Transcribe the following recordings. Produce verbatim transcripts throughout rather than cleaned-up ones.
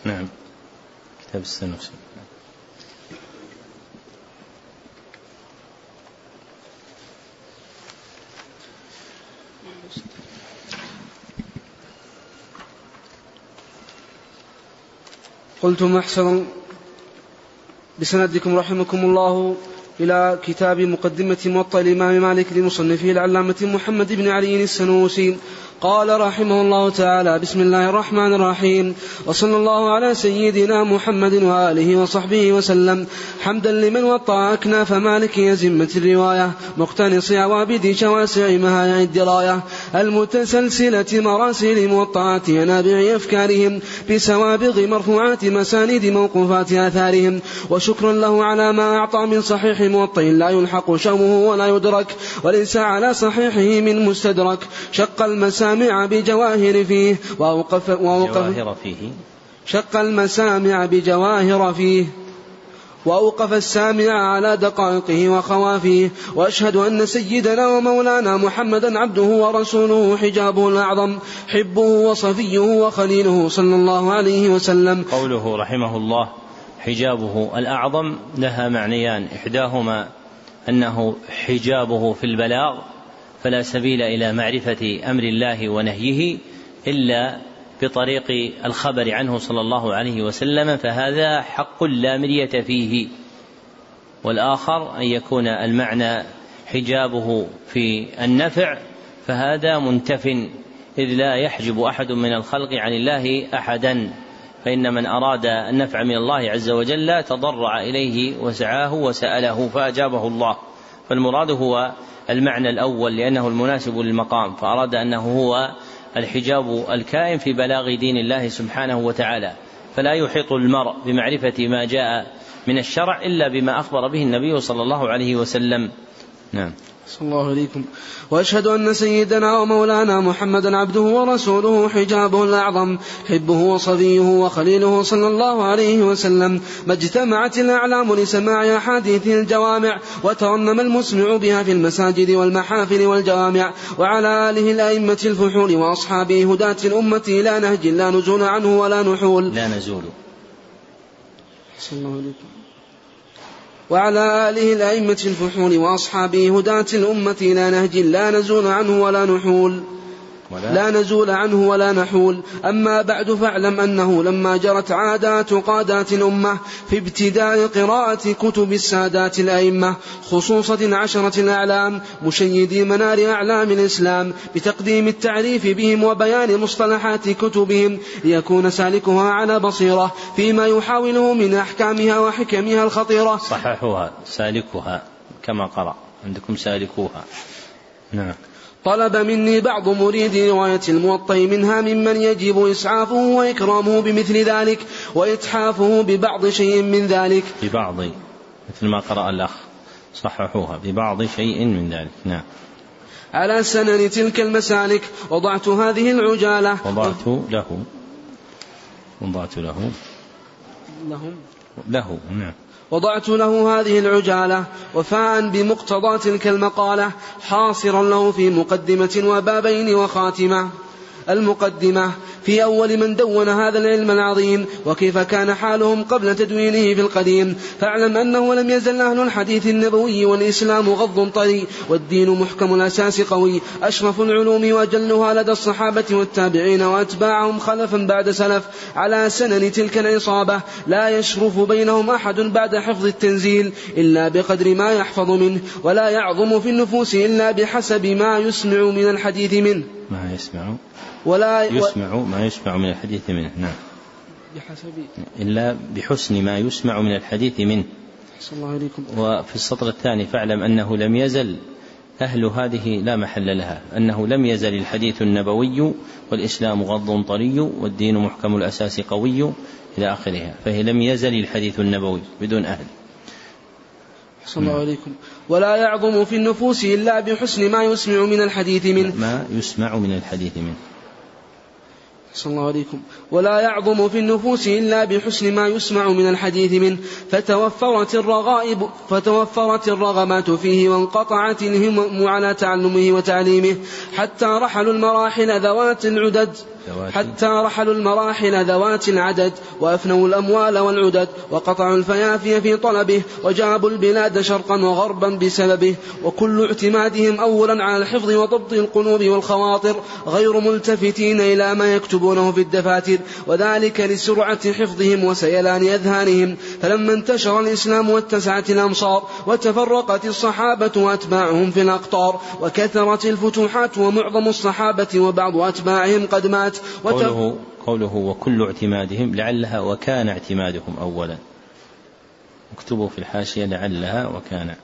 نعم كتاب السنوسي. قلت محسن بسندكم رحمكم الله إلى كتاب مقدمة موطأ الإمام مالك لمصنفه العلامة محمد بن علي السنوسي. قال رحمه الله تعالى: بسم الله الرحمن الرحيم، وصلى الله على سيدنا محمد وآله وصحبه وسلم، حمدا لمن وطأ أكناف مالك يزمة الرواية، مقتنص عوابد شواسع مهايع الدراية، المتسلسلة مراسل موطئات ينابع أفكارهم، بسوابغ مرفوعات مساند موقوفات آثارهم، وشكرا له على ما أعطى من صحيح موطئ لا يلحق شومه ولا يدرك، وليس على صحيحه من مستدرك. شق المسامع بجواهر فيه وأوقف, وأوقف فيه شق المسامع بجواهر فيه وأوقف السامع على دقائقه وخوافيه. وأشهد أن سيدنا ومولانا محمدا عبده ورسوله، حجابه الأعظم، حبه وصفيه وخليله صلى الله عليه وسلم. قوله رحمه الله حجابه الأعظم لها معنيان: إحداهما أنه حجابه في البلاغ، فلا سبيل إلى معرفة أمر الله ونهيه إلا بطريق الخبر عنه صلى الله عليه وسلم، فهذا حق لا مرية فيه. والآخر أن يكون المعنى حجابه في النفع، فهذا منتف، إذ لا يحجب أحد من الخلق عن الله أحدا، فإن من أراد النفع من الله عز وجل تضرع إليه وسعاه وسأله فأجابه الله. فالمراد هو المعنى الأول لأنه المناسب للمقام، فأراد أنه هو الحجاب الكائن في بلاغ دين الله سبحانه وتعالى، فلا يحيط المرء بمعرفة ما جاء من الشرع إلا بما أخبر به النبي صلى الله عليه وسلم. نعم. صلى الله عليكم. وأشهد أن سيدنا ومولانا محمدا عبده ورسوله، حجابه الأعظم، حبه وصفيه وخليله صلى الله عليه وسلم. ما اجتمعت الأعلام لسماع أحاديث الجوامع، وترنم المسمع بها في المساجد والمحافل والجوامع، وعلى آله الأئمة الفحول وأصحابه هداة الأمة إلى نهج لا نزول عنه ولا نحول. لا نزول. صلى الله عليكم. وعلى آله الأئمة الفحول وأصحابه هداة الأمة إلى نهج لا نزول عنه ولا نحول ولا, لا نزول عنه ولا نحول. أما بعد، فاعلم أنه لما جرت عادات قادات الأمة في ابتداء قراءة كتب السادات الأئمة، خصوصة عشرة الأعلام مشيدي منار أعلام الإسلام، بتقديم التعريف بهم وبيان مصطلحات كتبهم، ليكون سالكها على بصيرة فيما يحاوله من أحكامها وحكمها الخطيرة. صححوها سالكها كما قرأ عندكم سالكوها. نعم. طلب مني بعض مريد رواية الموطأ منها ممن يجب إسعافه وإكرامه بمثل ذلك، وإتحافه ببعض شيء من ذلك. ببعض مثل ما قرأ الأخ، صححوها ببعض شيء من ذلك. نعم. على سنن تلك المسالك وضعت هذه العجالة وضعت له وضعت له لهم له نعم وضعت له هذه العجالة وفاء بمقتضى تلك المقالة، حاصرا له في مقدمة وبابين وخاتمة. المقدمة: في أول من دون هذا العلم العظيم، وكيف كان حالهم قبل تدوينه في القديم. فاعلم أنه لم يزل أهل الحديث النبوي والإسلام غض طري، والدين محكم الأساس قوي، أشرف العلوم وجلها لدى الصحابة والتابعين وأتباعهم خلفا بعد سلف، على سنن تلك العصابة، لا يشرف بينهم أحد بعد حفظ التنزيل إلا بقدر ما يحفظ منه، ولا يعظم في النفوس إلا بحسب ما يسمع من الحديث منه ما يسمع ولا يسمع ما يسمع من الحديث منه. نعم. بحسب إلا بحسن ما يسمع من الحديث منه. صلى الله عليكم. وفي السطر الثاني: فاعلم أنه لم يزل أهل هذه لا محل لها، أنه لم يزل الحديث النبوي والإسلام غض طري والدين محكم الأساس قوي إلى آخرها، فهي لم يزل الحديث النبوي بدون أهل. صلى الله عليكم. ولا يعظم في النفوس إلا بحسن ما يسمع من الحديث منه ما يسمع من الحديث منه. صلى الله عليكم. ولا يعظم في النفوس إلا بحسن ما يسمع من الحديث منه، فتوفرت الرغائب فتوفرت الرغبات فيه، وانقطعت الهمم على تعلمه وتعليمه، حتى رحلوا المراحل ذوات العدد حتى رحلوا المراحل ذوات العدد وأفنوا الأموال والعدد وقطعوا الفيافي في طلبه وجابوا البلاد شرقا وغربا بسببه، وكل اعتمادهم أولا على الحفظ وضبط القلوب والخواطر غير ملتفتين إلى ما يكتبونه في الدفاتر، وذلك لسرعة حفظهم وسيلان أذهانهم. فلما انتشر الإسلام واتسعت الأمصار وتفرقت الصحابة وأتباعهم في الأقطار وكثرت الفتوحات ومعظم الصحابة وبعض أتباعهم قد مات قوله, قوله وكل اعتمادهم لعلها وكان اعتمادهم أولا، اكتبوا في الحاشية لعلها وكان.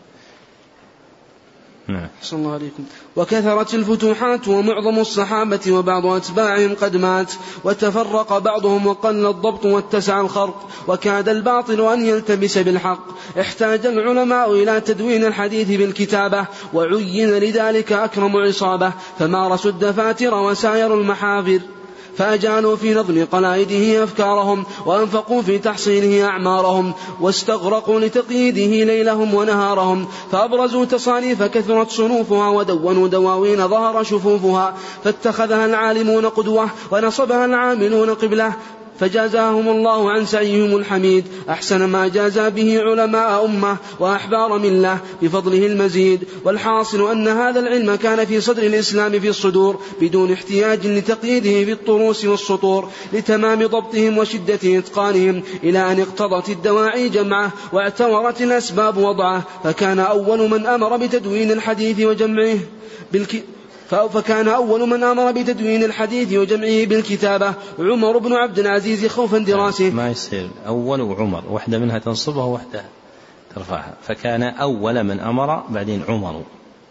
نعم. صلى الله عليكم. وكثرت الفتوحات ومعظم الصحابة وبعض أتباعهم قد مات وتفرق بعضهم وقل الضبط واتسع الخرق وكاد الباطل أن يلتبس بالحق. احتاج العلماء إلى تدوين الحديث بالكتابة وعين لذلك أكرم عصابة، فمارسوا الدفاتر وسايروا المحافر، فأجالوا في نظم قلائده أفكارهم وأنفقوا في تحصيله أعمارهم واستغرقوا لتقييده ليلهم ونهارهم، فأبرزوا تصانيف كثرت صنوفها ودونوا دواوين ظهر شفوفها، فاتخذها العالمون قدوة ونصبها العاملون قبلة، فجازاهم الله عن سعيهم الحميد أحسن ما جازى به علماء أمة وأحبار ملة بفضله المزيد. والحاصل أن هذا العلم كان في صدر الإسلام في الصدور بدون احتياج لتقييده في الطروس والسطور لتمام ضبطهم وشدة إتقانهم، إلى أن اقتضت الدواعي جمعه واعتورت الأسباب وضعه، فكان أول من أمر بتدوين الحديث وجمعه بالك... فكان أول من أمر بتدوين الحديث وجمعه بالكتابة عمر بن عبد العزيز خوفا دراسه. ما يصير أول وعمر، واحدة منها تنصبها وواحدة ترفعها، فكان أول من أمر بعدين عمر.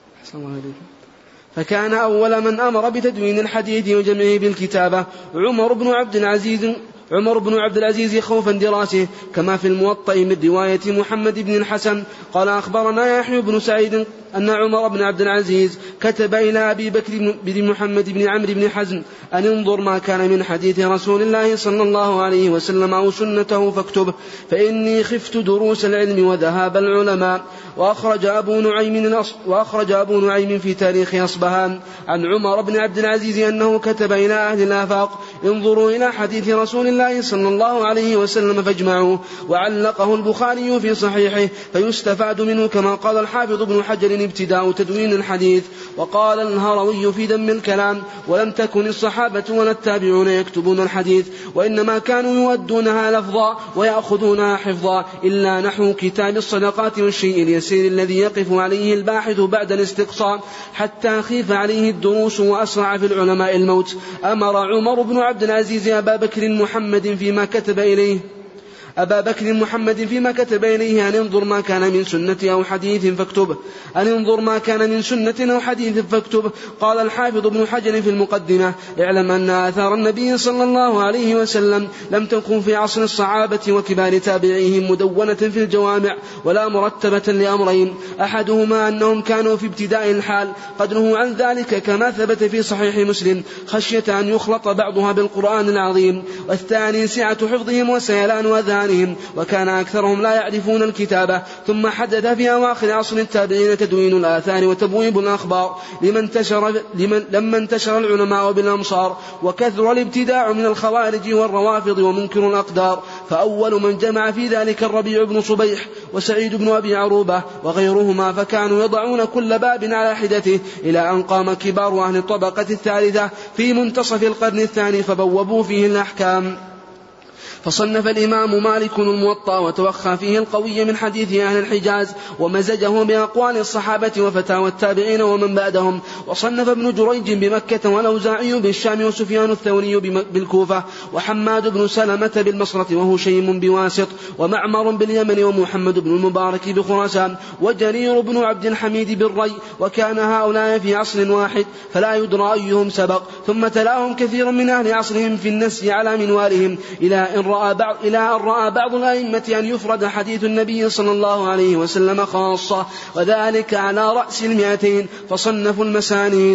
فكان أول من أمر بتدوين الحديث وجمعه بالكتابة عمر بن عبد العزيز عمر بن عبد العزيز خوفا دراسه، كما في الموطأ من رواية محمد بن الحسن قال أخبرنا يحيى بن سعيد أن عمر بن عبد العزيز كتب إلى أبي بكر بن محمد بن عمرو بن حزم أن انظر ما كان من حديث رسول الله صلى الله عليه وسلم أو سنته فاكتبه، فإني خفت دروس العلم وذهاب العلماء. وأخرج أبو نعيم, وأخرج أبو نعيم في تاريخ أصبهان عن عمر بن عبد العزيز أنه كتب إلى أهل الآفاق انظروا إلى حديث رسول الله صلى الله عليه وسلم فاجمعوه. وعلقه البخاري في صحيحه فيستفاد منه كما قال الحافظ ابن حجر ابتداء تدوين الحديث. وقال الهروي في ذم الكلام ولم تكن الصحابة ولا التابعون يكتبون الحديث، وإنما كانوا يؤدونها لفظا ويأخذونها حفظا، إلا نحو كتاب الصدقات والشيء اليسير الذي يقف عليه الباحث بعد الاستقصاء حتى خيف عليه الدروس وأسرع في العلماء الموت. أمر عمر بن عبد العزيز أبا بكر محمد فيما كتب إليه أبا بكر محمد فيما كتب إليه أن انظر ما كان من سنة أو حديث فاكتبه أن انظر ما كان من سنة أو حديث فاكتبه. قال الحافظ ابن حجر في المقدمة اعلم أن آثار النبي صلى الله عليه وسلم لم تكن في عصر الصحابة وكبار تابعيهم مدونة في الجوامع ولا مرتبة لأمرين، أحدهما أنهم كانوا في ابتداء الحال قد نهوا عن ذلك كما ثبت في صحيح مسلم خشية أن يخلط بعضها بالقرآن العظيم، والثاني سعة حفظهم وسيلان أذهانهم وكان أكثرهم لا يعرفون الكتابة. ثم حدث في أواخر عصر التابعين تدوين الآثار وتبويب الأخبار لمن انتشر, لمن لما انتشر العلماء بالأمصار وكثر الابتداع من الخوارج والروافض ومنكر الأقدار، فأول من جمع في ذلك الربيع بن صبيح وسعيد بن أبي عروبة وغيرهما، فكانوا يضعون كل باب على حدته إلى أن قام كبار أهل الطبقة الثالثة في منتصف القرن الثاني فبوبوا فيه الأحكام. فصنف الإمام مالك الموطأ وتوخى فيه القوي من حديث أهل الحجاز ومزجه بأقوال الصحابة وفتاوى التابعين ومن بعدهم. وصنف ابن جريج بمكة والأوزاعي بالشام وسفيان الثوري بالكوفة وحماد بن سلمة بالمصرة وهشيم بواسط ومعمر باليمن ومحمد بن المبارك بخراسان وجرير بن عبد الحميد بالري، وكان هؤلاء في عصر واحد فلا يدرى أيهم سبق. ثم تلاهم كثير من أهل عصرهم في النسي على منوالهم إلى أن رأى بعض, إلى أن رأى بعض الأئمة أن يفرد حديث النبي صلى الله عليه وسلم خاصة، وذلك على رأس المئتين، فصنفوا المسانيد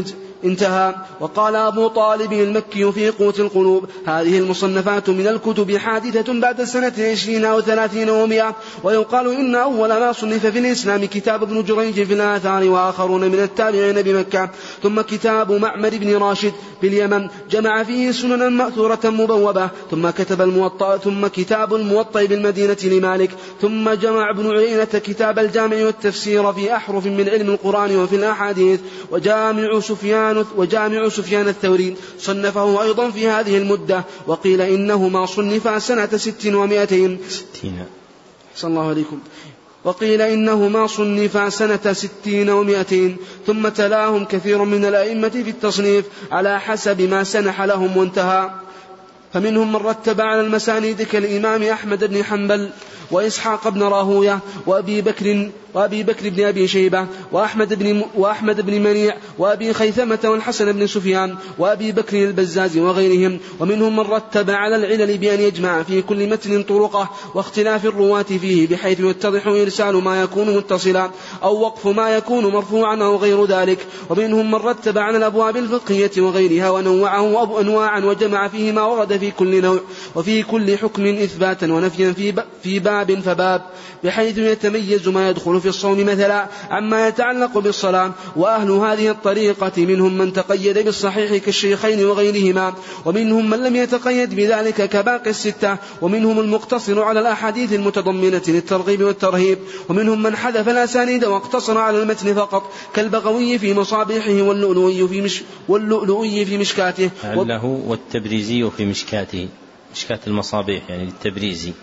انتهى. وقال أبو طالب المكي في قوت القلوب: هذه المصنفات من الكتب حادثة بعد سنة عشرين أو ثلاثين ومئة. ويقال إن أول ما صنف في الإسلام كتاب ابن جريج في الآثار وآخرون من التابعين بمكة، ثم كتاب معمر بن راشد في اليمن جمع فيه سننا مأثورة مبوبة، ثم كتب الموطأ ثم كتاب الموطأ بالمدينة لمالك، ثم جمع ابن عيينة كتاب الجامع والتفسير في أحرف من علم القرآن وفي الأحاديث. وجامع سفيان وجامع سفيان الثوري صنفه أيضا في هذه المدة، وقيل إنهما صنفا سنة ست ومائتين ستين صلى الله عليكم وقيل إنهما صنفا سنة ستين ومائتين، ثم تلاهم كثير من الأئمة في التصنيف على حسب ما سنح لهم وانتهى. فمنهم من رتب على المسانيد كالإمام أحمد بن حنبل وإسحاق بن راهوية وأبي بكر وأبي بكر بن أبي شيبة وأحمد بن, وأحمد بن منيع وأبي خيثمة والحسن بن سفيان وأبي بكر البزاز وغيرهم. ومنهم من رتب على العلل بأن يجمع في كل متن طرقه واختلاف الرواة فيه بحيث يتضح إرسال ما يكون متصلا أو وقف ما يكون مرفوعا أو غير ذلك. ومنهم من رتب على الأبواب الفقهية وغيرها ونوعه أنواعا وجمع فيه ما ورد في كل نوع وفي كل حكم إثباتا ونفيا في باب فباب، بحيث يتميز ما يدخل في الصوم مثلا عما يتعلق بالصلاة. وأهل هذه الطريقة منهم من تقيد بالصحيح كالشيخين وغيرهما، ومنهم من لم يتقيد بذلك كباقي الستة، ومنهم المقتصر على الأحاديث المتضمنة للترغيب والترهيب، ومنهم من حذف الأسانيد واقتصر على المتن فقط كالبغوي في مصابيحه واللؤلؤي في, مش واللؤلؤي في مشكاته له والتبريزي في مشكاته، مشكاة المصابيح يعني للتبريزي.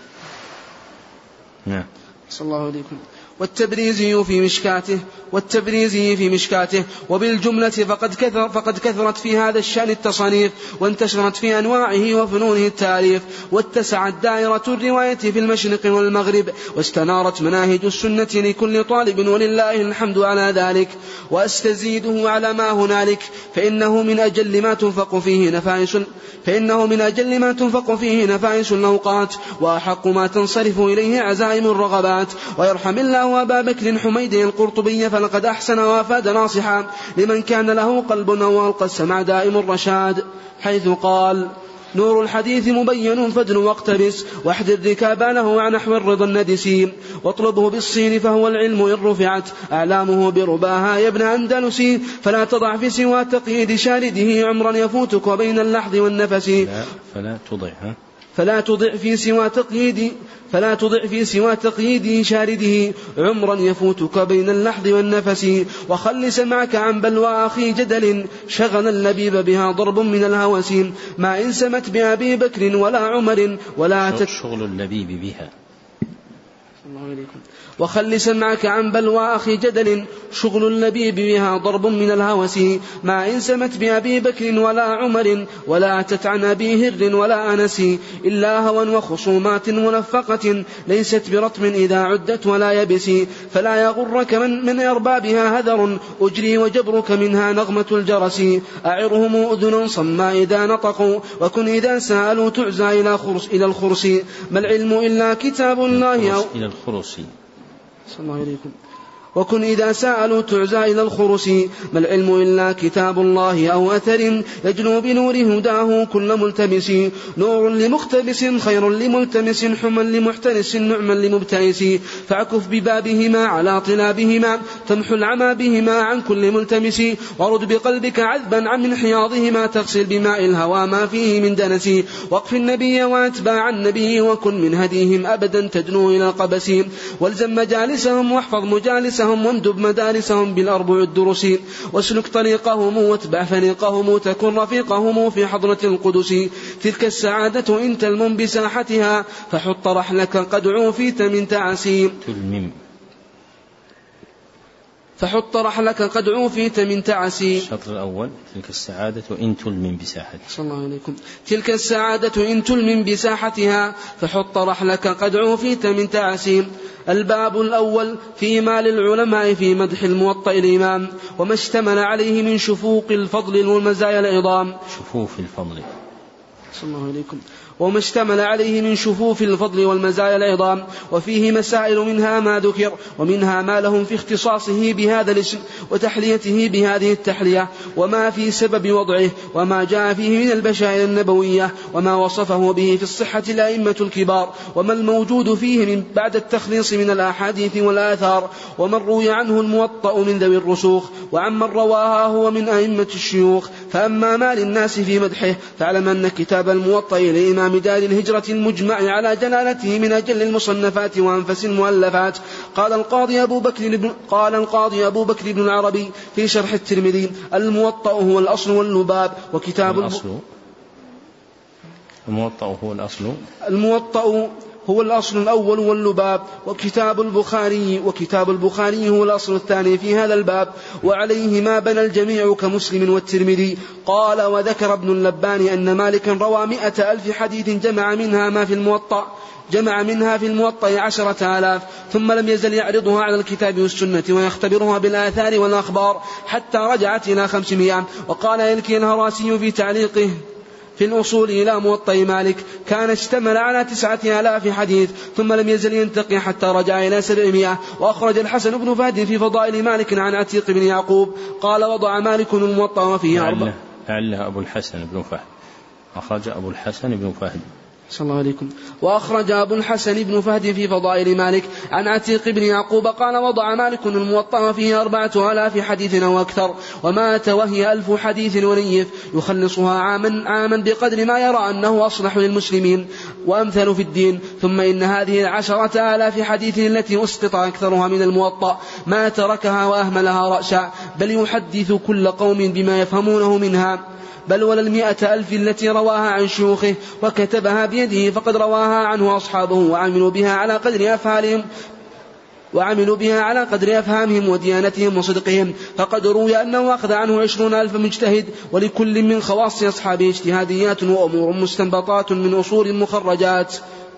نعم. صلى الله عليكم. والتبريزي في مشكاته والتبريزي في مشكاته وبالجملة فقد, كثر فقد كثرت في هذا الشأن التصانيف، وانتشرت في أنواعه وفنونه التعريف، واتسعت دائرة الرواية في المشرق والمغرب، واستنارت مناهج السنة لكل طالب، ولله الحمد على ذلك. وأستزيده على ما هنالك فإنه من أجل ما تنفق فيه نفائس فإنه من أجل ما تنفق فيه نفائس الأوقات، وأحق ما تنصرف إليه عزائم الرغبات. ويرحم الله أبا بكر حميدي القرطبي فلقد أحسن وافاد ناصحا لمن كان له قلب أو ألقى السمع دائم الرشاد، حيث قال: نور الحديث مبين فدن واقتبس، واحذر ركابانه عن نحو الرضا الندسي، واطلبه بالصين فهو العلم إن رفعت أعلامه برباها يا ابن أندلسي، فلا تضع في سوى تقييد شارده عمرا يفوتك بين اللحظ والنفس. لا فلا تضع فلا تضع في سوى تقييد فلا تضع في سوى تقييد شارده عمرا يفوتك بين اللحظ والنفس، وخل سمعك عن بلوى أخي جدل شغل اللبيب بها ضرب من الهوس، ما إن سمت بأبي بكر ولا عمر ولا تت... شغل اللبيب بها. الله عليكم. وخل سمعك عن بلوى أخي جدل شغل اللبيب بها ضرب من الهوس، ما إن سمت بأبي بكر ولا عمر ولا أتت عن أبي هر ولا أنس، إلا هوى وخصومات منفقة ليست برطم إذا عدت ولا يبس، فلا يغرك من, من أربابها هذر أجري وجبرك منها نغمة الجرس، أعرهم أذنا صما إذا نطقوا وكن إذا سألوا تعزى إلى, خرس إلى الخرس، ما العلم إلا كتاب الله أو إلى الخرس. صلى الله عليكم. وكن إذا سألوا تعزى إلى الخرس، ما العلم إلا كتاب الله أو أثر يجلو بنور هداه كل ملتمس، نور لمقتبس خير لملتمس حما لمحترس نعما لمبتئس، فاعكف ببابهما على طلابهما تمحو العمى بهما عن كل ملتمس، ورد بقلبك عذبا عن من حياضهما تغسل بماء الهوى ما فيه من دنس، واقف النبي واتباع النبي وكن من هديهم أبدا تدنو إلى القبس، والزم مجالسهم واحفظ مجالسهم واندب مدارسهم بالأربع الدرس، واسلك طريقهم واتبع فريقهم تكن رفيقهم في حضرة القدس، تلك السعادة إن تلمم بساحتها فحط رحلك قد عوفيت من تعسي تلمم فحط رحلك قد عوفيت من تعسي. الشطر الأول تلك السعادة إن تلمم بساحتها. صلى الله عليكم. تلك السعادة إن تلمم بساحتها فحط رحلك قد عوفيت من تعسي. الباب الأول فيما للعلماء في مدح الموطأ الإمام وما اشتمل عليه من شفوق الفضل والمزايا العظام. شفوف الفضل. صلى الله عليكم. وما اشتمل عليه من شفوف الفضل والمزايا العظام. وفيه مسائل منها ما ذكر ومنها ما لهم في اختصاصه بهذا الاسم وتحليته بهذه التحلية، وما في سبب وضعه، وما جاء فيه من البشائر النبوية، وما وصفه به في الصحة الأئمة الكبار، وما الموجود فيه من بعد التخليص من الأحاديث والآثار، ومن روي عنه الموطأ من ذوي الرسوخ، وعمن رواها هو من أئمة الشيوخ. فأما ما للناس في مدحه فاعلم أن كتاب الموطأ لإمام دار الهجرة المجمع على جلالته من أجل المصنفات وأنفس المؤلفات. قال القاضي أبو بكر بن قال القاضي أبو بكر بن العربي في شرح الترمذي: الموطأ هو الأصل واللباب، وكتاب الأصل الموطأ هو الأصل الموطأ هو الأصل الأول واللباب، وكتاب البخاري وكتاب البخاري هو الأصل الثاني في هذا الباب، وعليه ما بنى الجميع كمسلم والترمذي. قال: وذكر ابن اللبان أن مالكا روى مئة ألف حديث جمع منها ما في الموطأ جمع منها في الموطأ عشرة آلاف، ثم لم يزل يعرضها على الكتاب والسنة ويختبرها بالآثار والأخبار حتى رجعت إلى خمسمائة. وقال يلكي الهراسي في تعليقه في الأصول إلى موطأ مالك: كان اشتمل على تسعة آلاف حديث ثم لم يزل ينتقي حتى رجع إلى سبعمائة. وأخرج الحسن بن فهد في فضائل مالك عن عتيق بن يعقوب قال: وضع مالك الموطأ وفيه أربعة. لعله أبو الحسن بن فهد أخرج أبو الحسن بن فهد صلى الله عليكم. وأخرج أبو الحسن بن فهد في فضائل مالك عن عتيق بن يعقوب قال: وضع مالك الموطأ فيه أربعة آلاف حديث أو أكثر، ومات وهي ألف حديث ونيف يخلصها عاما عاما بقدر ما يرى أنه أصلح للمسلمين وأمثل في الدين. ثم إن هذه العشرة آلاف حديث التي أسقط أكثرها من الموطأ ما تركها وأهملها رأسا، بل يحدث كل قوم بما يفهمونه منها، بل ولا المئة ألف التي رواها عن شيوخه وكتبها بيده فقد رواها عنه أصحابه وعملوا بها على قدر أفعالهم وعملوا بها على قدر أفهامهم وديانتهم وصدقهم. فقد روي أنه أخذ عنه عشرون ألف مجتهد، ولكل من خواص أصحابه اجتهاديات وأمور مستنبطات من أصول مخرجات،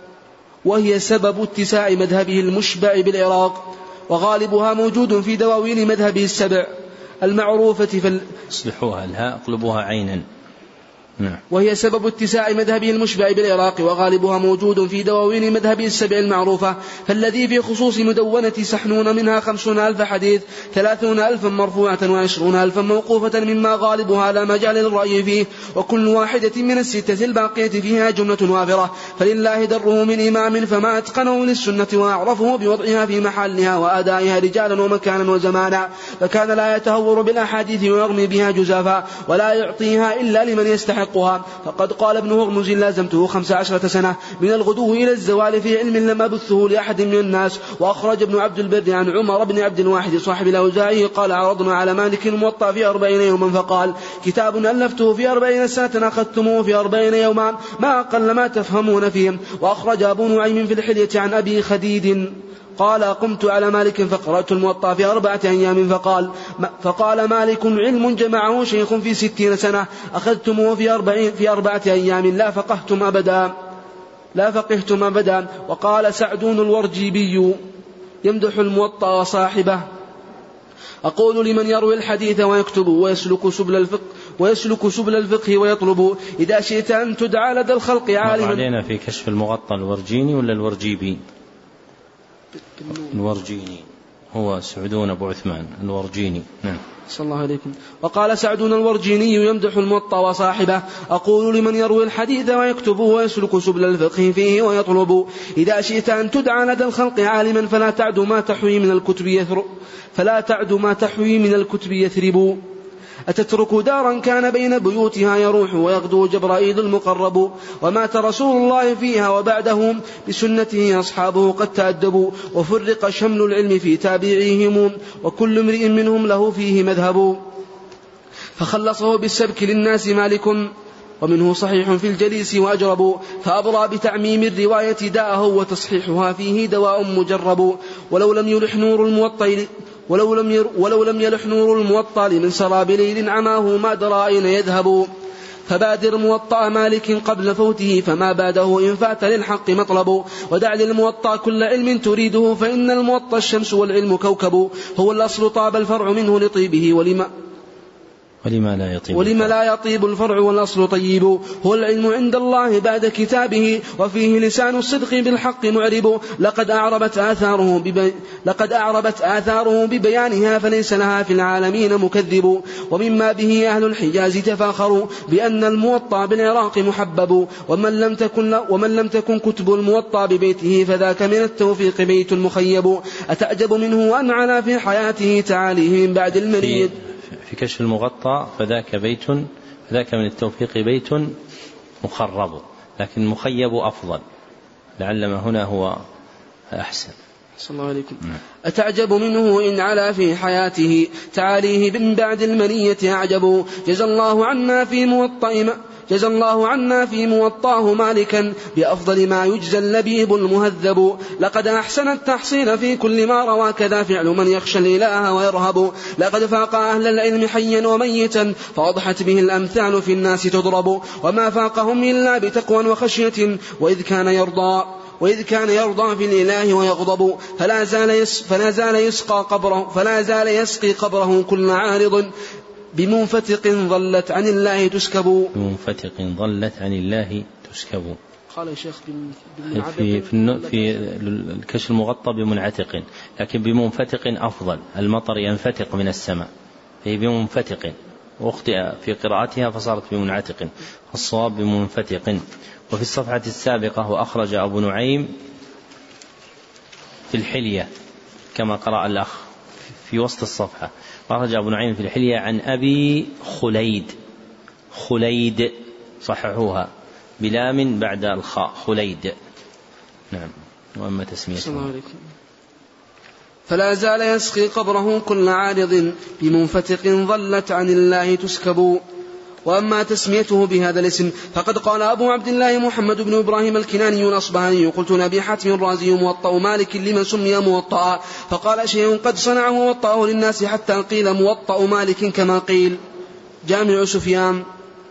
وهي سبب اتساع مذهبه المشبع بالعراق، وغالبها موجود في دواوين مذهبه السبع المعروفة فال... اصلحوها الهاء اقلبوها عينا. نعم. وهي سبب اتساع مذهبه المشبع بالعراق، وغالبها موجود في دواوين مذهبه السبع المعروفة. فالذي في خصوص مدونة سحنون منها خمسون ألف حديث، ثلاثون ألفا مرفوعة وعشرون ألفا موقوفة، مما غالبها لا مجال للرأي فيه، وكل واحدة من الستة الباقية فيها جملة وافرة. فلله دره من إمام فما أتقنه للسنة وأعرفه بوضعها في محلها وأدائها رجالا ومكانا وزمانا، فكان لا يتهور بالأحاديث ويرمي بها جزافا ولا يعطيها إلا لمن يستحق. فقد قال ابن هرمز: لازمته خمس عشرة سنة من الغدو إلى الزوال في علم لم أبثه لأحد من الناس. وأخرج ابن عبد البر عن عمر بن عبد الواحد صاحب الأوزاعي قال: عرضنا على مالك الموطأ في أربعين يوما فقال: كتاب ألفته في أربعين سنة أخذتموه في أربعين يوما، ما أقل ما تفهمون فيهم. وأخرج أبو نعيم في الحلية عن أبي خديد قال: قمت على مالك فقرأت الموطأ في أربعة أيام فقال فقال مالك: علم جمعه شيخ في ستين سنة أخذتموه في, أربعين في أربعة أيام لا فقهتم أبدا لا فقهتم أبدا. وقال سعدون الورجيبي يمدح الموطأ وصاحبه: أقول لمن يروي الحديث ويكتب ويسلك سبل الفقه ويسلك سبل الفقه ويطلب، إذا شئت أن تدعى لدى الخلق عالما. علينا في كشف المغطى الورجيني ولا الورجيبي؟ الورجيني هو سعدون أبو عثمان الورجيني. نعم. صلى الله عليكم. وقال سعدون الورجيني يمدح الموطأ وصاحبه: أقول لمن يروي الحديث ويكتب ويسلك سبل الفقه فيه ويطلب، إذا شئت أن تدعى لدى الخلق عالما فلا تعد ما تحوي من الكتب يثرب فلا تعد ما تحوي من الكتب يثرب. أتترك دارا كان بين بيوتها يروح ويغدو جبرائيل المقرب، ومات رسول الله فيها وبعدهم بسنته أصحابه قد تأدبوا، وفرق شمل العلم في تابعيهم وكل امرئ منهم له فيه مذهب. فخلصه بالسبك للناس مالك، ومنه صحيح في الجليس وأجرب، فأبرى بتعميم الرواية داءه وتصحيحها فيه دواء مجرب. ولو لم يلح نور الموطأ ولو لم, ير ولو لم يلح نور الموطأ لمن سرى بليل عماه ما درى أين يذهب. فبادر موطأ مالك قبل فوته فما باده إن فات للحق مطلب. ودع للموطأ كل علم تريده فإن الموطأ الشمس والعلم كوكب. هو الأصل طاب الفرع منه لطيبه ولما ولما لا يطيب ولما لا يطيب الفرع والأصل طيب. هو العلم عند الله بعد كتابه، وفيه لسان الصدق بالحق معرب. لقد أعربت آثاره ببي... لقد أعربت آثاره ببيانها، فليس لها في العالمين مكذب. ومما به أهل الحجاز تفاخروا بأن الموطأ بالعراق محبب. ومن لم تكن ومن لم تكن كتب الموطأ ببيته، فذاك من التوفيق بيت مخيب. أتعجب منه أن علا في حياته تعاليه من بعد المريد. في كشف المغطى فذاك بيت فذاك من التوفيق بيت مخرب، لكن مخيب أفضل، لعل ما هنا هو أحسن. صلى الله عليكم. أتعجب منه إن علا في حياته تعاليه من بعد المنية أعجب. جزى الله عنا في موطأ جزى الله عنا في موطاه مالكا بأفضل ما يجزى اللبيب المهذب. لقد أحسن التحصيل في كل ما روى، كذا فعل من يخشى الإله ويرهب. لقد فاق أهل العلم حيا وميتا، فأضحت به الأمثال في الناس تضرب. وما فاقهم إلا بتقوى وخشية، وإذ كان يرضى وإذ كان يرضى في الإله ويغضب. فلا زال يس فلا زال يسقى قبره فلا زال يسقي قبره كل عارض بمنفتق ظلت عن الله تسكب. بمنفتق ظلت عن الله تسكب. قال يا شيخ في في, في الكشف المغطى بمنعتق، لكن بمنفتق أفضل، المطر ينفتق من السماء، هي بمنفتق، واخطئ في قراءتها فصارت بمنعتق، الصواب بمنفتق. وفي الصفحة السابقة وأخرج أبو نعيم في الحلية كما قرأ الأخ في وسط الصفحة، أخرج أبو نعيم في الحلية عن أبي خليد خليد صححوها بلام بعد الخاء خليد. نعم. وأما تسميته فلا زال يسقي قبره كل عارض بمنفتق ظلت عن الله تسكب. وأما تسميته بهذا الاسم فقد قال أبو عبد الله محمد بن إبراهيم الكناني الأصبهاني: قلت لأبي حاتم الرازي: موطأ مالك لمن سمي موطأ؟ فقال: شيء قد صنعه ووطأه للناس حتى قيل موطأ مالك كما قيل. جامع سفيان.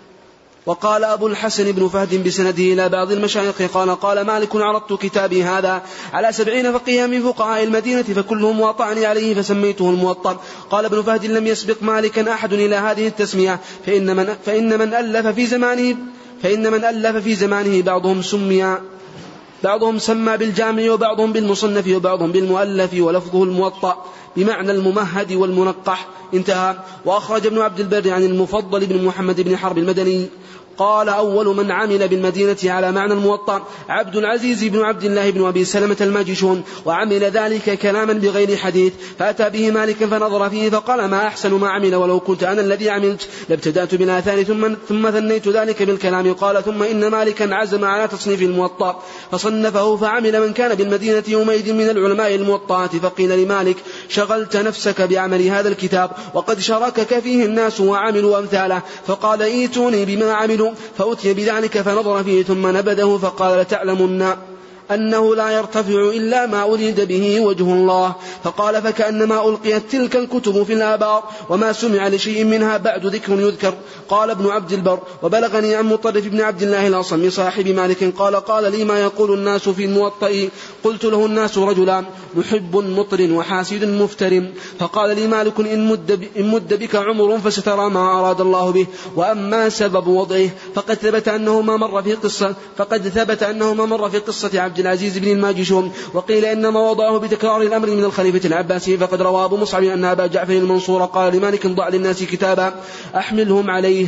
وقال أبو الحسن بن فهد بسنده إلى بعض المشايخ قال: قال مالك: عرضت كتابي هذا على سبعين فقيها من فقهاء المدينة، فكلهم وطعني عليه فسميته الموطأ. قال ابن فهد: لم يسبق مالكا أحد إلى هذه التسمية، فإن من, فإن من ألف في زمانه فإن من ألف في زمانه بعضهم سمي بعضهم سمى بالجامع، وبعضهم بالمصنف، وبعضهم بالمؤلف، ولفظه الموطأ بمعنى الممهد والمنقح. انتهى. وأخرج ابن عبد البر عن المفضل بن محمد بن حرب المدني قال: أول من عمل بالمدينة على معنى الموطأ عبد العزيز بن عبد الله بن أبي سلمة الماجشون، وعمل ذلك كلاما بغير حديث، فأتى به مالكا فنظر فيه فقال: ما أحسن ما عمل، ولو كنت أنا الذي عملت لابتدأت بالآثار ثم, ثم ثنيت ذلك بالكلام. قال: ثم إن مالكا عزم على تصنيف الموطأ فصنفه، فعمل من كان بالمدينة يومئذ من العلماء الموطأات، فقيل لمالك: شغلت نفسك بعمل هذا الكتاب وقد شاركك فيه الناس وعملوا أمثاله. فقال: ايتوني بما عملوا، فأتي بذلك فنظر فيه ثم نبذه، فقال: لتعلمن أنه لا يرتفع إلا ما أريد به وجه الله. فقال: فكأنما ألقيت تلك الكتب في الآبار، وما سمع لشيء منها بعد ذكر يذكر. قال ابن عبد البر: وبلغني عن مطرف بن عبد الله الأصم صاحب مالك قال: قال لي: ما يقول الناس في الموطأ؟ قلت له: الناس رجلان، محب مطر وحاسد مفتر. فقال لي مالك: إن مد, إن مد بك عمر فسترى ما أراد الله به. وأما سبب وضعه فقد ثبت أنه ما مر في قصة فقد ثبت أنه ما مر في قصة عبد العزيز بن الماجشون، وقيل إنما وضعه بتكرار الأمر من الخليفة العباسي. فقد روى أبو مصعب أن أبا جعفر المنصور قال لمالك: ضع للناس كتابا أحملهم عليه.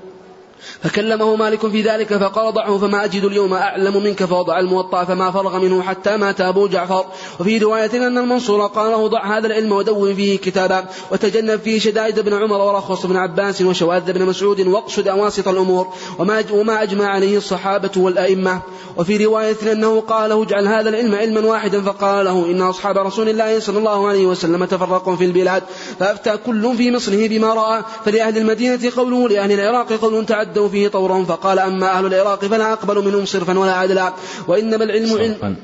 فكلمه مالك في ذلك فقال: ضعه، فما أجد اليوم أعلم منك. فوضع الموطأ فما فرغ منه حتى مات أبو جعفر. وفي رواية أن المنصور قال له: ضع هذا العلم ودون فيه كتابا، وتجنب فيه شدائد بن عمر ورخص بن عباس وشواذ بن مسعود، واقصد أواسط الأمور وما أجمع عليه الصحابة والأئمة. وفي رواية أنه قال له: اجعل هذا العلم علما واحدا. فقال له: إن أصحاب رسول الله صلى الله عليه وسلم تفرقوا في البلاد، فأفتى كل في مصره بما رأى، فلأهل المدينة قوله، لأهل العراق قول تعدوا فيه طورهم. فقال: أما أهل العراق فلا أقبل منهم صرفا ولا عدلا، وإنما العلم علم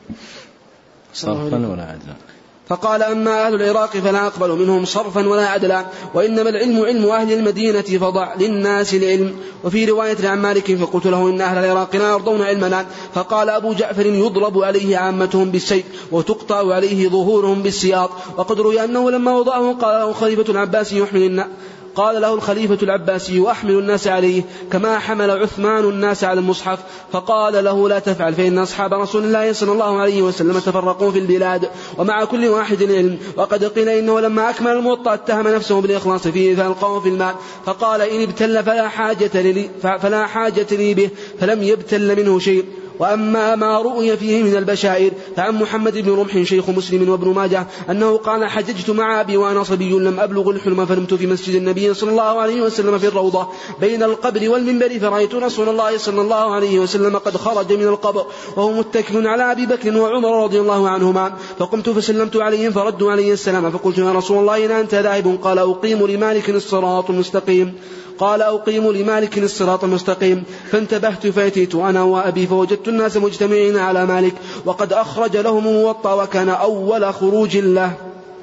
صرفا ولا عدلا. فقال: أما أهل العراق فلا أقبل منهم صرفا ولا عدلا، وإنما العلم علم أهل المدينة، فضع للناس العلم. وفي رواية عن مالك: فقلت له: إن أهل العراق لا يرضون علمنا. فقال أبو جعفر: يضرب عليه عامتهم بالسيف، وتقطع عليه ظهورهم بالسياط. وقد روي أنه لما وضعه قال له خليفة العباس: يحمل الناس قال له الخليفة العباسي أحمل الناس عليه كما حمل عثمان الناس على المصحف، فقال له لا تفعل فإن أصحاب رسول الله صلى الله عليه وسلم تفرقوا في البلاد ومع كل واحد علم. وقد قيل إنه لما أكمل الموطأ اتهم نفسه بالإخلاص فيه فألقاه في الماء فقال إن ابتل فلا حاجة لي, فلا حاجة لي به، فلم يبتل منه شيء. وأما ما رؤي فيه من البشائر فعن محمد بن رمح شيخ مسلم وابن ماجه أنه قال حججت مع أبي وأنا صبي لم أبلغ الحلم فنمت في مسجد النبي صلى الله عليه وسلم في الروضة بين القبر والمنبر فرأيت رسول الله صلى الله عليه وسلم قد خرج من القبر وهو متكل على أبي بكر وعمر رضي الله عنهما، فقمت فسلمت عليهم فردوا علي السلام فقلت يا رسول الله إن أنت ذاهب؟ قال أقيم لمالك الصراط المستقيم قال أقيم لمالك الصراط المستقيم. فانتبهت فأتيت أنا وأبي فوجدت الناس مجتمعين على مالك وقد أخرج لهم موطأ وكان أول خروج له.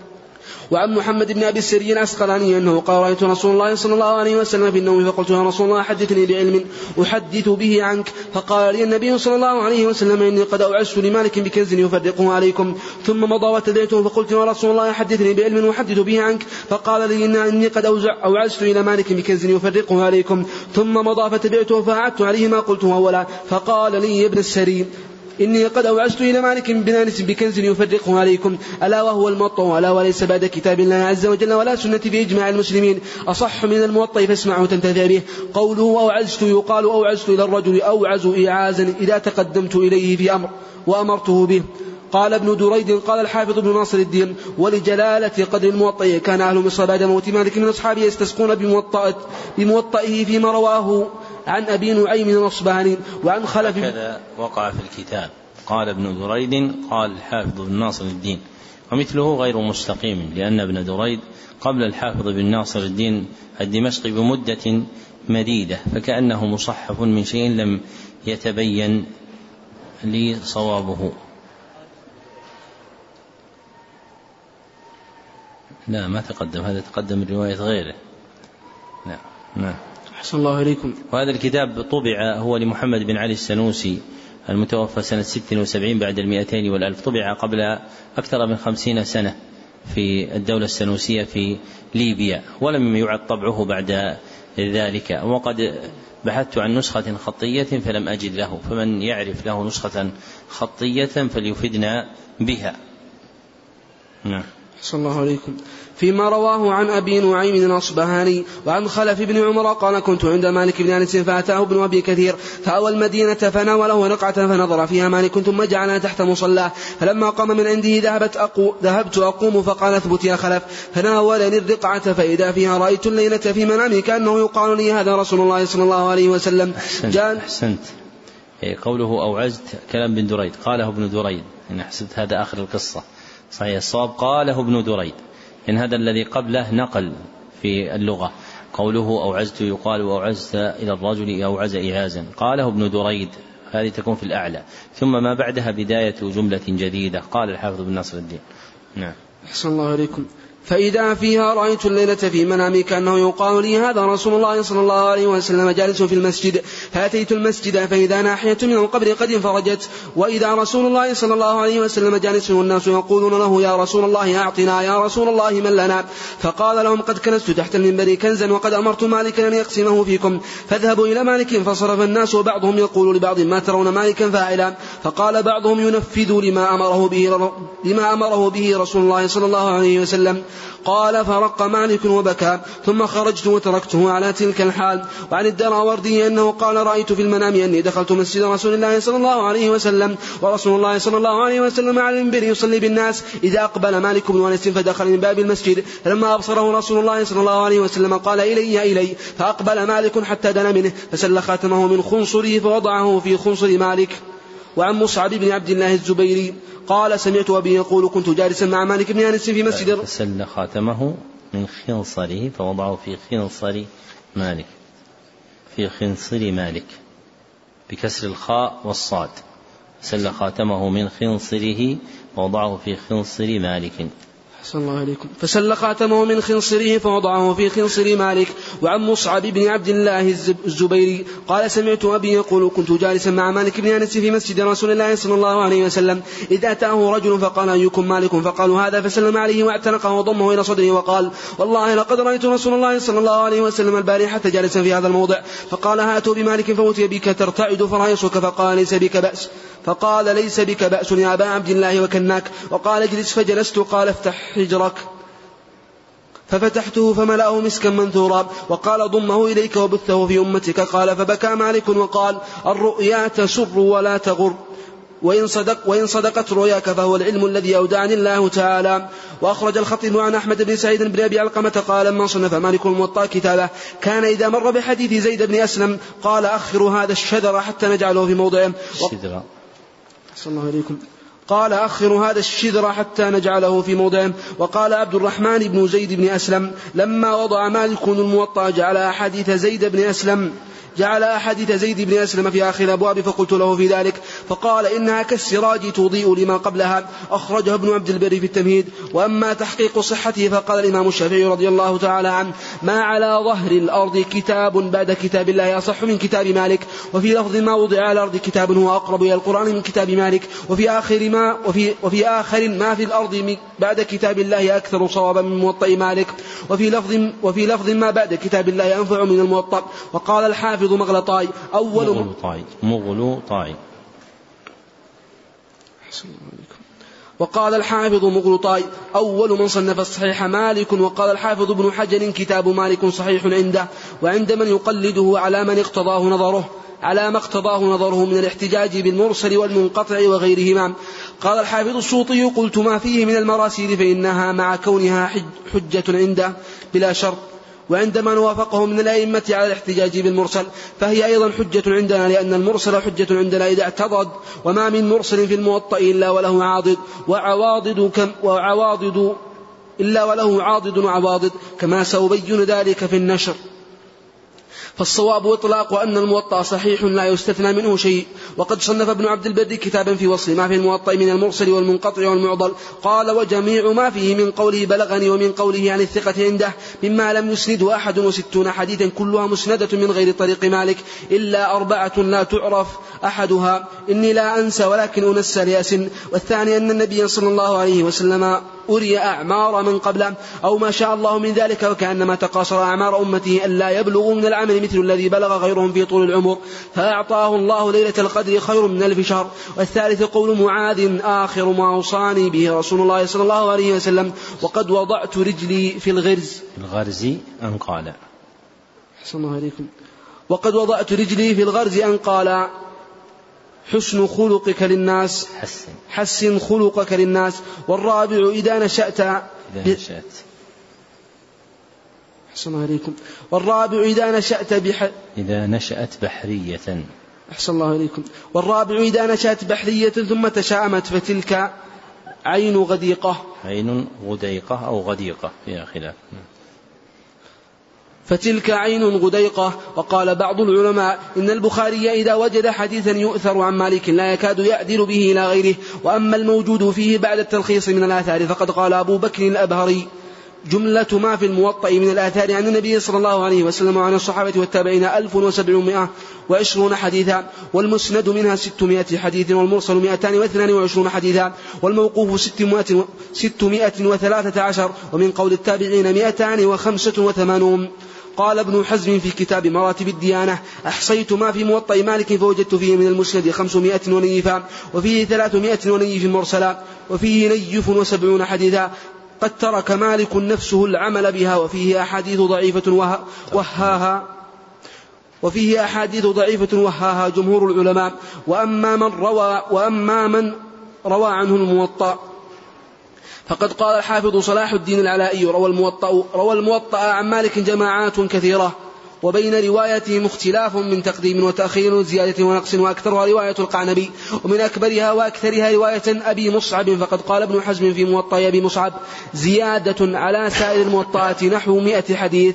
وعن محمد بن أبي السري العسقلاني أنه قال رأيت رسول الله صلى الله عليه وسلم في النوم فقلت يا رسول الله حدثني بعلم أحدث به عنك، فقال لي النبي صلى الله عليه وسلم إني قد أوعزت لمالك بكنز يفرقه عليكم، ثم مضى وتدعته فقلت يا رسول الله حدثني بعلم أحدث به عنك، فقال لي إني قد أوعزت إلى مالك بكنز يفرقه عليكم، ثم مضى فتبعته فأعدت عليه ما قلته أولا، فقال لي يا ابن السري إني قد أوعزت إلى مالك بكنز يفرقه عليكم، ألا وهو الموطأ، ألا وليس بعد كتاب الله عز وجل ولا سنة في إجماع المسلمين أصح من الموطأ فاسمعه تنتفع به. قوله أوعزت يقال أوعزت إلى الرجل أوعز إعازا إذا تقدمت إليه في أمر وأمرته به. قال ابن دريد قال الحافظ بن ناصر الدين ولجلالة قدر الموطأ كان أهل مصر بعد موت مالك من أصحابه يستسقون بموطئه فيما رواه عن أبي نعيم الأصبهاني وعن خلف. هكذا وقع في الكتاب. قال ابن دريد قال الحافظ بن ناصر الدين، ومثله غير مستقيم لأن ابن دريد قبل الحافظ بن ناصر الدين الدمشقي بمدة مديدة، فكأنه مصحف من شيء لم يتبين لي صوابه. لا ما تقدم، هذا تقدم رواية غيره. لا نعم. أحسن الله إليكم. وهذا الكتاب طبع هو لمحمد بن علي السنوسي المتوفى سنة ست وسبعين بعد المئتين والألف، طبع قبل أكثر من خمسين سنة في الدولة السنوسية في ليبيا، ولم يعد طبعه بعد ذلك. وقد بحثت عن نسخة خطية فلم أجد له، فمن يعرف له نسخة خطية فليفدنا بها. نعم. أحسن الله عليكم. فيما رواه عن أبي نعيم الأصبهاني وعن خلف بن عمر قال كنت عند مالك بن أنس فأتاه ابن أبي كثير فأوى المدينة فناوله رقعة فنظر فيها مالك ثم جعلها تحت مصلاه، فلما قام من عنده ذهبت أقو ذهبت أقوم فقال اثبت يا خلف، فناولني الرقعة فإذا فيها رأيت الليلة في منامي كأنه يقال لي هذا رسول الله صلى الله عليه وسلم. أحسنت, أحسنت. قوله أوعزت كلام بن دريد قاله ابن دريد، إن حسبت هذا آخر القصة صحيح. الصواب قاله ابن دريد، إن هذا الذي قبله نقل في اللغة. قوله أوعزت يقال أوعزت إلى الرجل أوعز إعازا، قاله ابن دريد، هذه تكون في الأعلى، ثم ما بعدها بداية جملة جديدة. قال الحافظ بن ناصر الدين. نعم. أحسن الله عليكم. فإذا فيها رأيت الليلة في منامي كأنه يقال لي هذا رسول الله صلى الله عليه وسلم جالس في المسجد، فأتيت المسجد فإذا ناحية من القبر قد انفرجت، وإذا رسول الله صلى الله عليه وسلم جالس والناس يقولون له يا رسول الله أعطنا يا رسول الله من لنا، فقال لهم قد كنست تحت المنبر كنزا وقد أمرت مالكا أن يقسمه فيكم، فاذهبوا إلى مالك. فصرف الناس وبعضهم يقول لبعض ما ترون مالكا فاعلا، فقال بعضهم ينفذ لما أمره به, لما أمره به رسول الله صلى الله عليه وسلم. قال فرق مالك وبكى ثم خرجت وتركته على تلك الحال. وعن الدراوردي أنه قال رأيت في المنام أني دخلت مسجد رسول الله صلى الله عليه وسلم ورسول الله صلى الله عليه وسلم على المنبر يصلي بالناس، إذا أقبل مالك بن أنس فدخل من باب المسجد، فلما أبصره رسول الله صلى الله عليه وسلم قال إلي إلي، فأقبل مالك حتى دنا منه فسل خاتمه من خنصره فوضعه في خنصر مالك. وعن مصعب بن عبد الله الزبيري قال سمعت أبي يقول كنت جالسا مع مالك بن أنس في مسجد. فسل خاتمه من خنصره فوضعه في خنصر مالك، في خنصر مالك بكسر الخاء والصاد. سل خاتمه من خنصره ووضعه في خنصر مالك. صلى الله عليكم. فسل خاتمه من خنصره فوضعه في خنصر مالك. وعن مصعب بن عبد الله الزبيري قال سمعت أبي يقول كنت جالسا مع مالك بن أنس في مسجد رسول الله صلى الله عليه وسلم إذ أتاه رجل فقال أيكم مالك فقالوا هذا فسلم عليه واعتنقه وضمه إلى صدره وقال والله لقد رأيت رسول الله صلى الله عليه وسلم البارحة جالسا في هذا الموضع فقال هاتوا بمالك فأتي بك ترتعد فرأيصك فقال ليس بك بأس فقال ليس بك بأس يا أبا عبد الله وكناك وقال اجلس فجلست قال افتح حجرك ففتحته فملأه مسكا منثورا وقال ضمه إليك وبثه في أمتك قال فبكى مالك وقال الرؤيا تسر ولا تغر وإن, صدق وإن صدقت رؤياك فهو العلم الذي أودعني الله تعالى. وأخرج الخطيب عن أحمد بن سعيد بن أبي علقمة قال من صنف مالك الموطأ كتابه كان إذا مر بحديث زيد بن أسلم قال أخر هذا الشذر حتى نجعله في موضعه الشذر صلى الله عليكم قال أخر هذا الشذر حتى نجعله في موضعه. وقال عبد الرحمن بن زيد بن أسلم لما وضع مالك الموطأ جعل أحاديث زيد بن أسلم جعل أحاديث زيد بن أسلم في آخر الأبواب فقلت له في ذلك فقال إنها كالسراج تضيء لما قبلها. أخرجه ابن عبد البر في التمهيد. وأما تحقيق صحته فقال الإمام الشافعي رضي الله تعالى عنه ما على ظهر الأرض كتاب بعد كتاب الله أصح من كتاب مالك وفي لفظ ما وضع على الأرض كتاب هو أقرب إلى القرآن من كتاب مالك وفي آخر ما, وفي وفي آخر ما في الأرض بعد كتاب الله أكثر صوابا من موطأ مالك وفي لفظ, وفي لفظ ما بعد كتاب الله أنفع من الموطأ. وقال الحافظ مغلطاي أول مغلطاي مغلطاي وقال الحافظ مغلطاي أول من صنف الصحيح مالك. وقال الحافظ ابن حجر كتاب مالك صحيح عنده وعند من يقلده على من اقتضاه نظره على ما اقتضاه نظره من الاحتجاج بالمرسل والمنقطع وغيرهما. قال الحافظ السوطي قلت ما فيه من المراسيل فإنها مع كونها حجة عنده بلا شرط وعند من وافقه من الأئمة على الاحتجاج بالمرسل فهي أيضا حجة عندنا لأن المرسل حجة عندنا إذا اعتضد وما من مرسل في الموطأ إلا وله عاضد وعواضد كم وعواضد إلا وله عاضد وعواضد كما سأبين ذلك في النشر. فالصواب إطلاق أن الموطأ صحيح لا يستثنى منه شيء. وقد صنف ابن عبد البر كتابا في وصل ما في الموطأ من المرسل والمنقطع والمعضل قال وجميع ما فيه من قوله بلغني ومن قوله عن الثقة عنده مما لم يسنده أحد وستون حديثا كلها مسندة من غير طريق مالك إلا أربعة لا تعرف أحدها إني لا أنسى ولكن أنسى ليأسن والثاني أن النبي صلى الله عليه وسلم أري أعمار من قبله أو ما شاء الله من ذلك وكأنما تقاصر أعمار أمته ألا يبلغوا من العمل مثل الذي بلغ غيرهم في طول العمر فأعطاه الله ليلة القدر خير من ألف شهر. والثالث قول معاذ آخر ما أوصاني به رسول الله صلى الله عليه وسلم وقد وضعت رجلي في الغرز الغرز أن قال حسن الله عليكم وقد وضعت رجلي في الغرز أن قال حسن خلقك للناس حسن, حسن خلقك للناس. والرابع إذا نشأت إذا نشأت أحسن الله عليكم والرابع إذا نشأت بح إذا نشأت بحرية أحسن الله عليكم والرابع إذا نشأت بحرية ثم تشاءمت فتلك عين غديقة عين غديقة أو غديقة فيها خلاف فتلك عين غديقة. وقال بعض العلماء إن البخاري إذا وجد حديثا يؤثر عن مالك لا يكاد يعدل به إلى غيره. وأما الموجود فيه بعد التلخيص من الآثار فقد قال أبو بكر الأبهري جملة ما في الموطأ من الآثار عن النبي صلى الله عليه وسلم وعن الصحابة والتابعين ألف وسبعمائة وعشرون حديثا والمسند منها ستمائة حديث والمرسل مائتان واثنان وعشرون حديثا والموقوف ستمائة, ستمائة وثلاثة عشر ومن قول التابعين مائتان وخمسة وثمانون. قال ابن حزم في كتاب مراتب الديانة أحصيت ما في موطأ مالك فوجدت فيه من المسند خمسمائة ونيفا وفيه ثلاثمائة ونيف مرسلا وفيه نيف وسبعون حديثا قد ترك مالك نفسه العمل بها وفيه أحاديث ضعيفة وهاها وفيه أحاديث ضعيفة وهاها جمهور العلماء. وأما من روى وأما من روى عنه الموطأ فقد قال الحافظ صلاح الدين العلائي روى الموطأ, روى الموطأ عن مالك جماعات كثيرة وبين روايته اختلاف من تقديم وتأخير وزيادة ونقص وأكثرها رواية القعنبي ومن أكبرها وأكثرها رواية أبي مصعب فقد قال ابن حزم في موطأ أبي مصعب زيادة على سائر الموطئات نحو مئة حديث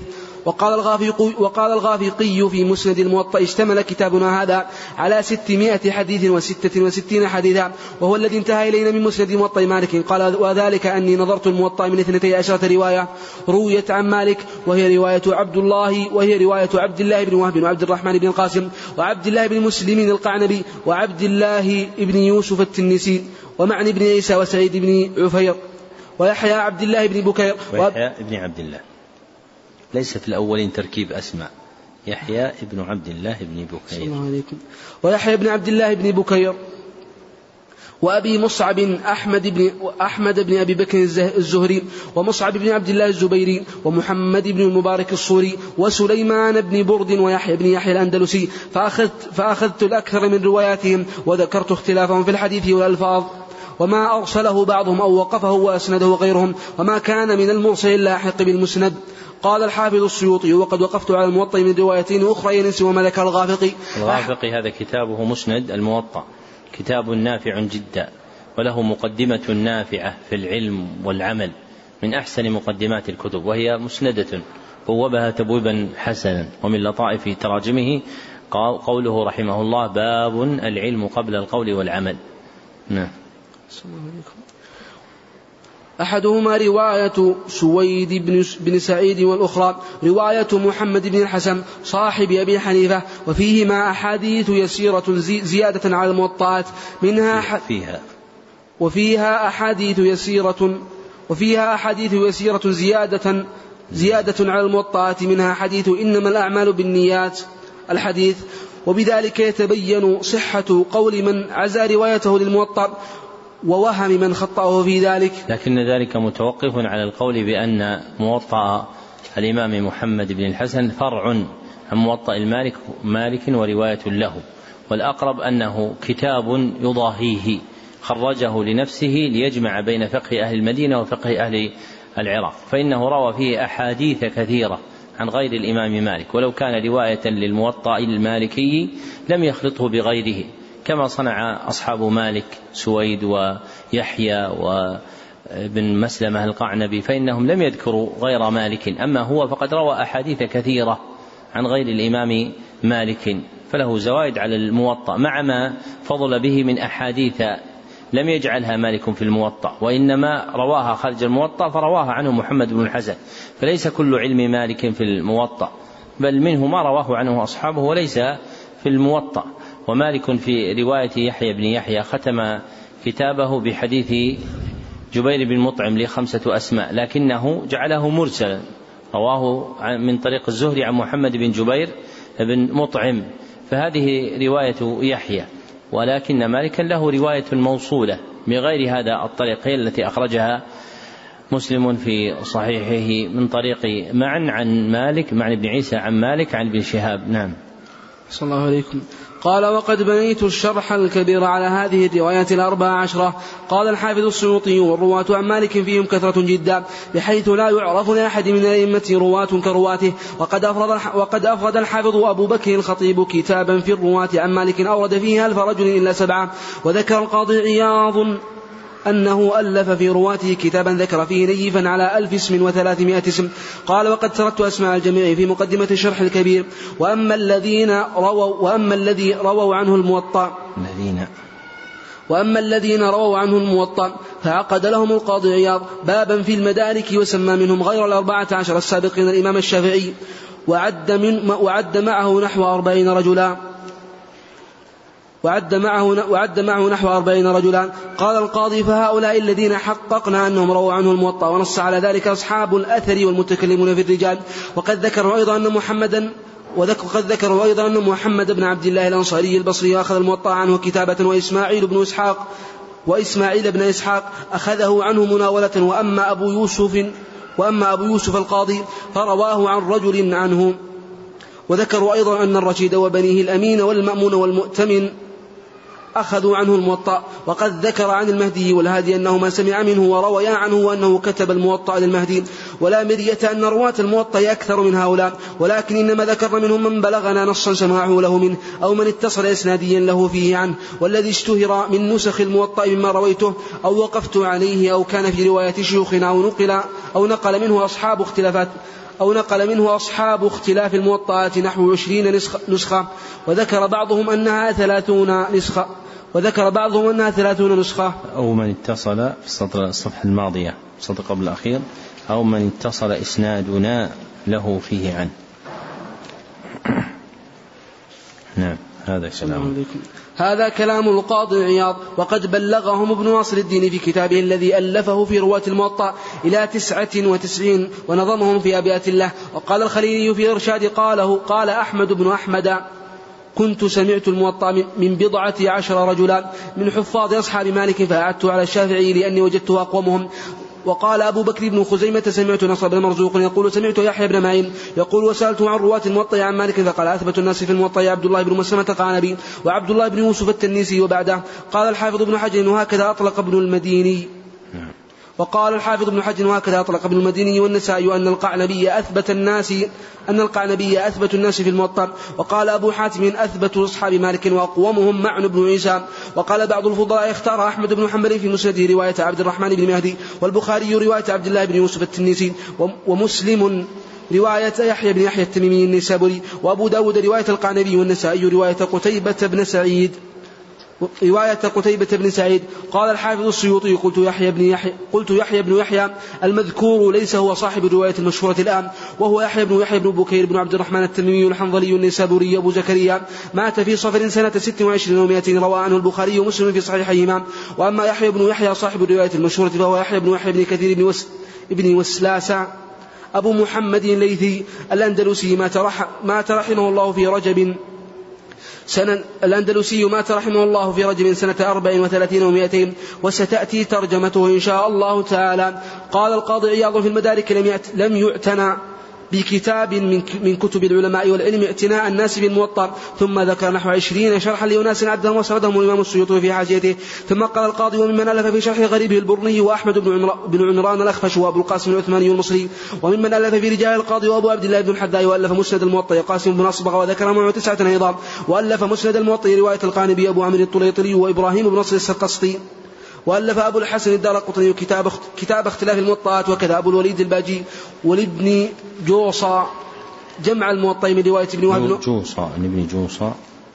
وقال الغافقي, وقال الغافقي في مسند الموطأ اشتمل كتابنا هذا على ستمائة حديث وستة وستين حديثا وهو الذي انتهى إلينا من مسند الموطأ مالك. قال وذلك أني نظرت الموطأ من اثنتي عشرة رواية رويت عن مالك وهي رواية عبد الله وهي رواية عبد الله بن وهب وعبد الرحمن بن القاسم وعبد الله بن مسلم القعنبي وعبد الله بن يوسف التنسي ومعن بن عيسى وسعيد بن عفير ويحيى عبد الله بن بكير ويحيى ابن عبد الله. ليس في الأولين تركيب أسماء. يحيى ابن عبد الله بن بكير ويحيى بن عبد الله بن بكير وأبي مصعب أحمد بن, أحمد بن أبي بكر الزهري ومصعب بن عبد الله الزبيري ومحمد بن المبارك الصوري وسليمان بن برد ويحيى بن يحيى الأندلسي فأخذت, فأخذت الأكثر من رواياتهم وذكرت اختلافهم في الحديث والألفاظ وما أرسله بعضهم أو وقفه وأسنده غيرهم وما كان من المرسل اللاحق بالمسند. قال الحافظ السيوطي وقد وقفت على الموطأ من روايتين أخرى سوى ما ذكر الغافقي. الغافقي هذا كتابه مسند الموطأ كتاب نافع جدا وله مقدمة نافعة في العلم والعمل من أحسن مقدمات الكتب وهي مسندة بوبها تبويبا حسنا. ومن لطائف تراجمه قوله رحمه الله باب العلم قبل القول والعمل. نعم. أحدهما رواية سويد بن سعيد والأخرى رواية محمد بن الحسن صاحب أبي حنيفة وفيهما أحاديث يسيرة زيادة على الموطئات منها فيها وفيها أحاديث يسيرة وفيها أحاديث يسيرة زيادة زيادة على الموطئات منها حديث إنما الأعمال بالنيات الحديث. وبذلك يتبين صحة قول من عزى روايته للموطأ ووهم من خطأه في ذلك. لكن ذلك متوقف على القول بأن موطأ الإمام محمد بن الحسن فرع عن موطأ المالك مالك ورواية له والأقرب أنه كتاب يضاهيه خرجه لنفسه ليجمع بين فقه أهل المدينة وفقه أهل العراق فإنه روى فيه أحاديث كثيرة عن غير الإمام مالك ولو كان رواية للموطأ المالكي لم يخلطه بغيره كما صنع أصحاب مالك سويد ويحيى وابن مسلمة القعنبي فإنهم لم يذكروا غير مالك أما هو فقد روى أحاديث كثيرة عن غير الإمام مالك فله زوائد على الموطأ مع ما فضل به من أحاديث لم يجعلها مالك في الموطأ وإنما رواها خارج الموطأ فرواها عنه محمد بن الحسن فليس كل علم مالك في الموطأ بل منه ما رواه عنه أصحابه وليس في الموطأ. ومالك في رواية يحيى بن يحيى ختم كتابه بحديث جبير بن مطعم لخمسة أسماء لكنه جعله مرسلا رواه من طريق الزهري عن محمد بن جبير بن مطعم فهذه رواية يحيى ولكن مالكا له رواية موصولة بغير هذا الطريق هي التي أخرجها مسلم في صحيحه من طريق معن عن مالك معن بن عيسى عن مالك عن ابن شهاب. نعم. صلى الله عليكم. قال وقد بنيت الشرح الكبير على هذه الروايات الأربع عشرة. قال الحافظ السيوطي والرواة عن مالك فيهم كثرة جدا بحيث لا يعرف لأحد من الأئمة رواة كرواته وقد أفرد, وقد أفرد الحافظ أبو بكر الخطيب كتابا في الرواة عن مالك أورد فيه ألف رجل إلا سبعة. وذكر القاضي عياض أنه ألف في رواته كتابا ذكر فيه نيفا على ألف اسم وثلاثمائة اسم. قال وقد تركت أسماء الجميع في مقدمة الشرح الكبير. وأما الذين رووا وأما الذي رووا عنه الموطأ الذين وأما الذين رووا عنه الموطأ فعقد لهم القاضي عياض بابا في المدارك وسمى منهم غير الأربعة عشر السابقين الإمام الشافعي وعد, من وعد معه نحو أربعين رجلا وعد معه, وعد معه نحو أربعين رجلا. قال القاضي فهؤلاء الذين حققنا أنهم رووا عنه الموطأ ونص على ذلك أصحاب الأثر والمتكلمون في الرجال. وقد ذكروا أيضا أن محمدا وقد ذكروا أيضا أن محمد بن عبد الله الأنصاري البصري أخذ الموطأ عنه كتابة وإسماعيل بن إسحاق وإسماعيل بن إسحاق أخذه عنه مناولة. وأما أبو يوسف وأما أبو يوسف القاضي فرواه عن رجل عنه. وذكروا أيضا أن الرشيد وبنيه الأمين والمأمون والمؤتمن أخذوا عنه الموطأ. وقد ذكر عن المهدي والهادي أنهما سمع منه ورويا عنه وأنه كتب الموطأ للمهدي. ولا مرية أن رواة الموطأ أكثر من هؤلاء ولكن إنما ذكر منهم من بلغنا نصا سماعه له منه أو من اتصل إسناديا له فيه عنه. والذي اشتهر من نسخ الموطأ مما رويته أو وقفت عليه أو كان في رواية شيوخنا أو نقل, أو نقل منه أصحاب اختلافات أو نقل منه أصحاب اختلاف الموطئات نحو عشرين نسخة، وذكر بعضهم أنها ثلاثون نسخة وذكر بعضهم أنها ثلاثون نسخة. أو من اتصل في السطر الصفحة الماضية السطر قبل الأخير، أو من اتصل إسنادنا له فيه عنه. نعم هذا كلام هذا كلام القاضي عياض، وقد بلغهم ابن ناصر الدين في كتابه الذي ألفه في رواة الموطأ إلى تسعة وتسعين ونظمهم في أبيات الله. وقال الخليلي في إرشاد قاله قال أحمد بن أحمد كنت سمعت الموطأ من بضعة عشر رجلا من حفاظ أصحاب مالك فأعدت على الشافعي لأني وجدته أقومهم. وقال أبو بكر بن خزيمة سمعت نصر بن مرزوق يقول سمعت يحيى بن معين يقول وسألته عن رواة الموطأ عن مالك فقال أثبت الناس في الموطأ عبد الله بن مسلمة قعنبي وعبد الله بن يوسف التنيسي وبعده. قال الحافظ ابن حجر وهكذا أطلق ابن المديني وقال الحافظ ابن حجر وهكذا أطلق ابن المديني والنسائي أن القعنبي أثبت الناس أن القعنبي أثبت الناس في الموطأ. وقال أبو حاتم أثبت أصحاب مالك وأقومهم معن بن عيسى. وقال بعض الفضلاء اختار أحمد بن حنبل في مسنده رواية عبد الرحمن بن مهدي، والبخاري رواية عبد الله بن يوسف التنيسي، ومسلم رواية يحيى بن يحيى التميمي النيسابوري، وأبو داود رواية القعنبي، والنسائي رواية قتيبة بن سعيد رواية قتيبة بن سعيد. قال الحافظ السيوطي قلت يحيى بن يحيى قلت يحيى بن يحيى المذكور ليس هو صاحب الرواية المشهورة الآن، وهو يحيى بن يحيى بن بكير بن عبد الرحمن التميمي الحنظلي النيسابوري أبو زكريا، مات في صفر سنة ست وعشرين ومائتين، روى عنه البخاري ومسلم في صحيحيهما. وأما يحيى بن يحيى صاحب الرواية المشهورة فهو يحيى بن يحيى بن كثير بن وس ابن وسلاسة أبو محمد الليثي الأندلسي مات رحمه الله في رجب سنة الأندلسي مات رحمه الله في رجب سنة أربع وثلاثين ومائتين، وستأتي ترجمته إن شاء الله تعالى. قال القاضي عياض في المدارك لم يعتنى بكتاب من كتب العلماء والعلم اعتناء الناس بالموطأ، ثم ذكر نحو عشرين شرحا لأناس عدهم وسردهم الإمام السيوطي في حاشيته. ثم قال القاضي وممن ألف في شرح غريبه البرني وأحمد بن عمران الأخفش وأبو القاسم العثماني المصري، وممن ألف في رجال القاضي وأبو عبد الله بن الحداء وألف مسند الموطأ قاسم بن أصبغ وذكر معه تسعة أيضا، وألف مسند الموطأ رواية القانبي أبو عمرو الطليطلي وإبراهيم بن نصر السرقسطي، وألف أبو الحسن الدارقطني كتاب كتاب اختلاف الموطئات، وكذا أبو الوليد الباجي ولابن جوصى جمع الموطأ من رواية ابن وهب جوصى ابن جوصى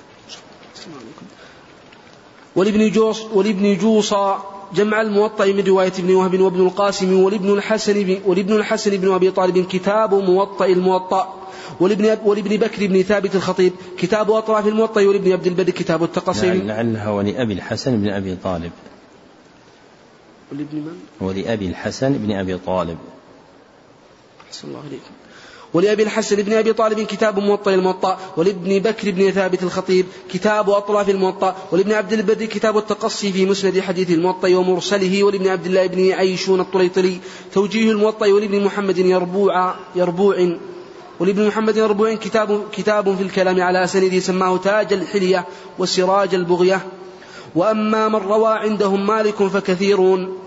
ولابن جوص ولابن جوصى جمع الموطأ من رواية ابن وهب وابن القاسم ولابن الحسن ولابن الحسن بن أبي طالب كتاب موطأ الموطأ، ولابن ولابن بكر بن ثابت الخطيب كتاب أطراف الموطأ، ولابن عبد البر كتاب التقصير. لعلها ولأبي الحسن بن أبي طالب ولابن من؟ ولأبي الحسن بن أبي طالب أحسن الله عليكم. ولأبي الحسن بن أبي طالب كتاب موطأ الموطأ، ولابن بكر بن ثابت الخطيب كتاب أطراف الموطأ، ولابن عبد البر كتاب التقصي في مسند حديث الموطأ ومرسله، ولابن عبد الله بن عيشون الطليطلي توجيه الموطأ، ولابن محمد يربوع يربوع ولابن محمد يربوع كتاب كتاب في الكلام على سنده سماه تاج الحلية وسراج البغية. وأما من روى عندهم مالك فكثيرون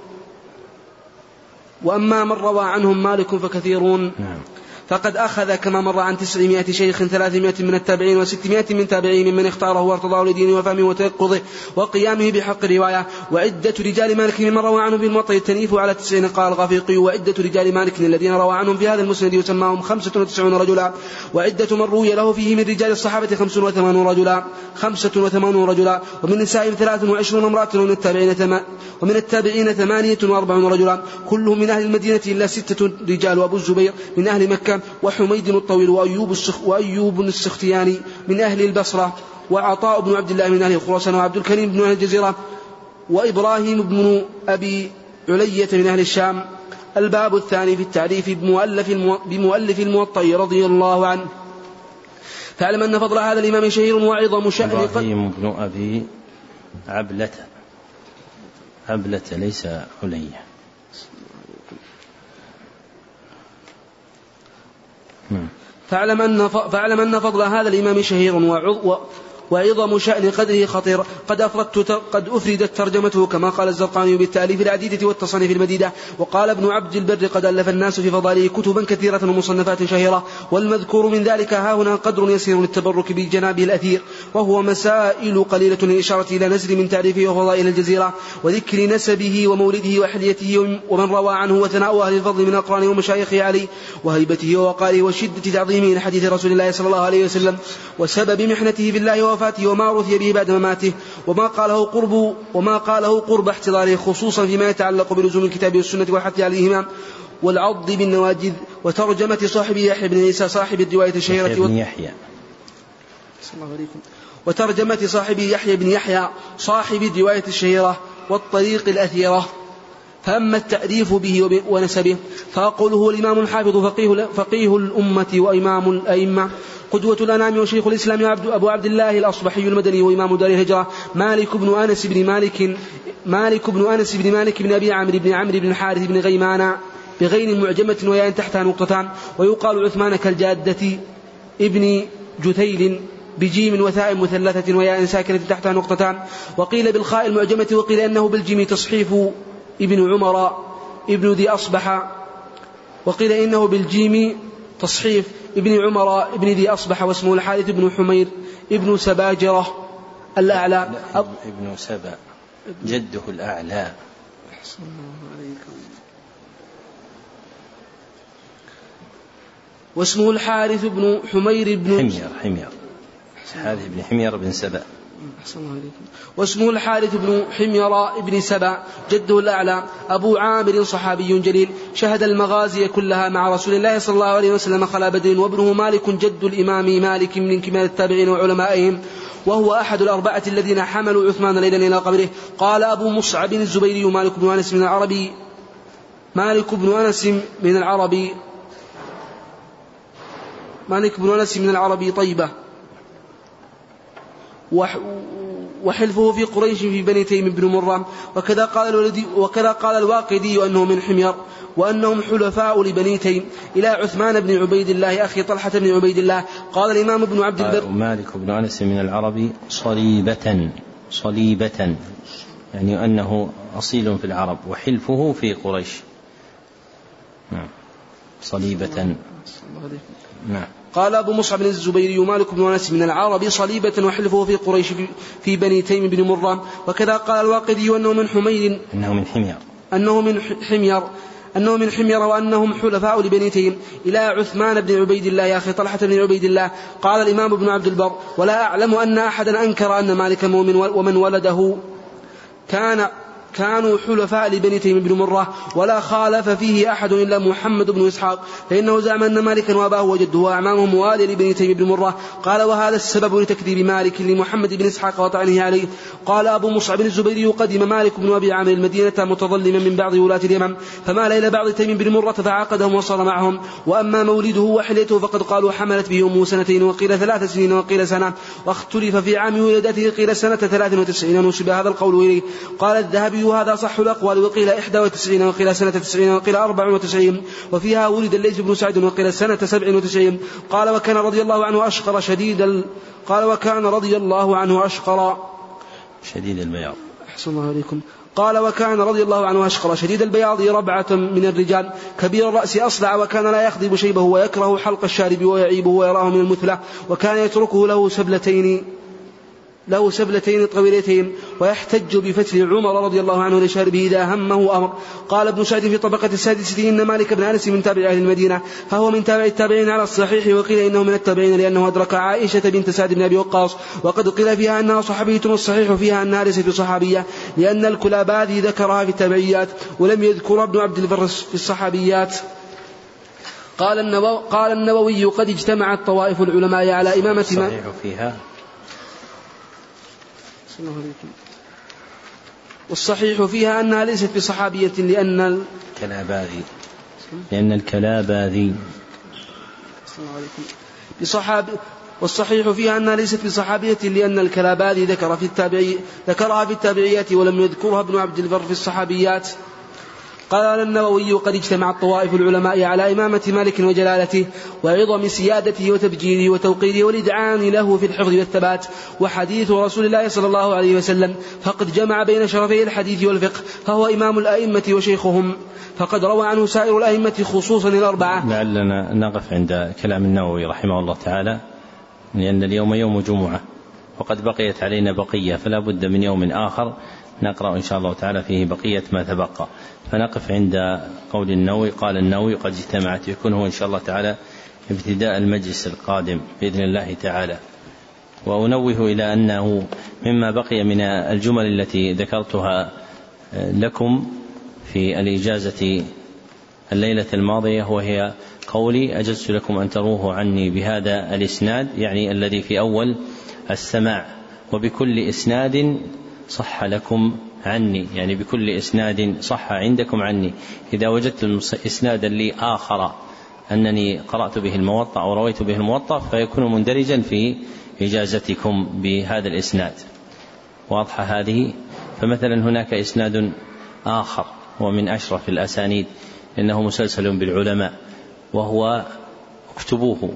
وأما من روى عنهم مالك فكثيرون فقد أخذ كما مر عن تسعمائة شيخ ثلاثمائة من التابعين وستمائة من تابعين ممن اختاره وارتضاه لدينه وفهمه وتيقظه وقيامه بحق الرواية. وعدة رجال مالك ممن روى عنهم في الموطأ التنيف على تسعين قال الغفيقي، وعدة رجال مالك الذين روى عنهم في هذا المسند يسماهم خمسة وتسعون رجلا، وعدة من روي له فيه من رجال الصحابة خمسة وثمانون رجلا خمسة وثمانون رجلا ومن نسائهم ثلاث وعشرون امرأة ومن التابعين ثمان ومن التابعين ثمانية وأربعون رجلا كلهم من أهل المدينة إلا ستة رجال، وأبو الزبير من أهل مكة، وحميد الطويل وأيوب, السخ وأيوب السختياني من أهل البصرة، وعطاء بن عبد الله من أهل خراسان، وعبد الكريم بن أهل الجزيرة، وإبراهيم بن أبي علية من أهل الشام. الباب الثاني في التعريف بمؤلف, المو... بمؤلف الموطأ رضي الله عنه. فاعلم أن فضل هذا الإمام شهير وعظم شأن. إبراهيم بن أبي عبلة عبلة ليس علية. فاعلم أن فاعلم أن فضل هذا الإمام شهير وعظم شأن قدره خطير. قد أفردت قد أفردت ترجمته كما قال الزرقاني بالتأليف العديدة والتصنيف المديدة. وقال ابن عبد البر قد ألف الناس في فضائله كتبا كثيرة ومصنفات شهيرة، والمذكور من ذلك ها هنا قدر يسير للتبرك بجنابه الأثير، وهو مسائل قليلة للإشارة إلى نزل من تعريفه وفضائل الجزيرة وذكر نسبه ومولده وحليته ومن روى عنه وثناء أهل الفضل من أقرانه ومشايخه عليه وهيبته ووقاره وشدة تعظيمه لحديث رسول الله صلى الله عليه وسلم وسبب محنته في الله ووفاته وما رثي به بعد مماته وما قاله قرب وما قاله قرب احتضاره، خصوصا فيما يتعلق بلزوم الكتاب والسنة والحث عليهما والعض بالنواجذ. وترجمة صاحب يحيى بن عيسى صاحب الرواية الشهيرة بن يحيى وترجمة صاحب يحيى بن يحيى صاحب الرواية الشهيرة والطريق الأثيرة. فأما التعريف به ونسبه فأقوله الإمام الحافظ فقيه, فقيه الأمة وإمام الأئمة قدوة الأنام وشيخ الإسلام أبو عبد الله الأصبحي المدني وإمام دار الهجرة مالك بن أنس بن مالك مالك بن أنس بن مالك بن أبي عمرو بن عمرو بن الحارث بن غيمان بغين معجمة وياء تحتها نقطتان. ويقال عثمان كالجادة ابن جثيل بجيم وثاء مثلثة وياء ساكنة تحتها نقطتان. وقيل بالخاء المعجمة وقيل أنه بالجيم تصحيف ابن عمر ابن ذي أصبح وقيل إنه بالجيم تصحيف ابن عمر ابن ذي أصبح واسمه الحارث بن حمير ابن سباجرة الأعلى ابن سبا جده الأعلى. واسمه الحارث بن حمير بن حمير حمير الحارث بن حمير بن سبا واسمه الحارث بن حمير بن سبا جده الأعلى أبو عامر صحابي جليل شهد المغازي كلها مع رسول الله صلى الله عليه وسلم خلا بدر. وابنه مالك جد الإمام مالك من كبار التابعين وعلمائهم، وهو أحد الأربعة الذين حملوا عثمان ليلا إلى قبره. قال أبو مصعب الزبيري مالك بن أنس من العربي مالك بن أنس من العربي مالك بن أنس من العربي طيبة وحلفه في قريش في بني تيم بن مرة. وكذا قال الولدي وكذا قال الواقدي أنه من حمير وأنهم حلفاء لبني تيم إلى عثمان بن عبيد الله أخي طلحة بن عبيد الله. قال الإمام ابن عبد البر مالك بن أنس من العربي صليبة صليبة يعني أنه أصيل في العرب وحلفه في قريش. نعم صليبة. نعم. قال أبو مصعب الزبيري مالك بن أنس من العرب صليبة وحلفه في قريش في بني تيم بن مرة. وكذا قال الواقدي أنه من حمير أنه من حمير أنه من حمير أنه من حمير وأنهم حلفاء لبني تيم إلى عثمان بن عبيد الله يا أخي طلحة بن عبيد الله. قال الإمام ابن عبد البر ولا أعلم أن أحدا أنكر أن مالكا ومن ولده كان كانوا حلفاء لبني تيم بن مرة ولا خالف فيه أحد إلا محمد بن إسحاق فإنه زعم أن مالكا وأباه وجده وأعمامه موالي لبني تيم بن مرة. قال وهذا السبب لتكذيب مالك لمحمد بن إسحاق وطعنه عليه. قال أبو مصعب الزبيري قدم مالك بن أبي عامر المدينة متظلما من بعض ولاة اليمن فمال إلى بعض تيم بن مرة فعاقدهم وصار معهم. وأما مولده وحليته فقد قالوا حملت به أمه سنتين وقيل ثلاث سنين وقيل سنة واختلف في عام ولادته قيل سنة ثلاث وتسعين ونسب هذا القول إليه. قال الذهبي وهذا صح الأقوال وقيل إحدى وتسعين وقيل سنة تسعين وقيل أربع وتسعين وفيها ولد الليث بن سعد وقيل سنة سبع وتسعين. قال وكان رضي الله عنه أشقر شديد ال... قال وكان رضي الله عنه أشقر شديد البياض. أحسن الله عليكم. قال وكان رضي الله عنه أشقر شديد البياض ربعة من الرجال كبير الرأس أصلع وكان لا يخضب شيبه ويكره حلق الشارب ويعيبه ويراه من المثلة وكان يتركه له سبلتين له سبلتين طويلتين ويحتج بفتح عمر رضي الله عنه لشاربه إذا همه أمر. قال ابن سعد في طبقة السادسة إن مالك بن أنس من تابع أهل المدينة فهو من تابع التابعين على الصحيح وقيل إنه من التابعين لأنه أدرك عائشة بنت سعد بن أبي وقاص وقد قيل فيها أنها صحابية والصحيح فيها أنها ليست بصحابية لأن الكلاباذي ذكرها في التابعيات ولم يذكر ابن عبد البر في الصحابيات. قال النووي, قال النووي قد اجتمعت طوائف العلماء على إمامة الصحيح فيها والصحيح فيها أنها ليست بصحابية لأن الكلاباذي لأن الكلاباذي بصحاب والصحيح فيها أنها ليست بصحابية لأن الكلاباذي ذكر في التابعي ذكرها في التابعيات ولم يذكرها ابن عبد البر في الصحابيات. قال النووي قد اجتمعت طوائف العلماء على إمامة مالك وجلالته وعظم سيادته وتبجيله وتوقيره والإدعان له في الحفظ والثبات، وحديث رسول الله صلى الله عليه وسلم فقد جمع بين شرفي الحديث والفقه، فهو إمام الأئمة وشيخهم، فقد روى عنه سائر الأئمة خصوصا الأربعة. لعلنا نقف عند كلام النووي رحمه الله تعالى، لأن اليوم يوم جمعة وقد بقيت علينا بقية، فلا بد من يوم آخر نقرأ إن شاء الله تعالى فيه بقية ما تبقى. فنقف عند قول النووي. قال النووي قد اجتمعت، يكون هو إن شاء الله تعالى ابتداء المجلس القادم بإذن الله تعالى. وأنوه إلى أنه مما بقي من الجمل التي ذكرتها لكم في الإجازة الليلة الماضية، وهي قولي أجزت لكم أن تروه عني بهذا الإسناد، يعني الذي في أول السماع، وبكل إسناد صح لكم عني، يعني بكل إسناد صح عندكم عني. إذا وجدت إسنادا لي آخر أنني قرأت به الموطأ أو رويت به الموطأ فيكون مندرجا في إجازتكم بهذا الإسناد. واضحة هذه؟ فمثلا هناك إسناد آخر ومن أشرف الأسانيد إنه مسلسل بالعلماء، وهو اكتبوه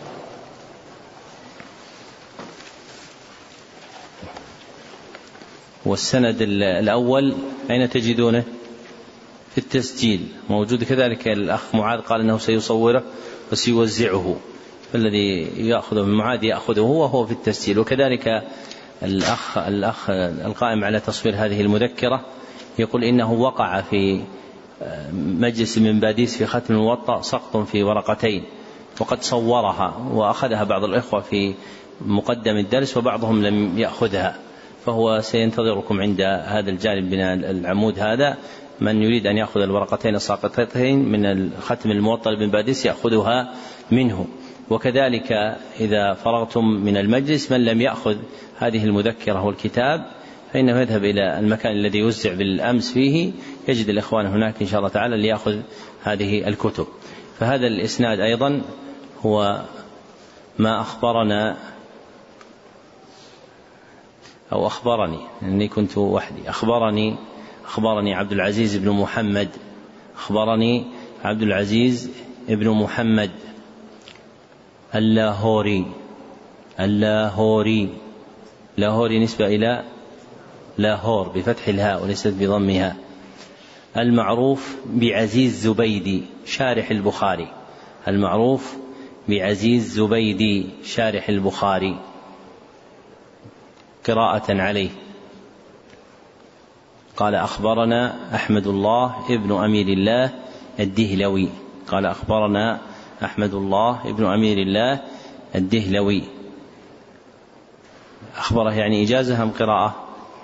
والسند الأول أين تجدونه؟ في التسجيل موجود. كذلك الأخ معاذ قال أنه سيصوره وسيوزعه، فالذي يأخذه من معاذ يأخذه هو هو في التسجيل. وكذلك الأخ, الأخ القائم على تصوير هذه المذكرة يقول إنه وقع في مجلس من باديس في ختم الموطأ سقط في ورقتين، وقد صورها وأخذها بعض الإخوة في مقدم الدرس وبعضهم لم يأخذها، فهو سينتظركم عند هذا الجانب من العمود هذا، من يريد أن يأخذ الورقتين الساقطتين من ختم الموطأ بن باديس يأخذها منه. وكذلك إذا فرغتم من المجلس من لم يأخذ هذه المذكرة والكتاب فإنه يذهب إلى المكان الذي يوزع بالأمس فيه، يجد الإخوان هناك إن شاء الله تعالى ليأخذ هذه الكتب. فهذا الإسناد أيضا هو ما أخبرنا أو أخبرني أني كنت وحدي أخبرني أخبرني عبد العزيز بن محمد أخبرني عبد العزيز بن محمد اللاهوري اللاهوري لاهوري نسبة إلى لاهور بفتح الهاء وليست بضمها، المعروف بعزيز زبيدي شارح البخاري، المعروف بعزيز زبيدي شارح البخاري قراءة عليه. قال أخبرنا أحمد الله ابن أمير الله الدهلوي، قال أخبرنا أحمد الله ابن أمير الله الدهلوي. أخبره يعني إجازة أم قراءة؟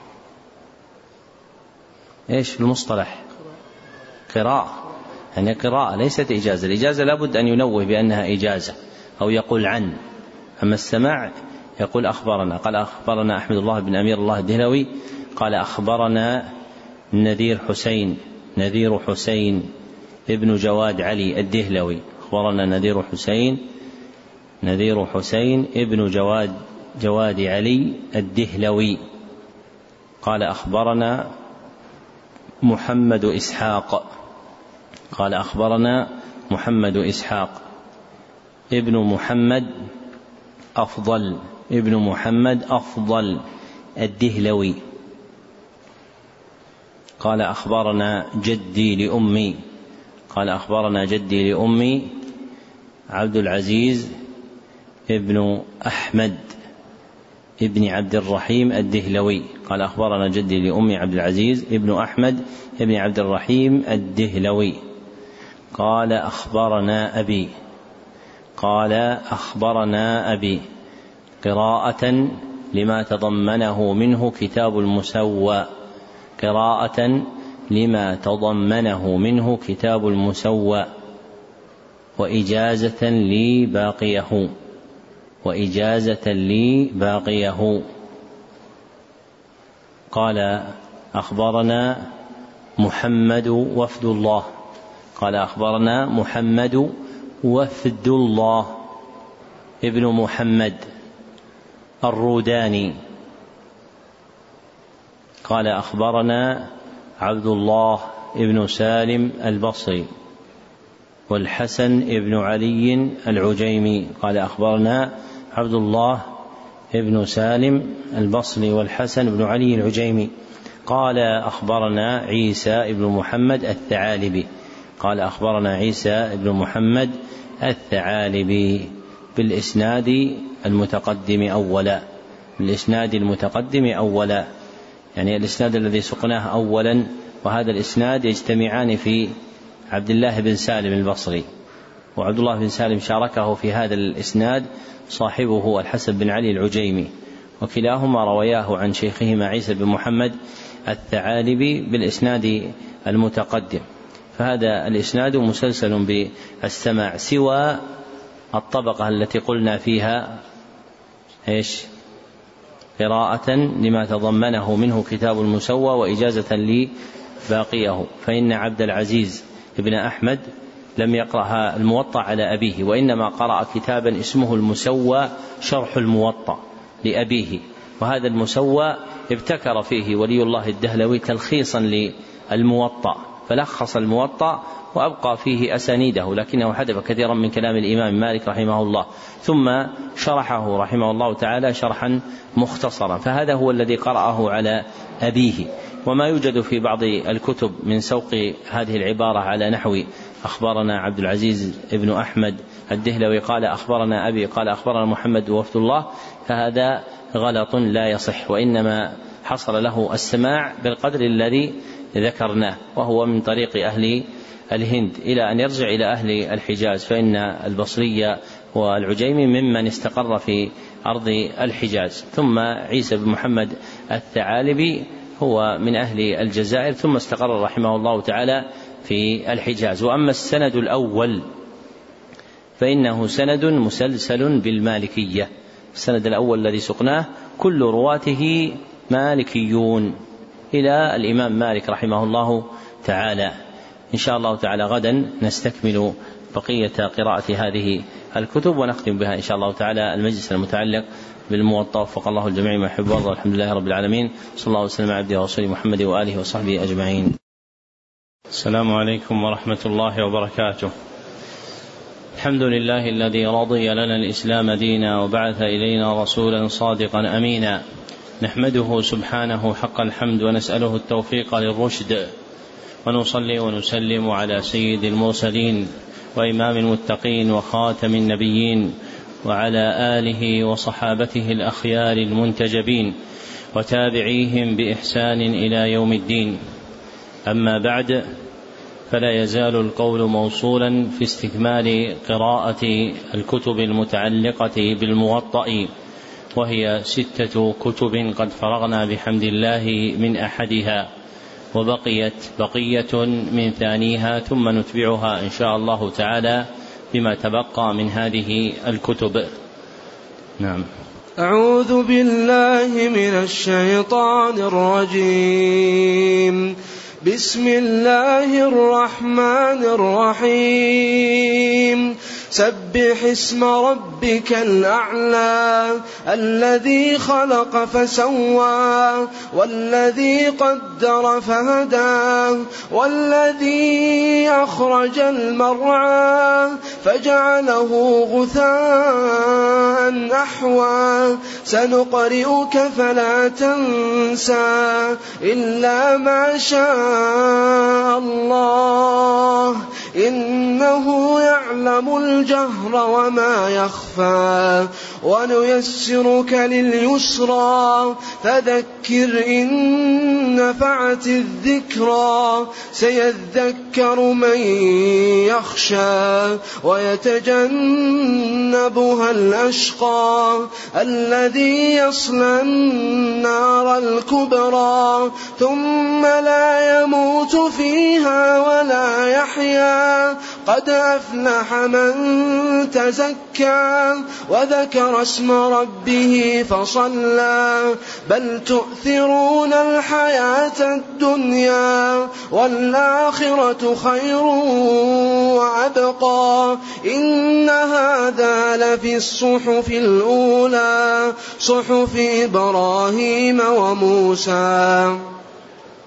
إيش في المصطلح؟ قراءة، يعني قراءة ليست إجازة. الإجازة لابد أن ينوه بأنها إجازة أو يقول عن، أما السماع يقول أخبرنا. قال أخبرنا أحمد الله بن أمير الله الدهلوي قال أخبرنا نذير حسين نذير حسين ابن جواد علي الدهلوي، أخبرنا نذير حسين نذير حسين ابن جواد جواد علي الدهلوي. قال أخبرنا محمد إسحاق قال أخبرنا محمد إسحاق ابن محمد أفضل ابن محمد أفضل الدهلوي. قال أخبرنا جدي لأمي قال أخبرنا جدي لأمي عبد العزيز ابن أحمد ابن عبد الرحيم الدهلوي. قال أخبرنا جدي لأمي عبد العزيز ابن أحمد ابن عبد الرحيم الدهلوي. قال أخبرنا أبي قال أخبرنا أبي قراءة لما تضمنه منه كتاب المسوى قراءة لما تضمنه منه كتاب المسوى وإجازة لي باقيه وإجازة لي باقيه. قال أخبرنا محمد وفد الله قال أخبرنا محمد وفد الله ابن محمد الروداني. قال أخبرنا عبد الله ابن سالم البصري والحسن ابن علي العجيمي قال أخبرنا عبد الله ابن سالم البصري والحسن بن علي العجيمي قال أخبرنا عيسى ابن محمد الثعالبي قال أخبرنا عيسى ابن محمد الثعالبي بالإسناد المتقدم أولا بالإسناد المتقدم أولا يعني الإسناد الذي سقناه أولا، وهذا الإسناد يجتمعان في عبد الله بن سالم البصري، وعبد الله بن سالم شاركه في هذا الإسناد صاحبه الحسن بن علي العجيمي، وكلاهما رواياه عن شيخهما عيسى بن محمد الثعالبي بالإسناد المتقدم. فهذا الإسناد مسلسل بالسماع سوى الطبقة التي قلنا فيها إيش قراءة لما تضمنه منه كتاب المسوى وإجازة لباقيه، فإن عبد العزيز ابن أحمد لم يقرأ الموطأ على أبيه، وإنما قرأ كتابا اسمه المسوى شرح الموطأ لأبيه، وهذا المسوى ابتكر فيه ولي الله الدهلوي تلخيصا للموطأ، فلخص الموطأ وأبقى فيه أسانيده، لكنه حذف كثيرا من كلام الإمام مالك رحمه الله، ثم شرحه رحمه الله تعالى شرحا مختصرا، فهذا هو الذي قرأه على أبيه. وما يوجد في بعض الكتب من سوق هذه العبارة على نحو أخبرنا عبد العزيز ابن أحمد الدهلوي قال أخبرنا أبي قال أخبرنا محمد وفد الله، فهذا غلط لا يصح، وإنما حصل له السماع بالقدر الذي ذكرناه، وهو من طريق أهل الهند إلى أن يرجع إلى أهل الحجاز، فإن البصري والعجيمي ممن استقر في أرض الحجاز. ثم عيسى بن محمد الثعالبي هو من أهل الجزائر، ثم استقر رحمه الله تعالى في الحجاز. وأما السند الأول فإنه سند مسلسل بالمالكية، السند الأول الذي سقناه كل رواته مالكيون إلى الإمام مالك رحمه الله تعالى. إن شاء الله تعالى غدا نستكمل بقية قراءة هذه الكتب ونختم بها إن شاء الله تعالى المجلس المتعلق بالموطأ. وفق الله الجميع ما يحب ويرضى، والحمد لله رب العالمين، صلى الله وسلم على عبده ورسوله محمد وآله وصحبه أجمعين. السلام عليكم ورحمة الله وبركاته. الحمد لله الذي رضي لنا الإسلام دينا وبعث إلينا رسولا صادقا أمينا، نحمده سبحانه حق الحمد ونسأله التوفيق للرشد، ونصلي ونسلم على سيد المرسلين وإمام المتقين وخاتم النبيين وعلى آله وصحابته الأخيار المنتجبين وتابعيهم بإحسان إلى يوم الدين. أما بعد، فلا يزال القول موصولا في استكمال قراءة الكتب المتعلقة بالموطأ، وهي ستة كتب قد فرغنا بحمد الله من أحدها، وبقيت بقية من ثانيها، ثم نتبعها إن شاء الله تعالى بما تبقى من هذه الكتب. نعم. أعوذ بالله من الشيطان الرجيم. بسم الله الرحمن الرحيم. سبح اسم ربك الأعلى الذي خلق فسوى والذي قدر فهدى والذي أخرج المرعى فجعله غثاء أحوى سنقرئك فلا تنسى إلا ما شاء الله إنه يعلم الجهر وما يخفى ونيسرك لليسرى فذكر إن نفعت الذكرى سيذكر من يخشى ويتجنبها الأشقى الذي يصلى النار الكبرى ثم لا يموت فيها ولا يحيا قد أفلح من تزكى وذكر اسم ربه فصلى بل تؤثرون الحياة الدنيا والآخرة خير وأبقى إن هذا لفي الصحف الأولى صحف إبراهيم وموسى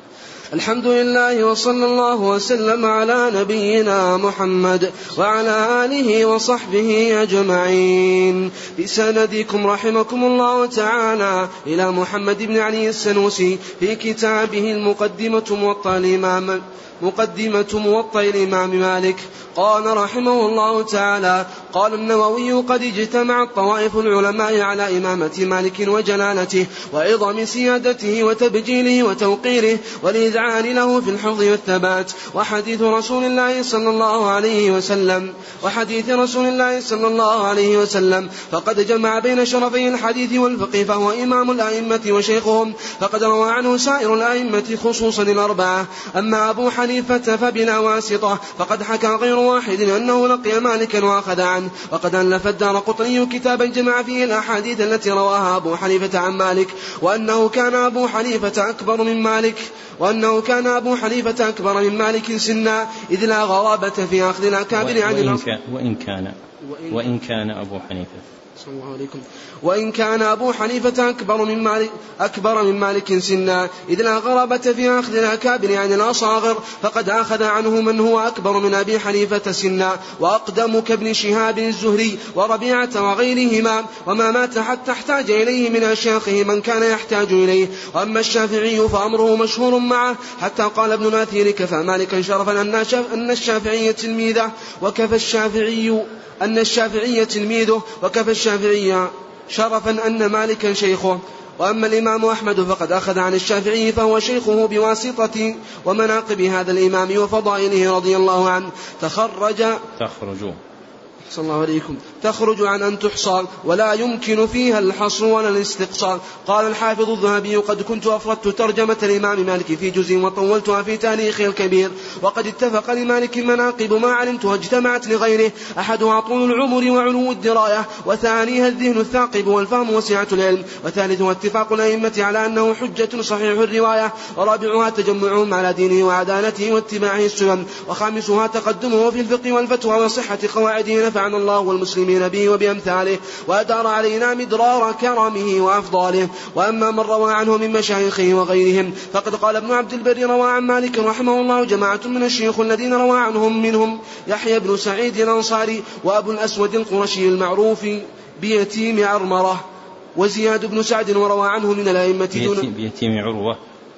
الحمد لله وصلى الله وسلم على نبينا محمد وعلى آله وصحبه أجمعين. بسندكم رحمكم الله تعالى إلى محمد بن علي السنوسي في كتابه المقدمة موطأ الإمام مقدمة موطأ الإمام مالك قال رحمه الله تعالى: قال النووي: قد اجتمعت طوائف العلماء على إمامة مالك وجلالته وعظم سيادته وتبجيله وتوقيره والإذعان له في الحفظ والثبات وحديث رسول الله صلى الله عليه وسلم وحديث رسول الله صلى الله عليه وسلم فقد جمع بين شرفي الحديث والفقه، فهو إمام الأئمة وشيخهم، فقد روى عنه سائر الأئمة خصوصا الأربعة. أما أبو حنيفة فبلا واسطة، فقد حكى غير واحد أنه لقي مالكا وأخذ عنه. وقد ألف الدارقطني كتابا جمع فيه الأحاديث التي رواها أبو حنيفة عن مالك، وأنه كان أبو حنيفة أكبر من مالك وأنه كان أبو حنيفة أكبر من مالك سنا، إذ لا غرابة في أخذ الأكابر عن وإن كان, وإن كان وإن كان أبو حنيفة صلى الله عليكم وإن كان أبو حنيفة أكبر من مالك أكبر من مالك سنا، إذ لا غرابة في أخذ الأكابر عن الأصاغر، فقد أخذ عنه من هو أكبر من أبي حنيفة سنا وأقدم كابن شهاب الزهري وربيعة وغيرهما، وما مات حتى احتاج إليه من أشياخه من كان يحتاج إليه. وأما الشافعي فأمره مشهور معه، حتى قال ابن الأثير: كفى مالكا شرفا أن الشافعي تلميذه وكفى الشافعي أن الشافعي تلميذه وكفى الشافعي شرفا أن مالكا شيخه. وأما الإمام أحمد فقد أخذ عن الشافعي فهو شيخه بواسطة ومناقب هذا الإمام وفضائله رضي الله عنه تخرج تخرج صلى الله عليكم تخرج عن أن تحصى، ولا يمكن فيها الحصر ولا الاستقصاء. قال الحافظ الذهبي: قد كنت أفردت ترجمة الإمام مالك في جزء وطولتها في تاريخه الكبير، وقد اتفق لمالك مناقب ما علمتها اجتمعت لغيره، أحدها طول العمر وعلو الدراية، وثانيها الذهن الثاقب والفهم وسعة العلم، وثالثها اتفاق الأئمة على أنه حجة صحيح الرواية، ورابعها تجمعهم على دينه وعدالته واتباعه السنن، وخامسها تقدمه في الفقه والفتوى وصحة قواعده، نفعنا الله والمسلمين به وبأمثاله وأدار علينا مدرار كرمه وأفضاله. وأما من روى عنه من مشايخه وغيرهم فقد قال ابن عبد البر: روى عن مالك رحمه الله جماعة من الشيوخ الذين روى عنهم منهم يحيى بن سعيد الأنصاري وأبو الأسود القرشي المعروف بيتيم عرمرة وزياد بن سعد، وروى عنه من الأئمة دون بيتيم عروة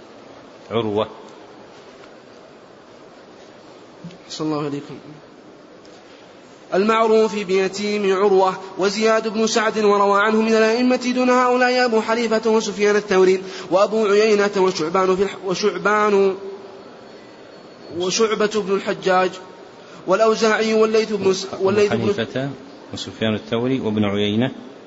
عروة صلى الله عليكم المعروف بيتيم عروة وزياد بن سعد، وروى عنه من الأئمة دون هؤلاء أبو حنيفة وسفيان الثوري وأبو عيينة وشعبان في وشعبان وشعبة بن الحجاج والأوزاعي والليث بن والليث حنيفة وسفيان الثوري وابن عيينة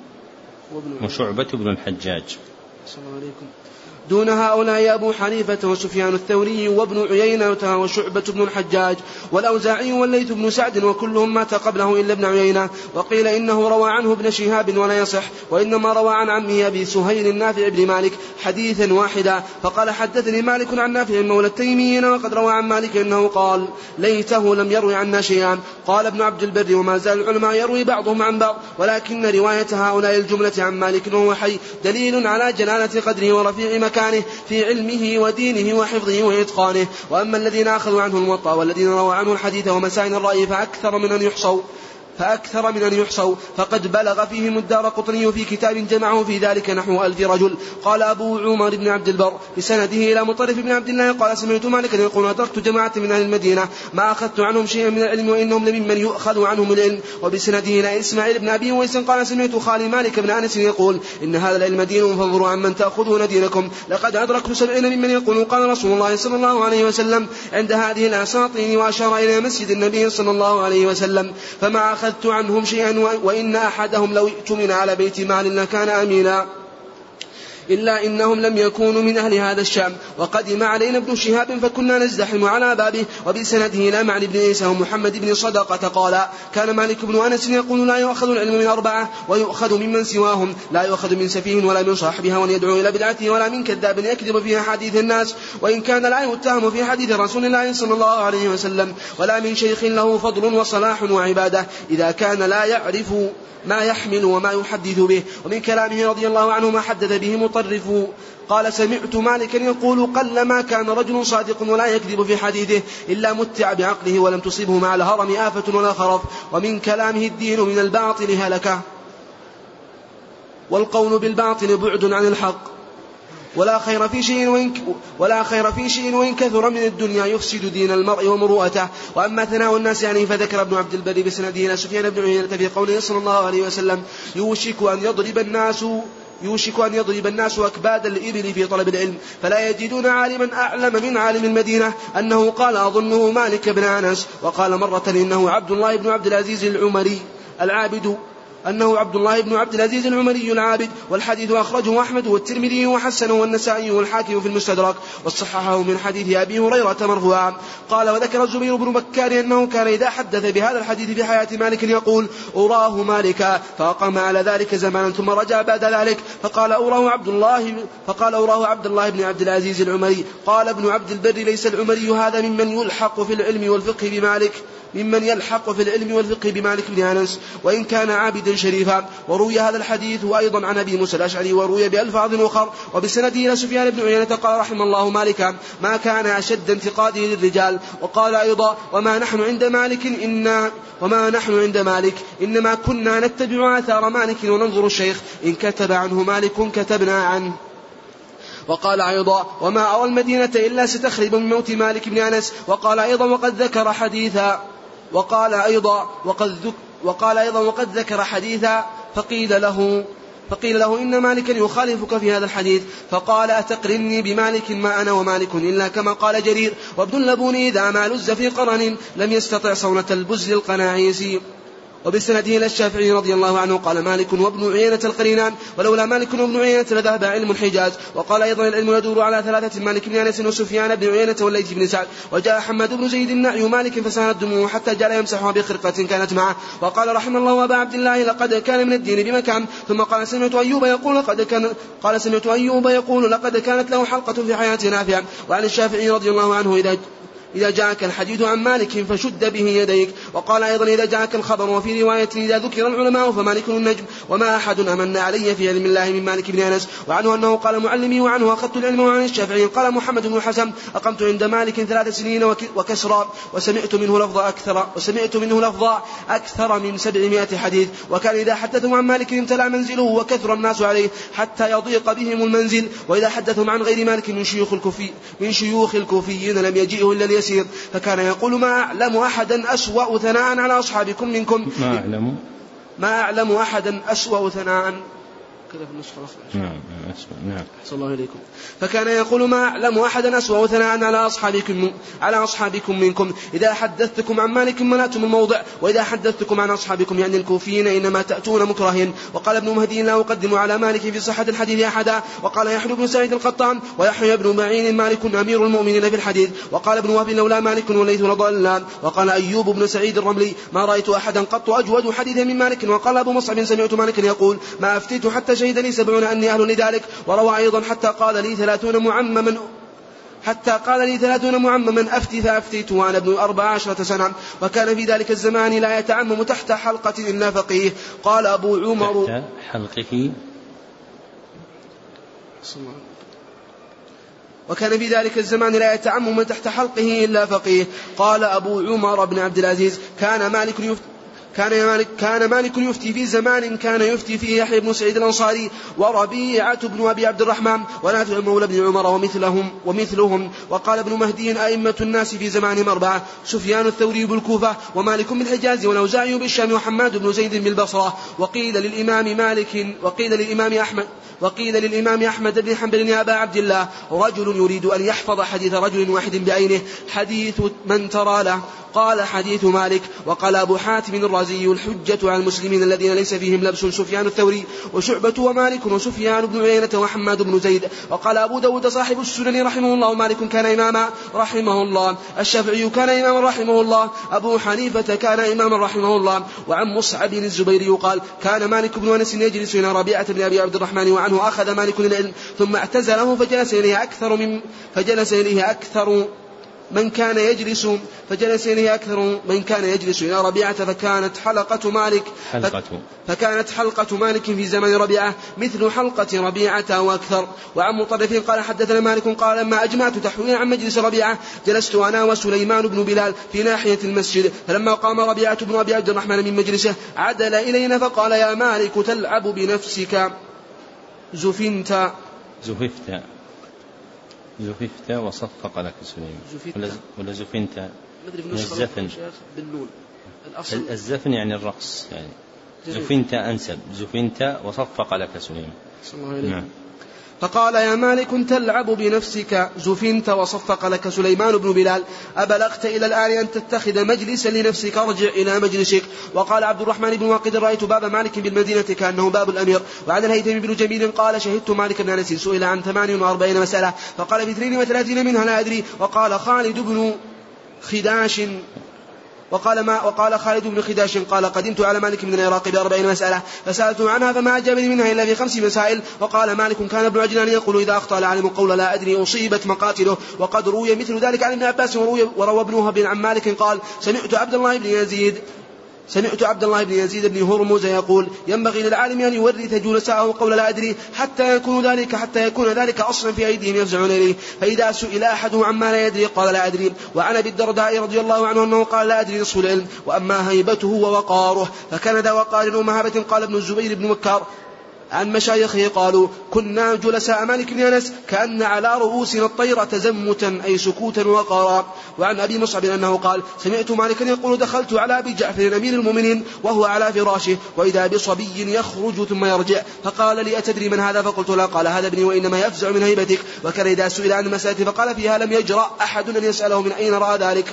وشعبة بن الحجاج. صلى الله عليكم دون هؤلاء أبو حنيفة وسفيان الثوري وابن عيينة وشعبة بن الحجاج والأوزاعي والليث بن سعد، وكلهم مات قبله إلا ابن عيينة. وقيل إنه روى عنه ابن شهاب ولا يصح، وإنما روى عن عمه أبي سهيل النافع بن مالك حديثا واحدا، فقال: حدثني مالك عن نافع مولى التيميين، وقد روى عن مالك إنه قال: ليته لم يروي عنا شيئا. قال ابن عبد البر: وما زال العلماء يروي بعضهم عن بعض، ولكن رواية هؤلاء الجملة عن مالك وهو حي دليل على جلالة قدره ورفيع مكانه في علمه ودينه وحفظه وإتقانه. وأما الذين أخذوا عنه الموطأ والذين روى عنه الحديث ومسائل الرأي فأكثر من أن يحصوا فأكثر من أن يحصوا فقد بلغ فيهم الدارقطني في كتاب جمعه في ذلك نحو ألف رجل. قال أبو عمر بن عبد البر بسنده إلى مطرف بن عبد الله قال: سمعت مالكا يقول: أدركت جماعة من أهل المدينة ما أخذت عنهم شيئا من العلم وإنهم لممن يؤخذ عنهم العلم. وبسنده إلى إسماعيل بن أبي ويس قال: سمعت خالي مالك بن أنس يقول: إن هذا العلم دين فانظروا عمن تأخذون دينكم، لقد أدركت سبعين ممن يقول قال رسول الله صلى الله عليه وسلم عند هذه الأساطين، وأشار إلى مسجد النبي صلى الله عليه وسلم، فما أخذت عنهم شيئا، وإن أحدهم لو ائتمن على بيت مال لكان أمينا، إلا إنهم لم يكونوا من أهل هذا الشام. وقدم علينا ابن شهاب فكنا نزدحم على بابه. وبسنده إلى معن بن عيسى ومحمد بن صدقة قال: كان مالك بن أنس يقول: لا يؤخذ العلم من أربعة ويؤخذ ممن سواهم، لا يؤخذ من سفيه ولا من صاحبها ويدعو إلى بدعته، ولا من كذاب يكذب في حديث الناس وإن كان لا يتهم في حديث رسول الله صلى الله عليه وسلم، ولا من شيخ له فضل وصلاح وعبادة إذا كان لا يعرف ما يحمل وما يحدث به. ومن كلامه رضي الله عنه ما حدث به المتطرف قال سمعت مالكا يقول قل ما كان رجل صادق ولا يكذب في حديثه إلا متع بعقله ولم تصبه مع الهرم آفة ولا خرف ومن كلامه الدين من الباطل هلكه والقول بالباطل بعد عن الحق ولا خير في شيء وإن ولا خير في شيء وإن كثر من الدنيا يفسد دين المرء ومروءته. وأما ثناء الناس عليه فذكر ابن عبد البر بسنده إلى سفيان بن عيينة في قوله صلى الله عليه وسلم يوشك أن يضرب الناس يوشك أن يضرب الناس أكباد الإبل في طلب العلم فلا يجدون عالما أعلم من عالم المدينة أنه قال أظنه مالك بن أنس وقال مرة إنه عبد الله بن عبد العزيز العمري العابد أنه عبد الله بن عبد العزيز العمري العابد. والحديث أخرجه أحمد والترمذي وحسنه والنسائي والحاكم في المستدرك وصححه من حديث أبي هريرة مرفوعا. قال وذكر الزبير بن بكار أنه كان إذا حدث بهذا الحديث في حياة مالك يقول أراه مالكا فأقام على ذلك زمانا ثم رجع بعد ذلك فقال أراه عبد الله فقال أراه عبد الله بن عبد العزيز العمري. قال ابن عبد البر ليس العمري هذا ممن يلحق في العلم والفقه بمالك ممن يلحق في العلم والفقه بمالك بن أنس وإن كان عابدا شريفا. وروي هذا الحديث أيضا عن أبي موسى الأشعري وروي بألفاظ أخر وبسنده إلى سفيان بن عيينة قال رحم الله مالكا ما كان أشد انتقاده للرجال. وقال أيضا وما نحن عند مالك إنا وما نحن عند مالك إنما كنا نتبع آثار مالك وننظر الشيخ إن كتب عنه مالك كتبنا عنه. وقال أيضا وما أرى المدينة إلا ستخرب من موت مالك بن أنس. وقال أيضا وقد ذكر حديثا وقال أيضا وقد, ذك وقال أيضا وقد ذكر حديثا فقيل له فقيل له إن مالكا يخالفك في هذا الحديث فقال أتقرني بمالك ما أنا ومالك إلا كما قال جرير وابن اللبون إذا ما لز في قرن لم يستطع صونة البز القناعيس. وبسنده إلى الشافعي رضي الله عنه قال مالك وابن عيينة القرينان ولولا مالك وابن عيينة لذهب علم الحجاز. وقال أيضا العلم يدور على ثلاثة مالك بن أنس وسفيان بن عيينة والليث بن سعد. وجاء حماد بن زيد النعي مالك فسالت دموعه حتى جعل يمسحها بخرقة كانت معه. وقال رحم الله أبا عبد الله لقد كان من الدين بمكان. ثم قال سمعت أيوب يقول لقد كان قال سمعت أيوب يقول لقد كانت له حلقة في حياة نافع. وعن الشافعي رضي الله عنه إذا إذا جاءك الحديث عن مالك فشد به يديك. وقال أيضا إذا جاءك الخبر وفي رواية إذا ذكر العلماء فمالك النجم وما أحد أمن علي في علم الله من مالك بن أنس. وعنه أنه قال معلمي وعنه أخذت العلم. وعن الشافعي قال محمد بن حسن أقمت عند مالك ثلاث سنين وكسرا وسمعت منه لفظ أكثر وسمعت منه لفظ أكثر من سبعمائة حديث. وكان إذا حدثوا عن مالك امتلأ منزله وكثر الناس عليه حتى يضيق بهم المنزل. وإذا حدثهم عن غير مالك من شيوخ الكوفي من شيوخ الكوفيين لم يجئه إلا اليسير. فكان يقول ما أعلم أحدا أسوأ ثناء على أصحابكم منكم ما أعلم ما أعلم أحدا أسوأ ثناء كذا في النسخة الأخرى. نعم نعم صلى الله عليكم. فكان يقول ما أعلم أحدا أسوأ ثناء على أصحابكم على أصحابكم منكم إذا حدثتكم عن مالك ملأتم الموضع وإذا حدثتكم عن أصحابكم يعني الكوفيين إنما تأتون مكرهين. وقال ابن مهدي لا أقدم على مالك في صحة الحديث أحدا. وقال يحيى بن سعيد القطان ويحيى بن معين مالك أمير المؤمنين في الحديث. وقال ابن وهب لولا مالك والليث لضلان. وقال أيوب بن سعيد الرملي ما رأيت أحدا قط أجود حديثا من مالك. وقال أبو مصعب سمعت مالك يقول ما أفتيت حتى شهد لي سبعون أني أهل لذلك. وروى أيضا حتى قال لي ثلاثون معمما حتى قال لي ثلاثون معمما أفتي فأفتيت وأنا ابن أربع عشرة سنة. وكان في ذلك الزمان لا يتعمم تحت حلقة إلا فقيه. قال أبو عمر تحت حلقه وكان في ذلك الزمان لا يتعمم تحت حلقه إلا فقيه. قال أبو عمر بن عبد العزيز كان مالك يفتي كان مالك, كان مالك يفتي في زمان كان يفتي فيه يحيى بن سعيد الأنصاري وربيعة بن أبي عبد الرحمن ونافع مولى بن عمر ومثلهم, ومثلهم. وقال ابن مهدي أئمة الناس في زمانهم أربعة سفيان الثوري بالكوفة ومالك بالحجاز والأوزاعي بالشام وحماد بن زيد بالبصرة. وقيل للإمام مالك وقيل للإمام أحمد وقيل للإمام أحمد بن حنبل يا أبا عبد الله رجل يريد أن يحفظ حديث رجل واحد بعينه حديث من ترى له. قال حديث مالك. وقال أبو حاتم الرازي الحجة على المسلمين الذين ليس فيهم لبس سفيان الثوري وشعبة ومالك وسفيان بن عيينة وحماد بن زيد. وقال أبو داود صاحب السنن رحمه الله مالك كان إماما رحمه الله. الشافعي كان إماما رحمه الله. أبو حنيفة كان إماما رحمه الله. وعن مصعب الزبيري قال كان مالك بن أنس يجلس إلى ربيعة بن أبي عبد الرحمن وعنه أخذ مالك العلم ثم اعتزله فجلس إليه أكثر من فجلس إليه أكثر من كان يجلس فجلس إليه أكثر من كان يجلس إلى ربيعة فكانت حلقة مالك حلقة فكانت حلقة مالك في زمن ربيعة مثل حلقة ربيعة وأكثر. وعن مطرف قال حدثنا مالك قال لما أجمعت تحويلا عن مجلس ربيعة جلست أنا وسليمان بن بلال في ناحية المسجد فلما قام ربيعة بن أبي عبد الرحمن من مجلسه عدل إلينا فقال يا مالك تلعب بنفسك زفنت زففت زففت وصفق لك سليم ولا زفنت الزفن بالنون الزفن يعني الرقص يعني زفنت أنسب زفنت وصفق لك سليم. نعم. فقال يا مالك تلعب بنفسك زفنت وصفق لك سليمان بن بلال أبلغت إلى الآن أن تتخذ مجلسا لنفسك ارجع إلى مجلسك. وقال عبد الرحمن بن واقد رأيت باب مالك بالمدينة كأنه باب الأمير. وعن الهيثم بن جميل قال شهدت مالك بن أنس سئل عن ثمان وأربعين مسألة فقال باثنين وثلاثين منها لا أدري. وقال خالد بن خداش وقال, ما وقال خالد بن خداش قال قدمت على مالك من العراق بأربعين مسألة فسألته عنها فما أجابني منها إلا في خمس مسائل. وقال مالك كان ابن عجلان يقول إذا أخطأ العالم قول لا أدري أصيبت مقاتله. وقد روي مثل ذلك عن ابن عباس وروي, وروى ابنه بن عن مالك قال سمعت عبد الله بن يزيد سمعت عبد الله بن يزيد بن هرمز يقول ينبغي للعالم أن يورث جلساءه قول لا أدري حتى يكون ذلك حتى يكون ذلك أصلا في أيديهم يفزعون إليه فإذا سئل أحدهم عما لا يدري قال لا أدري. وعن أبي الدرداء رضي الله عنه أنه قال لا أدري نصف العلم وأما هيبته ووقاره فكان ذا وقار ومهابة. قال ابن الزبير بن مكار عن مشايخه قالوا كنا جلساء مالك بن أنس كأن على رؤوسنا الطير تزمتا أي سكوتا وقارا. وعن أبي مصعب أنه قال سمعت مالكا يقول دخلت على أبي جعفر أمير المؤمنين وهو على فراشه وإذا بصبي يخرج ثم يرجع فقال لي أتدري من هذا فقلت لا قال هذا ابني وإنما يفزع من هيبتك. وكان إذا سئل عن مسألة فقال فيها لم يجرأ أحد أن يسأله من أين رأى ذلك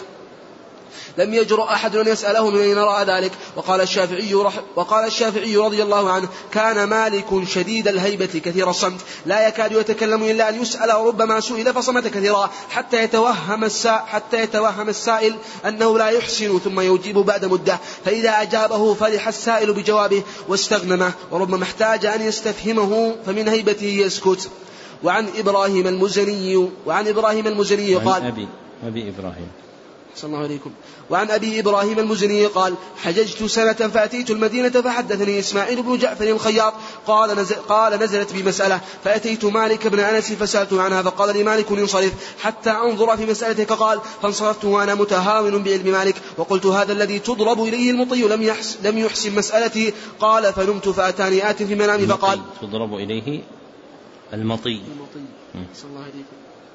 لم يجرؤ أحد أن يسأله من أين رأى ذلك. وقال الشافعي, رح وقال الشافعي رضي الله عنه كان مالك شديد الهيبة كثير الصمت لا يكاد يتكلم إلا أن يسأل وربما سئل فصمت كثيرا حتى يتوهم, السا حتى يتوهم السائل أنه لا يحسن ثم يجيب بعد مدة فإذا أجابه فرح السائل بجوابه واستغنمه وربما احتاج أن يستفهمه فمن هيبته يسكت. وعن إبراهيم المزني وعن إبراهيم المزني قال أبي, أبي إبراهيم صلى الله عليكم. وعن أبي إبراهيم المزني قال حججت سنة فأتيت المدينة فحدثني إسماعيل بن جعفر الخياط قال, نزل قال نزلت بمسألة فأتيت مالك بن أنس فسألت عنها فقال لي مالك انصرف حتى أنظر في مسألتك قال فانصرفت وأنا متهاون بعلم مالك وقلت هذا الذي تضرب إليه المطي لم يحسن, لم يحسن مسألتي. قال فنمت فأتاني آت في منامي فقال تضرب إليه المطي, المطي. صلى الله عليكم.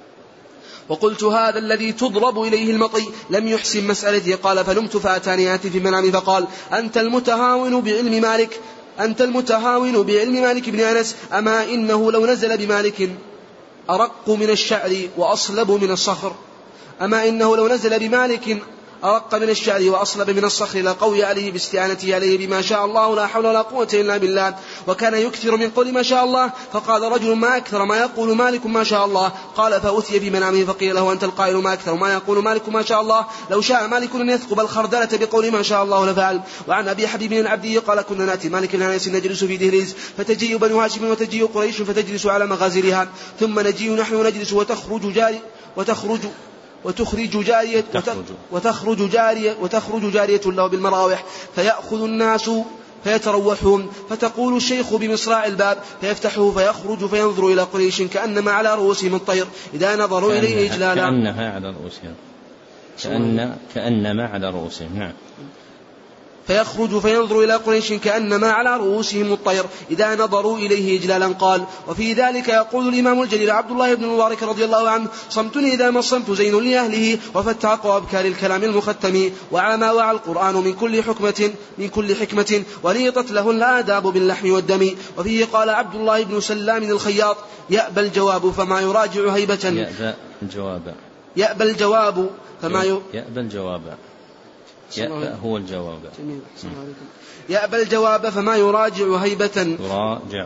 وقلت هذا الذي تضرب إليه المطي لم يحسن مسألتي. قال فنمت فأتاني آتي في منامي فقال أنت المتهاون بعلم مالك أنت المتهاون بعلم مالك بن أنس أما إنه لو نزل بمالك أرق من الشعر وأصلب من الصخر أما إنه لو نزل بمالك أرق من الشعر وأصلب من الصخر لقوي عليه باستعانته عليه بما شاء الله لا حول ولا قوة إلا بالله. وكان يكثر من قول ما شاء الله. فقال رجل ما أكثر ما يقول مالك ما شاء الله. قال فأتي في منامه فقيل له أنت القائل ما أكثر ما يقول مالك ما شاء الله لو شاء مالك أن يثقب الخردلة بقول ما شاء الله لفعل. وعن أبي حبيب العبدي قال كنا نأتي مالك الناس نجلس في دهليز فتجيء بنو هاشم وتجيء قريش فتجلس على مغازلها ثم نجيء نحن نجلس وتخرج جاري وتخرج وتخرج جارية وتخرج جارية وتخرج جارية له بالمراوح فيأخذ الناس فيتروحون فتقول الشيخ بمصراع الباب فيفتحه فيخرج فينظر إلى قريش كأنما على رؤوسهم الطير إذا نظروا إليه إجلالا كأنها على رؤوسهم كأن كأنما على رؤوسهم. نعم. فيخرج فينظر إلى قريش كأنما على رؤوسهم الطير إذا نظروا إليه إجلالا. قال وفي ذلك يقول الإمام الجليل عبد الله بن المبارك رضي الله عنه صمتني إذا ما الصمت زين لأهله وفتعق وأبكى للكلام المختم وعما وعى القرآن من كل حكمة من كل حكمة وليطت له الآداب باللحم والدم. وفيه قال عبد الله بن سلام الخياط يأبى الجواب فما يراجع هيبة يأبى الجواب يأبى الجواب فما ي... يأبى الجواب يأبى هو الجواب. جميل. يأبى الجواب فما يراجع هيبة يراجع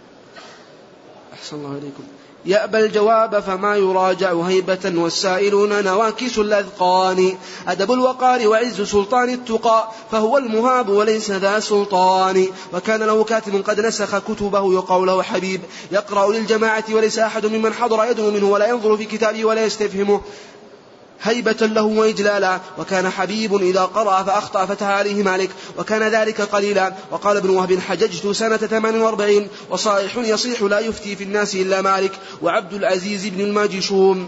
أحسن الله عليكم. يأبى الجواب فما يراجع هيبة والسائلون نواكس الأذقان أدب الوقار وعز سلطان التقى فهو المهاب وليس ذا سلطان. وكان له كاتب قد نسخ كتبه يقال له حبيب يقرأ للجماعة وليس أحد ممن حضر يدنو منه ولا ينظر في كتابه ولا يستفهمه هيبة له وإجلالا. وكان حبيب إذا قرأ فأخطأ فتح عليه مالك، وكان ذلك قليلا. وقال ابن وهب حججت سنة ثمان وأربعين وصائح يصيح لا يفتي في الناس إلا مالك وعبد العزيز بن الماجشون.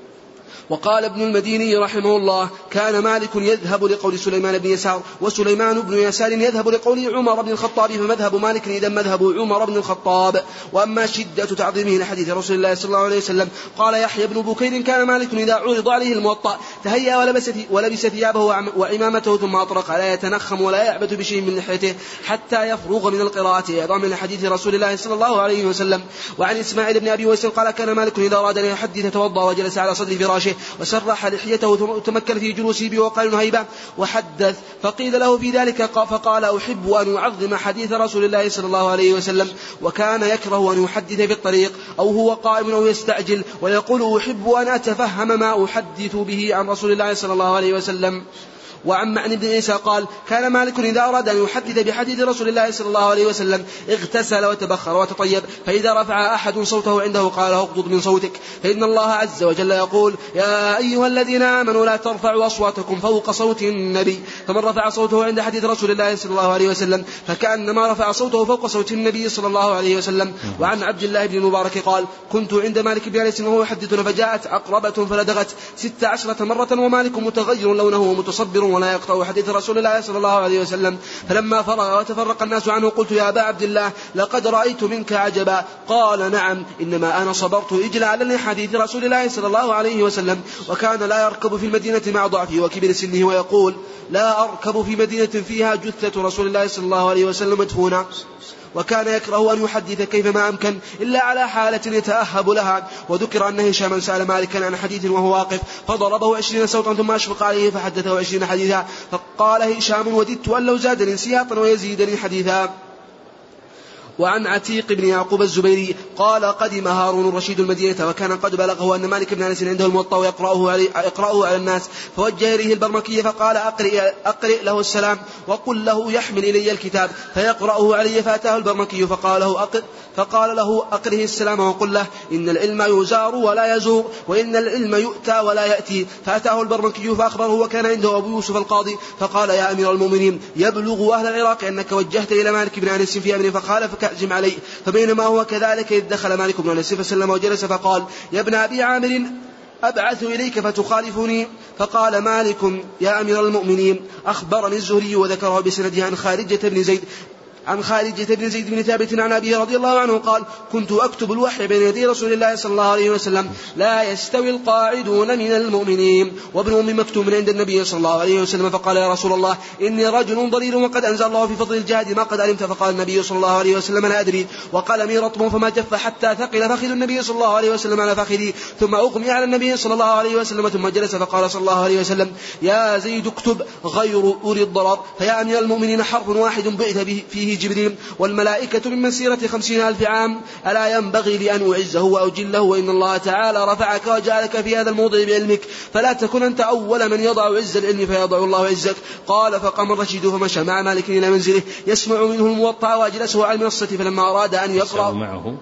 وقال ابن المديني رحمه الله كان مالك يذهب لقول سليمان بن يسار وسليمان بن يسار يذهب لقول عمر بن الخطاب، فمذهب مالك إذا مذهب عمر بن الخطاب. وأما شدة تعظيمه لحديث رسول الله صلى الله عليه وسلم قال يحيى بن بكير كان مالك إذا عرض عليه الموطأ تهيأ ولبس, ولبس ثيابه وعمامته ثم أطرق لا يتنخم ولا يعبث بشيء من لحيته حتى يفرغ من القراءة إعظام من حديث رسول الله صلى الله عليه وسلم. وعن إسماعيل بن أبي ويس قال كان مالك إذا أراد أن يحدث توضأ وجلس على صدر فراشه وسرح لحيته وتمكن في جلوسه بوقار هيبة وحدث. فقيل له في ذلك فقال أحب أن أعظم حديث رسول الله صلى الله عليه وسلم. وكان يكره أن يحدث في الطريق أو هو قائم أو يستعجل ويقول أحب أن أتفهم ما أحدث به عن رسول الله صلى الله عليه وسلم. وعن معنى بن عيسى قال كان مالك إذا أراد أن يحدث بحديث رسول الله صلى الله عليه وسلم اغتسل وتبخر وتطيب، فإذا رفع أحد صوته عنده قال اغضض من صوتك، فإن الله عز وجل يقول يا أيها الذين آمنوا لا ترفعوا أصواتكم فوق صوت النبي. فمن رفع صوته عند حديث رسول الله صلى الله عليه وسلم فكأنما رفع صوته فوق صوت النبي صلى الله عليه وسلم. وعن عبد الله بن المبارك قال كنت عند مالك بن أنس وهو يحدثنا فجاءت عقربة فلدغت ست عشرة مرة ومالك متغير لونه ومتصبر ولا يقطع حديث رسول الله صلى الله عليه وسلم. فلما فرغ وتفرق الناس عنه قلت يا أبا عبد الله لقد رأيت منك عجبا. قال نعم إنما أنا صبرت إجلالا لحديث رسول الله صلى الله عليه وسلم. وكان لا يركب في المدينة مع ضعفه وكبر سنه ويقول لا أركب في مدينة فيها جثة رسول الله صلى الله عليه وسلم مدفونة. وكان يكره أن يحدث كيفما أمكن إلا على حالة يتأهب لها. وذكر أن هشام سأل مالكا عن حديث وهو واقف فضربه عشرين صوتا ثم أشفق عليه فحدثه عشرين حديثا. فقال هشام وددت أن لو زادني سياطا ويزيدني حديثا. وعن عتيق بن يعقوب الزبيري قال قدم هارون الرشيد المدينة وكان قد بلغه أن مالك بن أنس عنده الموطأ ويقرأه على, يقرأه على الناس، فوجه إليه البرمكي فقال أقرئ, أقرئ له السلام وقل له يحمل إلي الكتاب فيقرأه علي. فأتاه البرمكي فقال له أقرئ فقال له أقره السلام وقل له إن العلم يزار ولا يزور وإن العلم يؤتى ولا يأتي. فأتاه البرمكي فأخبره وكان عنده أبو يوسف القاضي فقال يا أمير المؤمنين يبلغ أهل العراق أنك وجهت إلى مالك بن أنس في أمر فخالفك أعزم عليه. فبينما هو كذلك إذ دخل مالك بن أنس فسلم وجلس فقال يا ابن أبي عامر أبعث إليك فتخالفني. فقال مالك يا أمير المؤمنين أخبرني الزهري وذكره بسنده عن خارجة بن زيد عن خارجة بن زيد بن ثابت عن أبيه رضي الله عنه قال كنت أكتب الوحي بين يدي رسول الله صلى الله عليه وسلم لا يستوي القاعدون من المؤمنين وابن أم مكتوم عند النبي صلى الله عليه وسلم. فقال يا رسول الله إني رجل ضليل وقد أنزل الله في فضل الجهاد ما قد علمت. فقال النبي صلى الله عليه وسلم لا أدري. وقلمي رطب فما جف حتى ثقل فخذ النبي صلى الله عليه وسلم على فخذي ثم أغمي على النبي صلى الله عليه وسلم ثم جلس. فقال صلى الله عليه وسلم يا زيد اكتب غير أولي الضرر. فيا أمير المؤمنين حرف واحد بعث فيه جبريل والملائكة من مسيرة خمسين ألف عام ألا ينبغي لأن أعزه وأجله وإن الله تعالى رفعك وجعلك في هذا الموضع بعلمك فلا تكن أنت أول من يضع عز العلم فيضع الله عزك. قال فقام الرشيد فمشى مع مالك إلى منزله يسمع منه الموطأ وأجلسه على المنصة فلما أراد أن يقرأ معه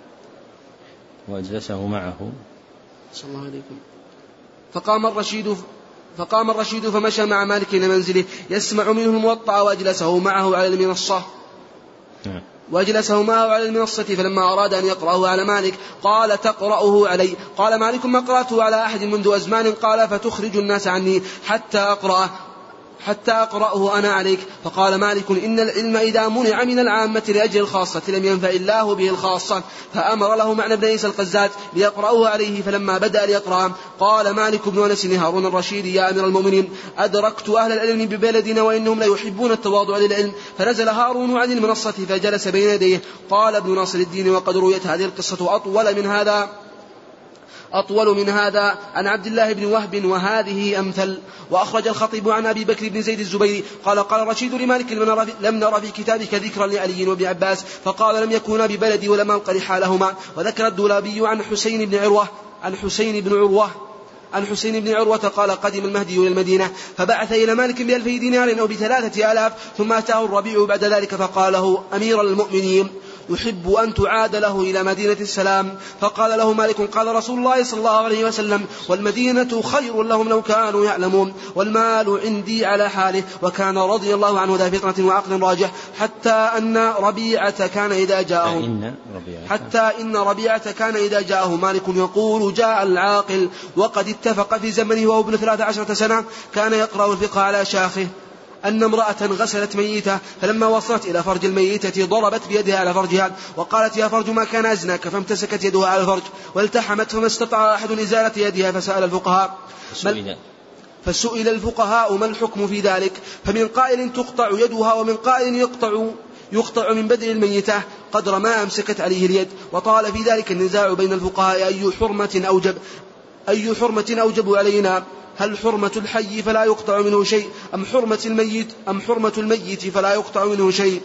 وأجلسه معه صلى الله عليكم فقام الرشيد فقام الرشيد فمشى مع مالك إلى منزله يسمع منه الموطأ وأجلسه معه على المنصة وأجلسه معه على المنصة فلما أراد أن يقرأه على مالك قال تقرأه علي. قال مالك ما قرأته على أحد منذ أزمان. قال فتخرج الناس عني حتى أقرأه حتى أقرأه أنا عليك. فقال مالك إن العلم إذا منع من العامة لأجل الخاصة لم ينفع الله به الخاصة. فأمر له معنى بن عيسى القزاز ليقرأه عليه فلما بدأ ليقرأ قال مالك بن أنس هارون الرشيد يا أمير المؤمنين أدركت أهل العلم ببلدنا وإنهم لا يحبون التواضع للعلم. فنزل هارون عن المنصة فجلس بين يديه. قال ابن ناصر الدين وقد رويت هذه القصة أطول من هذا أطول من هذا عن عبد الله بن وهب وهذه أمثل. وأخرج الخطيب عن أبي بكر بن زيد الزبيري قال قال رشيد لمالك لم نرى في كتابك ذكرا لعلي وابن عباس. فقال لم يكونا ببلدي ولم ألق رحالهما. وذكر الدولابي عن حسين بن عروة عن حسين بن عروة عن حسين بن عروة قال قدم المهدي إلى المدينة فبعث إلى مالك بألفي دينار أو بثلاثة آلاف ثم أتاه الربيع بعد ذلك فقال له أمير المؤمنين يحب أن تعاد له إلى مدينة السلام. فقال له مالك قال رسول الله صلى الله عليه وسلم والمدينة خير لهم لو كانوا يعلمون والمال عندي على حاله. وكان رضي الله عنه ذا فطنة وعقل راجح حتى أن ربيعة كان إذا جاءه حتى إن ربيعة كان إذا جاءه مالك يقول جاء العاقل وقد اتفق في زمنه وهو ابن ثلاث عشرة سنة كان يقرأ الفقه على شاخه أن امرأة غسلت ميتة فلما وصلت إلى فرج الميتة ضربت بيدها على فرجها وقالت يا فرج ما كان أزناك فامتسكت يدها على الفرج والتحمت فما استطاع أحد إزالة يدها فسأل الفقهاء فسئل الفقهاء ما الحكم في ذلك فمن قائل تقطع يدها ومن قائل يقطع يقطع من بدن الميتة قدر ما أمسكت عليه اليد. وطال في ذلك النزاع بين الفقهاء أي حرمة أوجب أي حرمة أوجب علينا هل حرمة الحي فلا يقطع منه شيء أم حرمة الميت أم حرمة الميت فلا يقطع منه شيء.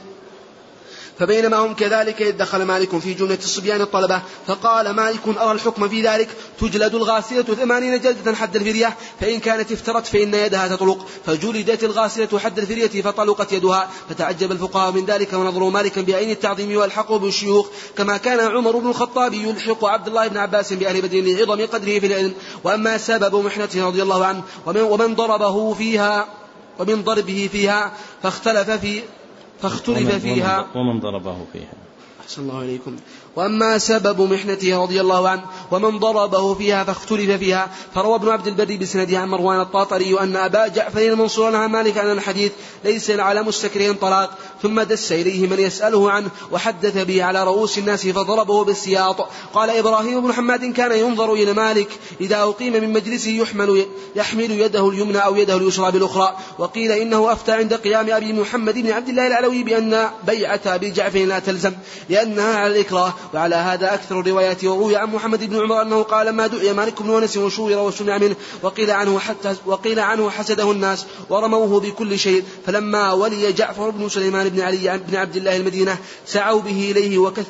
فبينما هم كذلك إذ دخل مالك في جملة الصبيان الطلبة فقال مالك أرى الحكم في ذلك تجلد الغاسلة ثمانين جلدة حد الفرية فإن كانت افترت فإن يدها تطلق فجلدت الغاسلة حد الفرية فطلقت يدها. فتعجب الفقهاء من ذلك ونظروا مالكا بعين التعظيم والحقه بالشيوخ كما كان عمر بن الخطاب يلحق عبد الله بن عباس بأهل بدر لعظم قدره في العلم. وأما سبب محنته رضي الله عنه ومن, ومن ضربه فيها ومن ضربه فيها فاختلف في فاختلف فيها ومن ضربه فيها أحسن الله عليكم. وأما سبب محنته رضي الله عنه ومن ضربه فيها فاختلف فيها. فروى ابن عبد البر بسنده عن مروان الطاطري أن أبا جعفر المنصور عن مالك عن الحديث ليس على مستكره طلاق ثم دس إليه من يسأله عنه وحدث به على رؤوس الناس فضربه بالسياط. قال إبراهيم بن حماد كان ينظر إلى مالك إذا أقيم من مجلسه يحمل, يحمل يده اليمنى أو يده اليسرى بالأخرى. وقيل إنه أفتى عند قيام أبي محمد بن عبد الله العلوي بأن بيعة أبي جعفر لا تلزم لأنها على الإكراه. وعلى هذا أكثر الروايات. وروي عن محمد بن عمر أنه قال ما دعي مالك بن أنس وشور وسمع منه وقيل عنه, حتى وقيل عنه حسده الناس ورموه بكل شيء. فلما ولي جعفر بن سليمان بن علي بن عبد الله المدينة سعوا به إليه وكث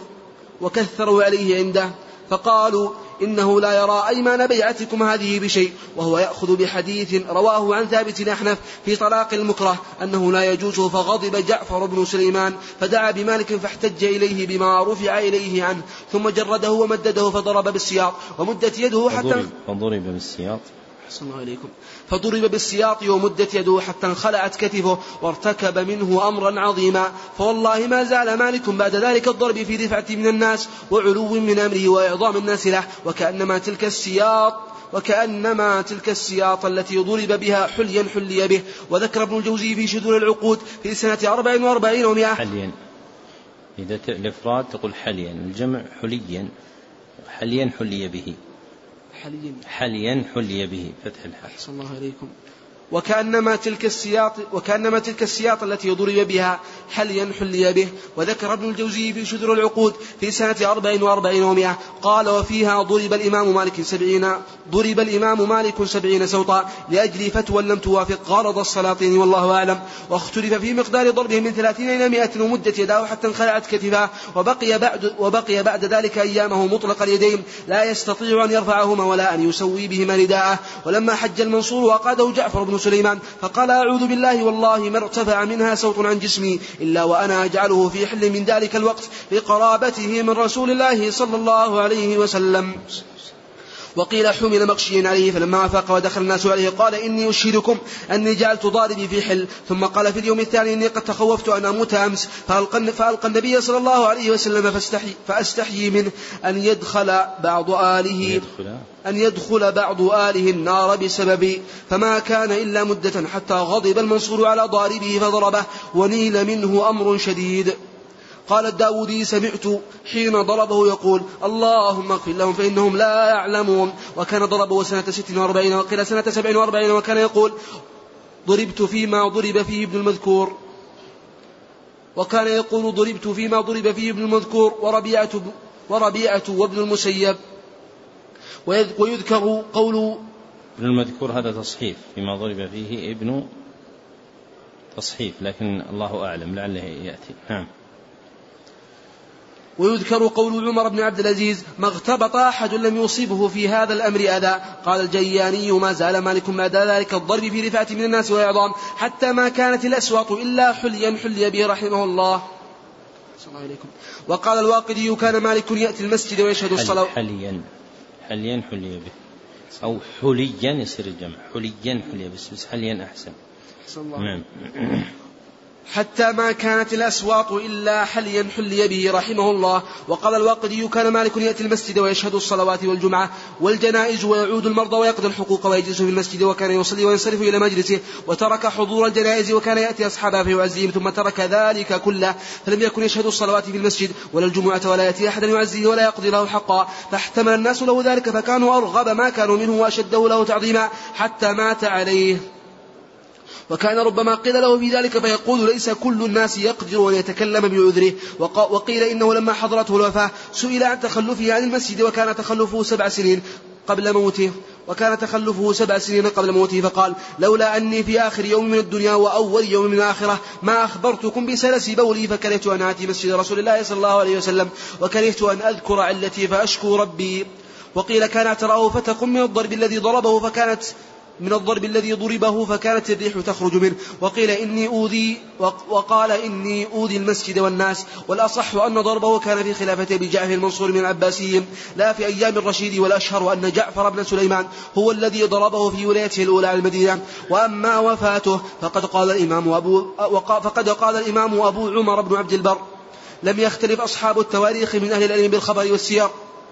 وكثروا عليه عنده فقالوا إنه لا يرى أيمان بيعتكم هذه بشيء وهو يأخذ بحديث رواه عن ثابت الأحنف في طلاق المكره أنه لا يجوز. فغضب جعفر بن سليمان فدعا بمالك فاحتج إليه بما رفع إليه عنه ثم جرده ومدده فضرب بالسياط ومدت يده حتى فضرب بالسياط الله عليكم فضرب بالسياط ومدت يده حتى انخلعت كتفه وارتكب منه أمرا عظيما. فوالله ما زال مالك بعد ذلك الضرب في رفعة من الناس وعلو من أمره وإعظام الناس له وكأنما تلك السياط وكأنما تلك السياط التي ضرب بها حليا حلي به. وذكر ابن الجوزي في شذور العقود في سنة أربع وأربعين ومئة حليا إذا الإفراد تقول حليا الجمع حليا حليا حلي به حليا حليا حلي به فتح الحاء. صلى الله عليكم. وكأنما تلك السياط وكأنما تلك السياط التي ضرب بها حليا حلي به. وذكر ابن الجوزي في شذر العقود في سنة أربع وأربعين ومئة قال وفيها ضرب الإمام مالك سبعين ضرب الإمام مالك سبعين سوطا لأجل فتوى لم توافق غرض السلاطين والله أعلم. واختلف في مقدار ضربه من ثلاثين إلى مئة ومدة يداه حتى انخلعت كتفاه. وبقي بعد, وبقي بعد ذلك أيامه مطلق اليدين لا يستطيع أن يرفعهما ولا أن يسوي بهما رداءه. ولما حج المنصور وقاده جعفر بن سليمان فقال أعوذ بالله والله ما ارتفع منها صوت عن جسمي إلا وأنا أجعله في حل من ذلك الوقت لقرابته من رسول الله صلى الله عليه وسلم. وقيل حمل مغشيا عليه فلما أفاق ودخل الناس عليه قال إني أشهدكم أني جعلت ضاربي في حل. ثم قال في اليوم الثاني إني قد تخوفت أن أموت أمس فألقى, فألقى النبي صلى الله عليه وسلم فاستحي, فأستحيي منه أن يدخل بعض آله أن يدخل بعض آله النار بسببي. فما كان إلا مدة حتى غضب المنصور على ضاربه فضربه ونيل منه أمر شديد. قال الداودي سمعت حين ضربه يقول اللهم اغفر لهم فإنهم لا يعلمون. وكان ضربه سنة ست وأربعين وقيل سنة سبع وأربعين. وكان يقول ضربت فيما ضرب فيه ابن المذكور وكان يقول ضربت فيما ضرب فيه ابن المذكور وربيعة, وربيعة وابن المسيب. ويذكر قول ابن المذكور هذا تصحيف فيما ضرب فيه ابن تصحيف لكن الله أعلم لعله يأتي. نعم. ويذكر قول عمر بن عبد العزيز ما اغتبط أحد لم يصيبه في هذا الأمر أذى. قال الجياني ما زال مالك بعد ذلك الضرب في رفعة من الناس وإعظام حتى ما كانت الأسواط إلا حليا حلي به رحمه الله. وقال الواقدي كان مالك يأتي المسجد ويشهد الصلاة حليا حليا حلي به أو حليا يصير الجمع حليا حلي بس, بس حليا أحسن. نعم. حتى ما كانت الأسواط إلا حليا حلي به رحمه الله. وقال الواقدي كان مالك يأتي المسجد ويشهد الصلوات والجمعة والجنائز ويعود المرضى ويقضي الحقوق ويجلس في المسجد وكان يصلي وينصرف إلى مجلسه وترك حضور الجنائز وكان يأتي أصحابه فيعزيهم ثم ترك ذلك كله فلم يكن يشهد الصلوات في المسجد ولا الجمعة ولا يأتي أحدا يعزيه ولا يقضي له حقا فاحتمل الناس له ذلك فكانوا أرغب ما كانوا منه وأشده له تعظيما حتى مات عليه. وكان ربما قيل له في ذلك فيقول ليس كل الناس يقدر أن يتكلم بعذره. وقيل إنه لما حضرته الوفاة سئل عن تخلفه عن المسجد وكان تخلفه سبع سنين قبل موته وكان تخلفه سبع سنين قبل موته فقال لولا أني في آخر يوم من الدنيا وأول يوم من الآخرة ما أخبرتكم بسلس بولي فكرهت أن آتي مسجد رسول الله صلى الله عليه وسلم وكرهت أن أذكر علتي فأشكو ربي. وقيل كانت رأه فتق من الضرب الذي ضربه فكانت من الضرب الذي ضربه فكانت الريح تخرج منه. وقيل إني أوذي وقال إني أوذي المسجد والناس. والأصح أن ضربه كان في خلافة أبي جعفر المنصور من العباسيين لا في أيام الرشيد. والأشهر أن جعفر بن سليمان هو الذي ضربه في ولايته الأولى على المدينة. وأما وفاته فقد قال الإمام أبو, فقد قال الإمام أبو عمر بن عبد البر لم يختلف أصحاب التواريخ من أهل العلم بالخبر والسير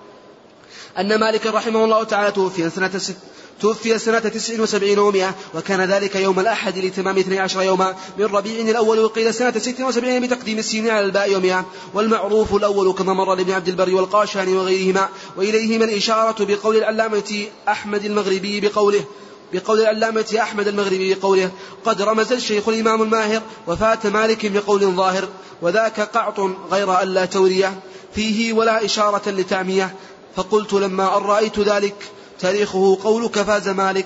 أن مالك رحمه الله تعالى توفي سنة ست توفي سنة تسع وسبعين ومئة وكان ذلك يوم الأحد لتمام اثني عشر يوما من ربيع الأول. وقيل سنة ست وسبعين بتقديم السين على الباء يومها والمعروف الأول كما مر لابن عبد البر والقاشاني وغيرهما. وإليهما الإشارة بقول العلامة أحمد المغربي بقوله بقول العلامة أحمد المغربي بقوله قد رمز الشيخ الإمام الماهر وفات مالك بقول ظاهر وذاك قعط غير ألا توريه فيه ولا إشارة لتعمية. فقلت لما أن رأيت ذلك تاريخه قولك فاز مالك.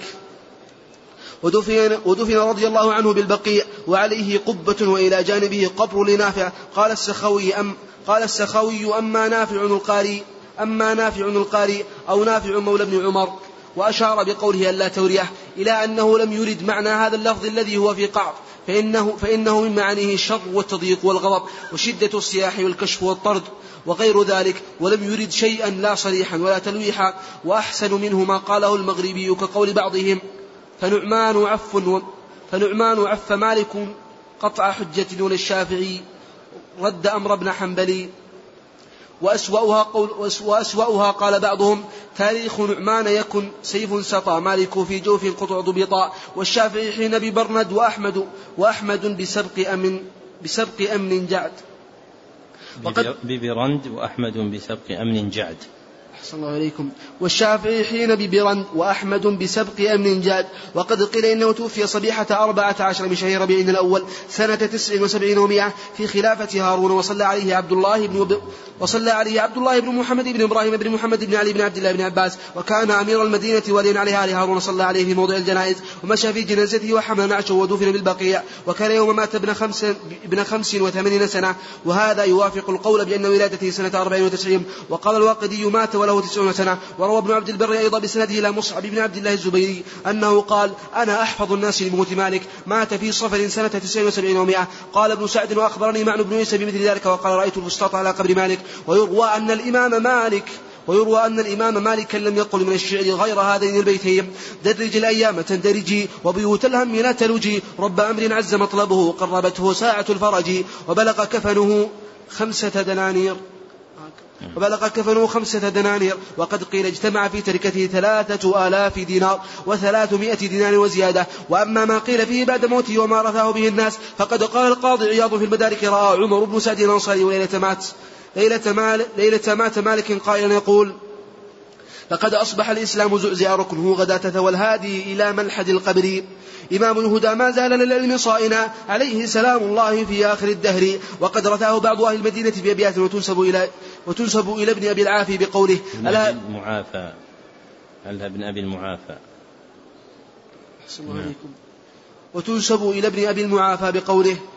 ودفن, ودفن رضي الله عنه بالبقيع وعليه قبة وإلى جانبه قبر لنافع. قال السخوي أم قال السخوي أما نافع القاري أما نافع القاري أو نافع مولى بن عمر. وأشار بقوله ألا توريه إلى أنه لم يرد معنى هذا اللفظ الذي هو في قعط فإنه, فإنه من معانيه الشر والتضييق والغضب وشدة الصياح والكشف والطرد وغير ذلك ولم يرد شيئا لا صريحا ولا تلويحا. وأحسن منه ما قاله المغربي كقول بعضهم فنعمان عف فنعمان عف مالك قطع حجة دون الشافعي رد أمر ابن حنبلي. وأسوأها, قول وأسوأها قال بعضهم تاريخ نعمان يكن سيف سطى مالك في جوف قطع ضبطاء والشافعي حين ببرند وأحمد, وأحمد بسبق أمن, بسبق أمن جعد ببرند وأحمد بسبق أمن جعد. أحسن الله عليكم. والشافعي حين ببرند وأحمد بسبق أمن جاد. وقد قيل إنه توفي صبيحة أربعة عشر من شهر ربيع الأول سنة تسع وسبعين ومئة في خلافة هارون وصلى عليه عبد الله بن وصلى عليه عبد الله بن محمد بن إبراهيم بن محمد بن علي بن عبد الله بن عباس وكان أمير المدينة وليا عليها لهارون صلى عليه في موضع الجنائز ومشى في جنازته وحمل نعشه ودفن بالبقيع. وكان يوم مات ابن خمس, ابن خمس وثمانين سنة وهذا يوافق القول بأن ولادته سنة أربعين وتسعين. وقال الواقدي مات وله تسعون سنة. وروى ابن عبد البر أيضا بسنده إلى مصعب بن عبد الله الزبيري أنه قال أنا أحفظ الناس لموت مالك مات في صفر سنة تسع وسبعين ومئة. قال ابن سعد وأخبرني معن بن عيسى بمثل ذلك وقال رأيت الفسطاط على قبر مالك. ويروى أن الإمام مالك ويروى أن الإمام مالك لم يقل من الشعر غير هذين البيتين درج الأيام تندرجي وبيوت الهم لا تلجي رب أمر عز مطلبه قربته ساعة الفرج وبلغ كفنه خمسة دنانير وبلغ كفنه خمسة دنانير. وقد قيل اجتمع في تركته ثلاثة آلاف دينار وثلاثمائة دينار وزيادة. وأما ما قيل فيه بعد موته وما رثاه به الناس فقد قال القاضي عياض في المدارك رأى عمر بن سعد الأنصاري وليلة مات ليلة, مال ليلة مات مالك قائلا يقول لقد أصبح الإسلام زعزع ركنه غداة والهادي إلى ملحد القبر إمام الهدى ما زال للعلم صائنا عليه سلام الله في آخر الدهر. وقد رثاه بعض أهل المدينة في أبيات وتنسب إلى, وتنسب إلى ابن أبي العافي بقوله ألا المعافى ألا ابن أبي المعافى وتنسب إلى ابن أبي المعافى بقوله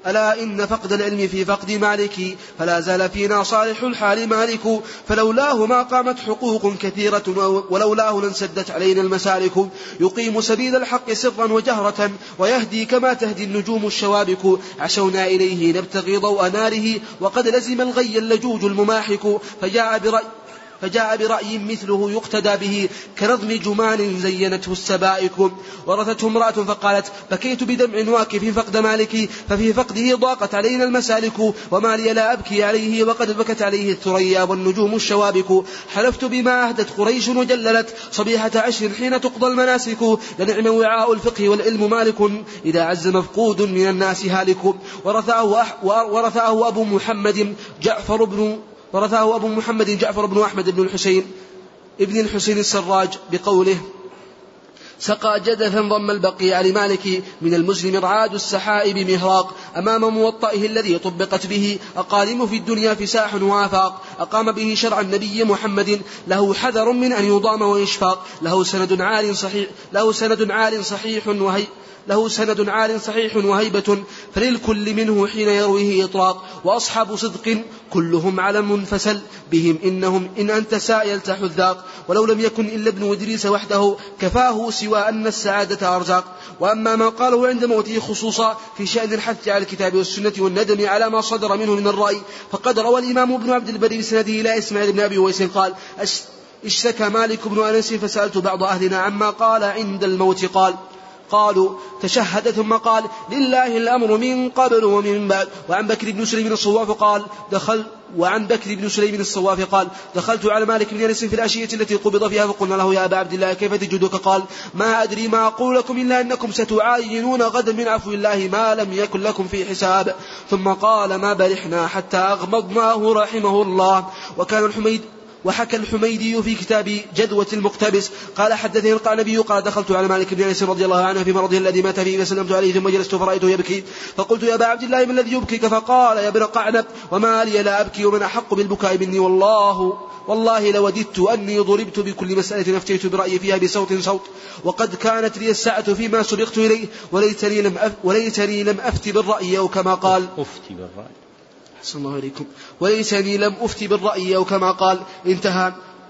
ألا إن فقد العلم في فقد مالك، فلا زال فينا صالح الحال مالك، فلولاه ما قامت حقوق كثيرة، ولولاه لانسدت علينا المسالك. يقيم سبيل الحق سرا وجهرة، ويهدي كما تهدي النجوم الشوابك. عشونا إليه نبتغي ضوء ناره، وقد لزم الغي اللجوج المماحك. فجاء برأي فجاء برأي مثله يقتدى به، كنظم جمان زينته السبائك. ورثته امرأة فقالت: بكيت بدمع واكف فقد مالك، ففي فقده ضاقت علينا المسالك. وما لي لا أبكي عليه، وقد بكت عليه الثريا والنجوم الشوابك. حلفت بما أهدت قريش وجللت، صبيحة عشر حين تقضى المناسك. لنعم وعاء الفقه والعلم مالك، إذا عز مفقود من الناس هالك. ورثاه, أح ورثاه أبو محمد جعفر بن ورثاه أبو محمد جعفر بن أحمد بن الحسين ابن الحسين السراج بقوله: سقى جدثا ضم البقيع لمالك، من المسلم رعاد السحائب مهراق، أمام موطئه الذي طبقت به أقاليم في الدنيا فساح وآفاق. أقام به شرع النبي محمد، له حذر من أن يضام وإشفاق. له سند عال صحيح له سند عال صحيح وهي له سند عال صحيح وهيبة، فللكل منه حين يرويه إطراق. وأصحاب صدق كلهم علم فسل بهم، إنهم إن أنت سائلت حذاق. ولو لم يكن إلا ابن إدريس وحده كفاه، سوى أن السعادة أرزاق. وأما ما قاله عند موته خصوصا في شأن الحث على الكتاب والسنة والندم على ما صدر منه من الرأي، فقد روى الإمام ابن عبد البر بسنده إلى إسماعيل بن أبي ويس قال: اشتكى مالك بن أنس فسألت بعض أهلنا عما قال عند الموت، قال قالوا تشهد ثم قال: لله الأمر من قبل ومن بعد. وعن بكر بن سليم الصواف قال دخل وعن بكر بن سليم الصواف قال دخلت على مالك بن أنس في العشية التي قبض فيها، فقلنا له: يا أبا عبد الله كيف تجدك؟ قال: ما أدري ما أقول لكم إلا أنكم ستعاينون غدا من عفو الله ما لم يكن لكم في حساب. ثم قال: ما برحنا حتى أغمضناه رحمه الله. وكان الحميد وحكى الحميدي في كتاب جدوة المقتبس قال: حدثني القعنبي قال: دخلت على مالك بن أنس رضي الله عنه في مرضه الذي مات فيه، فسلمت عليه ثم جلست فرأيته يبكي، فقلت: يا أبا عبد الله ما الذي يبكيك؟ فقال: يا ابن قعنب، وما لي لا أبكي ومن أحق بالبكاء مني؟ والله والله لوددت أني ضربت بكل مسألة أفتيت برأيي فيها بصوت صوت، وقد كانت لي الساعة فيما سبقت إليه، وليتني لم أف وليتني لم أفتي بالرأي، أو كما قال أفتي بالرأي أحسن الله إليكم وليسني لم أفتي بالرأي أو كما قال. انتهى.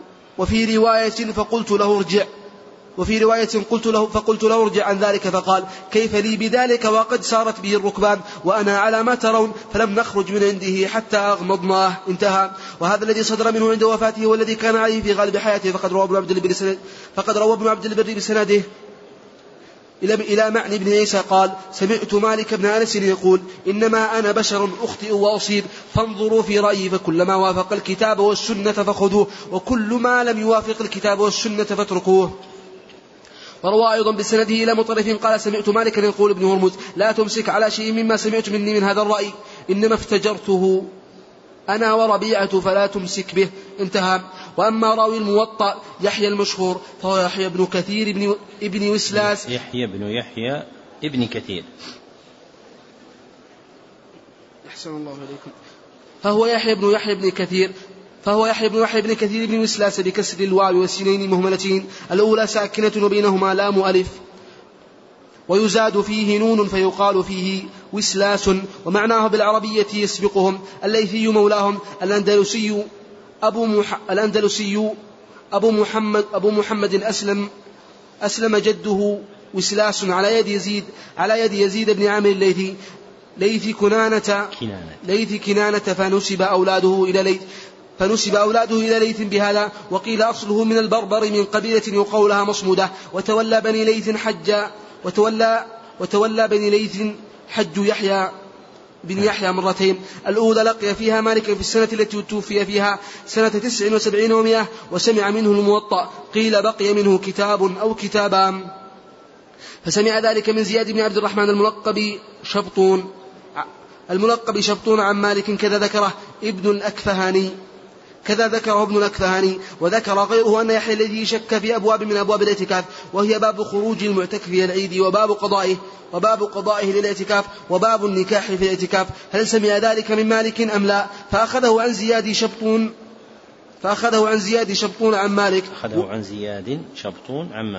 وفي رواية فقلت له ارجع وفي رواية قلت له فقلت له ارجع عن ذلك، فقال: كيف لي بذلك وقد سارت به الركبان وأنا على ما ترون؟ فلم نخرج من عنده حتى أغمضناه. انتهى. وهذا الذي صدر منه عند وفاته والذي كان عليه في غالب حياته، فقد روى ابن عبد البر فقد روى ابن عبد البر بسنده إلى معني بن عيسى قال: سمعت مالك بن أنس يقول: إنما أنا بشر أخطئ وأصيب، فانظروا في رأيي، فكلما وافق الكتاب والسنة فخذوه، وكل ما لم يوافق الكتاب والسنة فاتركوه. وروى أيضا بسنده إلى مطرف قال: سمعت مالكا يقول ابن هرمز: لا تمسك على شيء مما سمعت مني من هذا الرأي، إنما افتجرته أنا وربيعة فلا تمسك به. انتهى. وأما راوي الموطأ يحيى المشهور فهو يحيى بن كثير ابن, ابن وسلاس يحيى بن يحيى ابن كثير أحسن الله عليكم فهو يحيى بن يحيى بن كثير فهو يحيى بن يحيى بن كثير بن وسلاس بكسر الواو والسينين مهملتين، الأولى ساكنة وبينهما لام ألف، ويزاد فيه نون فيقال فيه وسلاس، ومعناه بالعربية يسبقهم. الليثي مولاهم الأندلسي أبو, مح... الأندلسي أبو محمد أبو محمد أسلم أسلم جده وسلاس على يد يزيد على يد يزيد بن عامر الليثي ليث كنانة ليث كنانة فنسب أولاده إلى ليث فنسب أولاده إلى ليث بهذا. وقيل أصله من البربر من قبيلة يقول لها مصمودة. وتولى بني ليث حج وتولى وتولى بني ليث حج يحيى بن يحيى مرتين، الأولى لقي فيها مالك في السنة التي توفي فيها سنة تسع وسبعين ومئة، وسمع منه الموطأ، قيل بقي منه كتاب أو كتابان، فسمع ذلك من زياد بن عبد الرحمن الملقب شبطون الملقب شبطون عن مالك، كذا ذكره ابن الأكفهاني كذا ذكره ابن الأكفهاني. وذكر غيره أن يحيى الذي شك في أبواب من أبواب الاعتكاف، وهي باب خروج المعتكف إلى العيد، وباب قضائه وباب قضائه للاعتكاف، وباب النكاح في الاعتكاف. هل سمع ذلك من مالك أم لا؟ فأخذه عن زياد شبطون فأخذه عن زياد شبطون عن مالك أخذه عن زياد شبطون عن مالك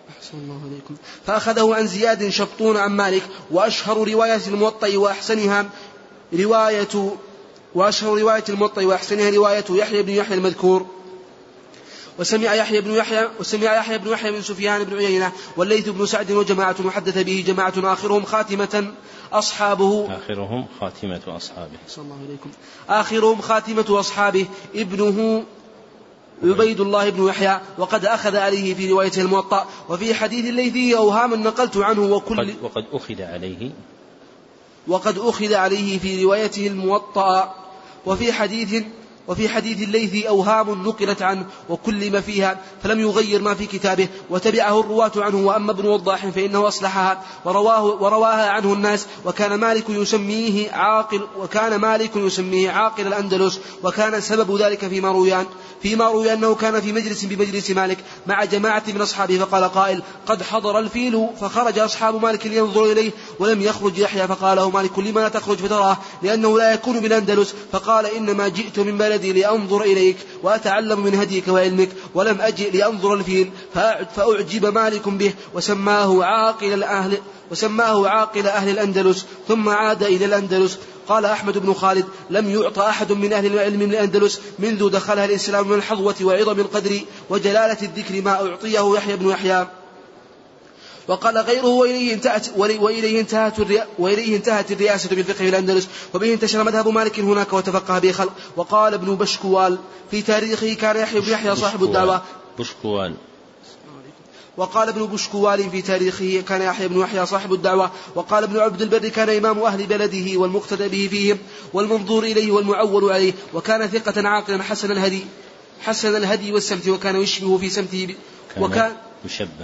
أحسن الله عليكم. فأخذه عن زياد شبطون عن مالك. وأشهر رواية الموطأ وأحسنها رواية وأشهر رواية الموطأ وأحسنها رواية يحيى بن يحيى المذكور. وسمع يحيى بن يحيى وسمع يحيى بن يحيى بن سفيان بن عيينة والليث بن سعد وجماعة وحدث به جماعة آخرهم خاتمة أصحابه آخرهم خاتمة أصحابه صلى الله عليكم آخرهم خاتمة أصحابه ابنه عبيد الله بن يحيى. وقد أخذ عليه في روايته الموطأ. وفي حديث الليثي أوهاما نقلت عنه وكل وقد أخذ عليه وقد أخذ عليه في روايته الموطأ. وفي حديث وفي حديث الليثي أوهام نقلت عنه وكلم فيها فلم يغير ما في كتابه وتبعه الرواة عنه. وأما ابن وضاح فإنه أصلحها ورواه ورواها عنه الناس. وكان مالك يسميه عاقل وكان مالك يسميه عاقل الأندلس. وكان سبب ذلك فيما رويان فيما روي أنه كان في مجلس بمجلس مالك مع جماعة من أصحابه فقال قائل قد حضر الفيل فخرج أصحاب مالك لينظر إليه ولم يخرج يحيى فقال له مالك لما لا تخرج فتراه لأنه لا يكون بالأندلس. فقال إنما جئت من بلدي لأنظر إليك وأتعلم من هديك وعلمك ولم أجئ لأنظر الفيل. فأعجب مالك به وسماه عاقل الأهل وسماه عاقل أهل الأندلس ثم عاد إلى الأندلس. قال أحمد بن خالد لم يعطى أحد من أهل العلم من الأندلس منذ دخلها الإسلام من الحظوة وعظم القدر وجلالة الذكر ما أعطيه يحيى بن يحيى. وقال غيره وإليه انتهت, وإليه انتهت, وإليه انتهت الرئاسة بالفقه في الأندلس وبه انتشر مذهب مالك هناك وتفقه به خلق. وقال ابن بشكوال في تاريخه كان يحيى بن يحيى صاحب الدعوة بشكوال وقال ابن بشكوال في تاريخه كان يحيى بن يحيى صاحب الدعوة. وقال ابن عبد البر كان إمام أهل بلده والمقتدى به فيهم والمنظور إليه والمعول عليه. وكان ثقة عاقلا حسن الهدي حسن الهدي والسمت وكان يشبه في سمته ب... وكان يشبه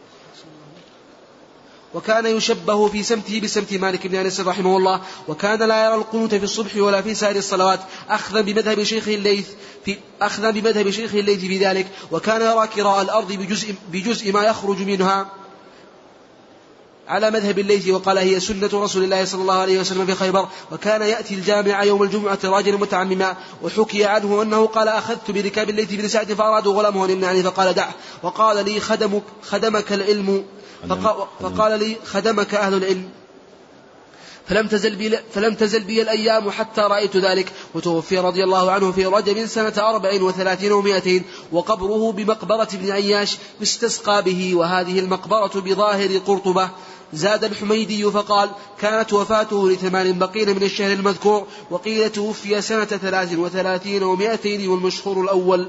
وكان يشبه في سمته بسمت مالك بن أنس رحمه الله. وكان لا يرى القنوت في الصبح ولا في سائر الصلوات أخذا بمذهب شيخه الليث في أخذا بمذهب شيخه الليث في ذلك. وكان يرى كراء الأرض بجزء, بجزء ما يخرج منها على مذهب الليث. وقال هي سنة رسول الله صلى الله عليه وسلم في خيبر. وكان يأتي الجامع يوم الجمعة راجلا متعمما. وحكي عنه أنه قال أخذت بركاب الليث بن سعد فأرادوا غلامه أن يمنعني فقال دع. وقال لي خدمك, خدمك العلم فقال لي خدمك أهل العلم فلم تزل بي, فلم تزل بي الأيام حتى رأيت ذلك. وتوفي رضي الله عنه في رجب سنة أربع وثلاثين ومائتين وقبره بمقبرة ابن عياش استسقى به وهذه المقبرة بظاهر قرطبة. زاد الحميدي فقال كانت وفاته لثمان بقين من الشهر المذكور. وقيل توفي سنة ثلاث وثلاثين ومائتين والمشهور الأول.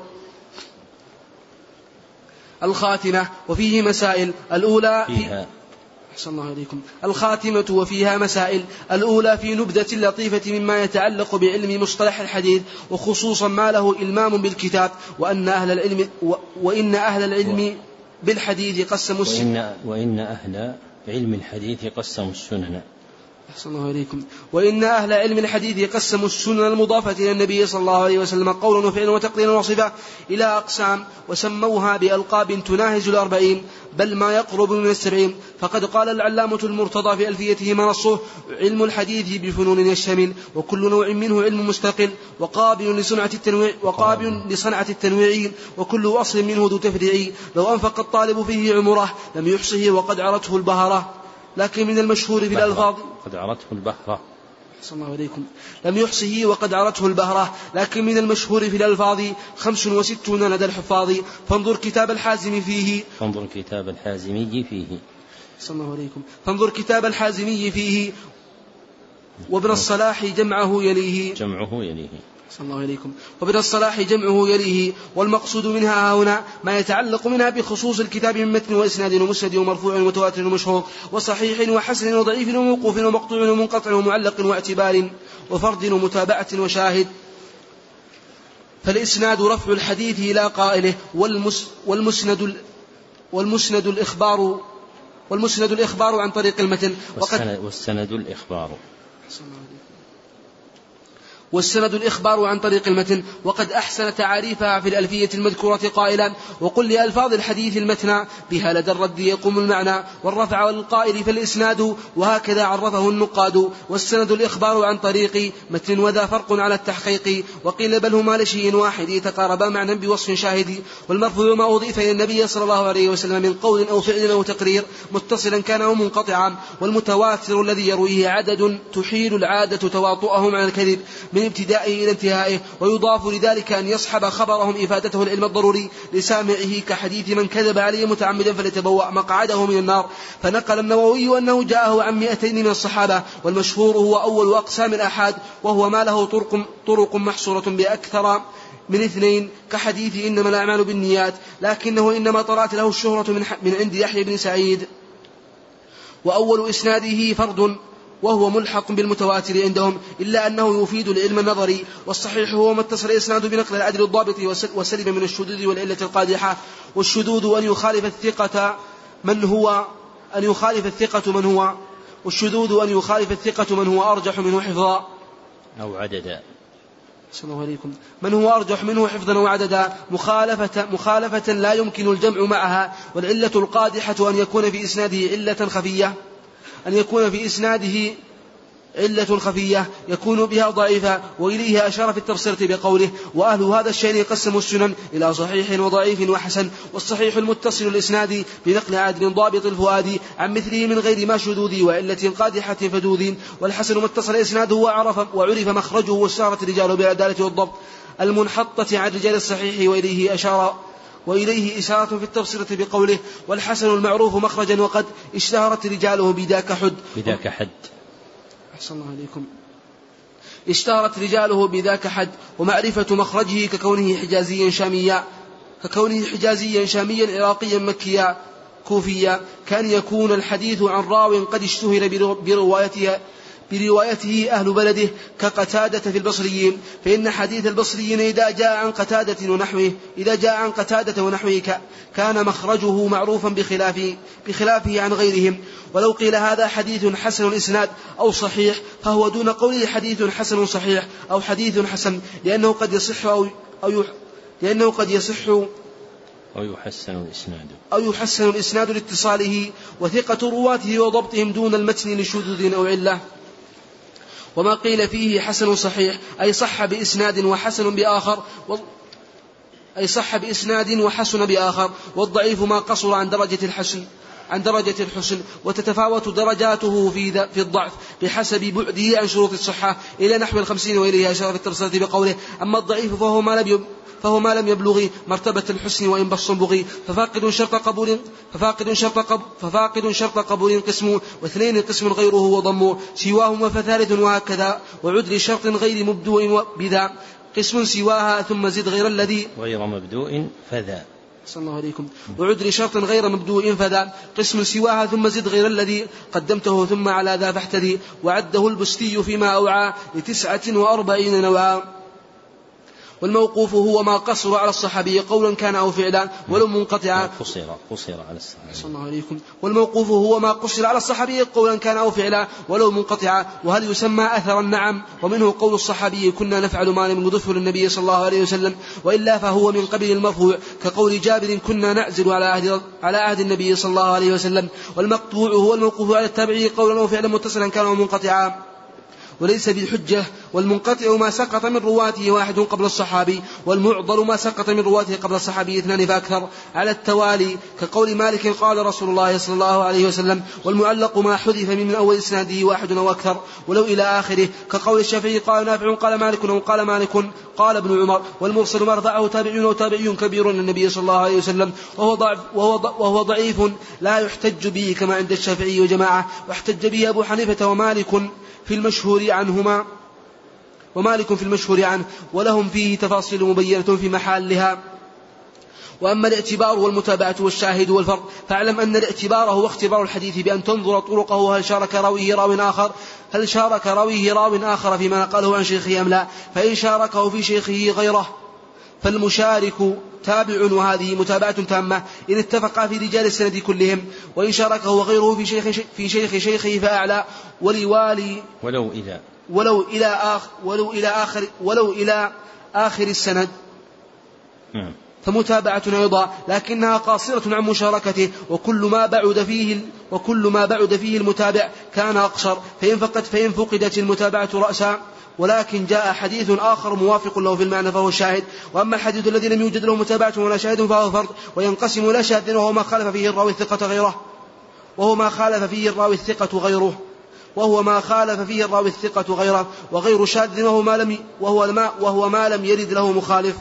الخاتمة وفيه مسائل الأولى فيها أحسن الله عليكم. الخاتمة وفيها مسائل الأولى في نبذة لطيفة مما يتعلق بعلم مصطلح الحديث وخصوصا ما له إلمام بالكتاب. وأن أهل العلم وإن أهل العلم بالحديث قسموا السنن وإن أهل علم الحديث قسموا السنن أحسن الله عليكم. وإن أهل علم الحديث قسموا السنن المضافة إلى النبي صلى الله عليه وسلم قولا وفعلا وتقريرا وصفة إلى أقسام وسموها بألقاب تناهز الأربعين بل ما يقرب من السبعين. فقد قال العلامة المرتضى في ألفيته ما نصه علم الحديث بفنون يشتمل وكل نوع منه علم مستقل وقابل لصنعة التنويع وقابل لصنعة التنويع وكل أصل منه ذو تفريع. لو أنفق الطالب فيه عمره لم يحصه وقد عرته البهرة. لكن من المشهور في الألفاظ قد عرته البهرة أحسن الله عليكم لم يحصه وقد عرته البهرة. لكن من المشهور في الألفاظ خمس وستون لدى الحفاظ. فانظر كتاب الحازم فيه فانظر كتاب الحازمي فيه أحسن الله عليكم فانظر كتاب الحازمي فيه وابن الصلاح جمعه يليه جمعه يليه صلى الله عليكم وابن الصلاح جمعه يليه. والمقصود منها هنا ما يتعلق منها بخصوص الكتاب من متن وإسناد ومسند ومرفوع ومتواتر ومشهور وصحيح وحسن وضعيف وموقوف ومقطوع ومنقطع ومعلق واعتبار وفرد ومتابعة وشاهد. فالإسناد رفع الحديث إلى قائله والمس والمسند والمسند الإخبار والمسند الإخبار عن طريق المتن والسند, والسند الإخبار والسند الإخبار عن طريق المتن. وقد أحسن تعاريفها في الألفية المذكورة قائلا: وقل لألفاظ الحديث المتنى بها لدى الرد يقوم المعنى، والرفع والقائل فالإسناد، وهكذا عرفه النقاد. والسند الإخبار عن طريق متن، وذا فرق على التحقيق. وقيل بل هما لشيء واحد يتقاربا معنى بوصف شاهد. والمرفوع ما أضيف إلى النبي صلى الله عليه وسلم من قول أو فعل أو تقرير متصلا كان أو منقطعا. والمتواتر الذي يرويه عدد تحيل العادة تواطؤهم عن الكذب من ابتدائه إلى انتهائه. ويضاف لذلك أن يصحب خبرهم إفادته العلم الضروري لسامعه، كحديث من كذب عليه متعمدا فليتبوأ مقعده من النار. فنقل النووي أنه جاءه عن مئتين من الصحابة. والمشهور هو أول أقسام الأحاد، وهو ما له طرق, طرق محصورة بأكثر من اثنين، كحديث إنما الأعمال بالنيات، لكنه إنما طرأت له الشهرة من, من عند يحيى بن سعيد. وأول إسناده فرد، وهو ملحق بالمتواتر عندهم، إلا أنه يفيد العلم النظري. والصحيح هو ما اتصل إسناد بنقل العدل الضابط وسلم من الشذوذ والعلة القادحة. والشذوذ أن يخالف الثقة من هو أن يخالف الثقة من هو والشذوذ أن يخالف الثقة من هو أرجح منه حفظا أو عددا. من هو أرجح منه حفظا وعددا، مخالفة, مخالفة لا يمكن الجمع معها. والعلة القادحة أن يكون في إسناده علة خفية أن يكون في إسناده علة خفية يكون بها ضعيفة. وإليه أشار في التفسير بقوله: وأهل هذا الشيء قسموا السنن إلى صحيح وضعيف وحسن. والصحيح المتصل الإسناد بنقل عدل ضابط الفؤاد عن مثله من غير ما شذوذ وعلة قادحة فدوذ. والحسن متصل إسناده وعرف, وعرف مخرجه واشتهرت رجاله بالعدالة والضبط المنحطة عن رجال الصحيح. وإليه أشار وإليه إشارة في التفسير بقوله: والحسن المعروف مخرجا وقد اشتهرت رجاله بذاك حد بذاك حد أحسن الله عليكم اشتهرت رجاله بذاك حد. ومعرفة مخرجه ككونه حجازيا شاميا ككونه حجازيا شاميا عراقيا مكيا كوفيا، كان يكون الحديث عن راو قد اشتهر بروايته بروايته أهل بلده كقتادة في البصريين، فإن حديث البصريين إذا جاء عن قتادة ونحوه إذا جاء عن قتادة ونحوه كان مخرجه معروفا بخلافه, بخلافه عن غيرهم. ولو قيل هذا حديث حسن الإسناد أو صحيح فهو دون قوله حديث حسن صحيح أو حديث حسن، لأنه قد يصح أو, أو يح لأنه قد يصح أو يحسن الإسناد أو يحسن الإسناد لاتصاله وثقة رواته وضبطهم دون المتن لشذوذ أو علة. وما قيل فيه حسن صحيح أي صح بإسناد وحسن بآخر أي صح بإسناد وحسن بآخر. والضعيف ما قصر عن درجة الحسن عن درجة الحسن وتتفاوت درجاته في في الضعف بحسب بعده عن شروط الصحة إلى نحو الخمسين. وإليه أشار في التفسير بقوله: أما الضعيف فهو ما لم فهو ما لم يبلغ مرتبة الحسن وإن بص بغي، ففاقد شرط قبول ففاقد شرط قبول ففاقد شرط قبول قسم، واثنين قسم غيره وضم سواهما فثالث، وهكذا. وعدل شرط غير مبدوء بذا قسم سواها ثم زد غير الذي غير مبدوء فذا صلى الله عليكم. وعدل شرط غير مبدوء فذا قسم سواها ثم زد غير الذي قدمته ثم على ذا فاحتذي. وعده البستي فيما أوعى لتسعة وأربعين نوعا. والموقوف هو ما قصر على الصحابي قولا كان أو فعلا ولو منقطعا قصر قصر على الصحابي صلى الله عليكم. والموقوف هو ما قصر على الصحابي قولا كان أو فعلا ولو منقطعا. وهل يسمى أثرا؟ نعم. ومنه قول الصحابي: كنا نفعل ما لم يضفه للنبي صلى الله عليه وسلم، وإلا فهو من قبل المرفوع كقول جابر: كنا نعزل على عهد على عهد النبي صلى الله عليه وسلم. والمقطوع هو الموقوف على التابعي قولا أو فعلا متصلا كان أو منقطعا وليس بالحجة. والمنقطع ما سقط من رواته واحد قبل الصحابي، والمعضل ما سقط من رواته قبل الصحابي اثنان فأكثر على التوالي كقول مالك: قال رسول الله صلى الله عليه وسلم. والمعلق ما حذف من أول إسناده واحد أو أكثر ولو إلى آخره كقول الشافعي: قال نافع قال مالك أو قال مالك قال ابن عمر. والمرسل ما رفعه تابعون وتابعي كبير للنبي صلى الله عليه وسلم وهو ضعف وهو, وهو ضعيف لا يحتج به كما عند الشافعي وجماعة، واحتج به أبو حنيفة ومالك في المشهور عنهما ومالك في المشهور عنه، ولهم فيه تفاصيل مبينة في محلها. وأما الاعتبار والمتابعة والشاهد والفرق فاعلم أن الاعتبار هو اختبار الحديث بأن تنظر طرقه هل شارك راويه راو آخر هل شارك راويه راو آخر فيما نقله عن شيخه أم لا، فإن شاركه في شيخه غيره فالمشارك تابع، وهذه متابعة تامة إن اتفقا في رجال السند كلهم. وإن شاركه غيره في شيخ في شيخ شيخه فأعلى. ولوالي ولو إذا ولو إلى آخر ولو إلى آخر ولو إلى آخر السند فمتابعة أيضا، لكنها قاصرة عن مشاركته، وكل ما بعد فيه وكل ما بعد فيه المتابع كان أقصر، فإن فقد فإن فقدت المتابعة رأسا. ولكن جاء حديث آخر موافق له في المعنى فهو الشاهد. وأما الحديث الذي لم يوجد له متابعة ولا شاهد فهو فرض، وينقسم إلى شاذ وهو ما خالف فيه الراوي الثقة غيره وهو ما خالف فيه الراوي الثقة غيره وهو ما خالف فيه الراوي الثقة غيره وغير شاذ وهو ما لم وهو ما وهو ما لم يرد له مخالف.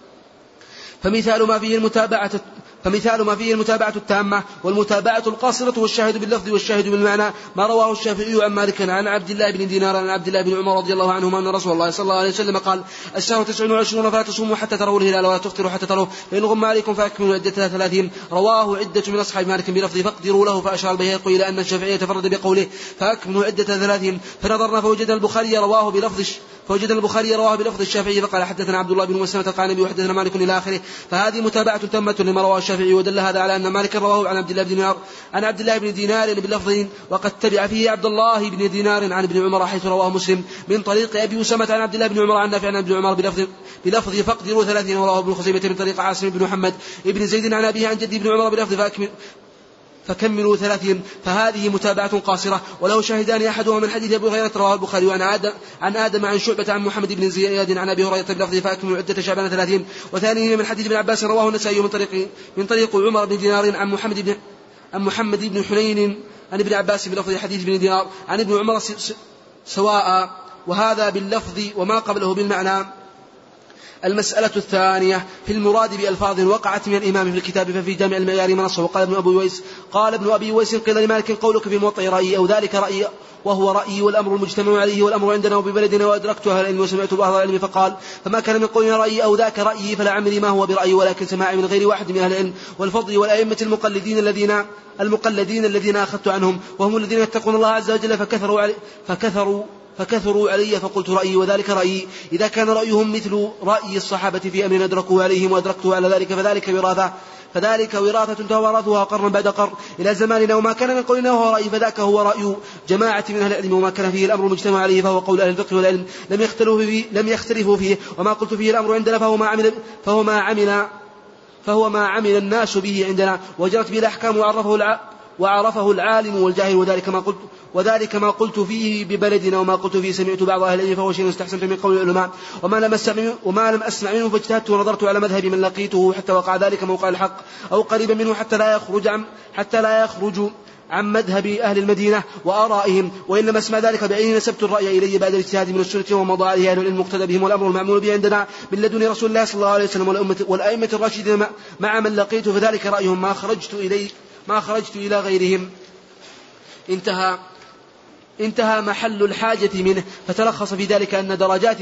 فمثال ما فيه المتابعة فمثال ما فيه المتابعة التامة والمتابعة القاصرة والشاهد باللفظ والشاهد بالمعنى ما رواه الشافعي عن مالك عن عبد الله بن دينار عن عبد الله بن عمر رضي الله عنهما أن رسول الله صلى الله عليه وسلم قال: الشهر تسع وعشرون فلا تصوموا حتى تروا الهلال ولا تفطروا حتى تروه، فإن غم عليكم فأكملوا عدتها ثلاثين. رواه عدة من أصحاب مالك بلفظ فاقدروا له، فأشار البيهقي إلى أن الشافعي تفرد بقوله فأكملوا عدتها ثلاثين. فنظرنا فوجد البخاري رواه بلفظ فوجد البخاري رواه بلفظ الشافعي فقال: حدثنا عبد الله بن مسلمة قال النبي وحدثنا مالك إلى آخره. فهذه متابعة تامة لما رواه الشافعي، ودل هذا على أن مالك رواه عن عبد الله بن دينار عن عبد الله بن دينار بلفظ، وقد تبع فيه عبد الله بن دينار عن ابن عمر حيث رواه مسلم من طريق أبي أسامة عن عبد الله بن عمر عن نافع عن ابن عمر بلفظ بلفظ فاقدروا ثلاثين. ورواه ابن خزيمة من طريق عاصم بن محمد ابن زيد عن أبيه عن جد ابن عمر بلفظ فأكمل فكملوا ثلاثين. فهذه متابعة قاصرة وله شاهدان، أحدهما من حديث أبي هريرة رواه البخاري عن آدم عن آدم عن شعبة عن محمد بن زياد عن أبي هريرة بلفظ فأكملوا عدة شعبان ثلاثين. وثانيه من حديث ابن عباس رواه النسائي من طريق من طريق عمر بن دينار عن محمد بن عن محمد بن حنين عن ابن عباس بلفظ حديث ابن دينار عن ابن عمر سواء، وهذا باللفظ وما قبله بالمعنى. المسألة الثانية في المراد بألفاظ وقعت من الإمام في الكتاب ففي جامع المعيار منصه. وقال ابن أبي ويس قال ابن أبي ويس قيل لمالك قولك في موطئ رأيي أو ذلك رأيي وهو رأيي والأمر المجتمع عليه والأمر عندنا وببلدنا وأدركت أهل العلم وسمعت بعض العلم فقال فما كان من قول رأيي أو ذاك رأيي فلا عمري ما هو برأيي ولكن سماعي من غير واحد من أهل العلم والفضل والأئمة المقلدين الذين المقلدين الذين أخذت عنهم وهم الذين يتقون الله عز وجل فكثروا علي فكثروا فكثروا علي فقلت رأيي وذلك رأيي. إذا كان رأيهم مثل رأي الصحابة في أمر أدركوا عليهم وأدركته على ذلك فذلك وراثة فذلك وراثة توارثها قرن بعد قرن إلى زماننا. وما كان من قولنا وهو رأي فذاك هو رأي جماعة من أهل العلم. وما كان فيه الأمر المجتمع عليه فهو قول أهل الفقه والعلم لم يختلفوا فيه لم يختلفوا فيه. وما قلت فيه الأمر عندنا فهو ما عمل فهو ما عمل فهو ما عمل الناس به عندنا وجرت به الأحكام وعرفه الع وعرفه العالم والجاهل. وذلك ما قلت وذلك ما قلت فيه ببلدنا وما قلت فيه سمعت بعض أهل العلم فهو شيء استحسنت من قول العلماء. وما لم أسمع وما لم أسمع منه فاجتهدت ونظرت على مذهب من لقيته حتى وقع ذلك موقع الحق أو قريبا منه حتى لا يخرج عن حتى لا يخرج عن مذهب أهل المدينة وآرائهم. وإنما اسمع ذلك بعيني نسبت الرأي إلي بعد الاجتهاد من السنة ومضى عليه أهل العلم مقتدى بهم والأمر المعمول به عندنا من لدن رسول الله صلى الله عليه وسلم والأئمة الراشدين مع من لقيت فذلك رأيهم ما خرجت إلي ما خرجت إلى غيرهم. انتهى انتهى محل الحاجة منه. فتلخص في ذلك أن درجات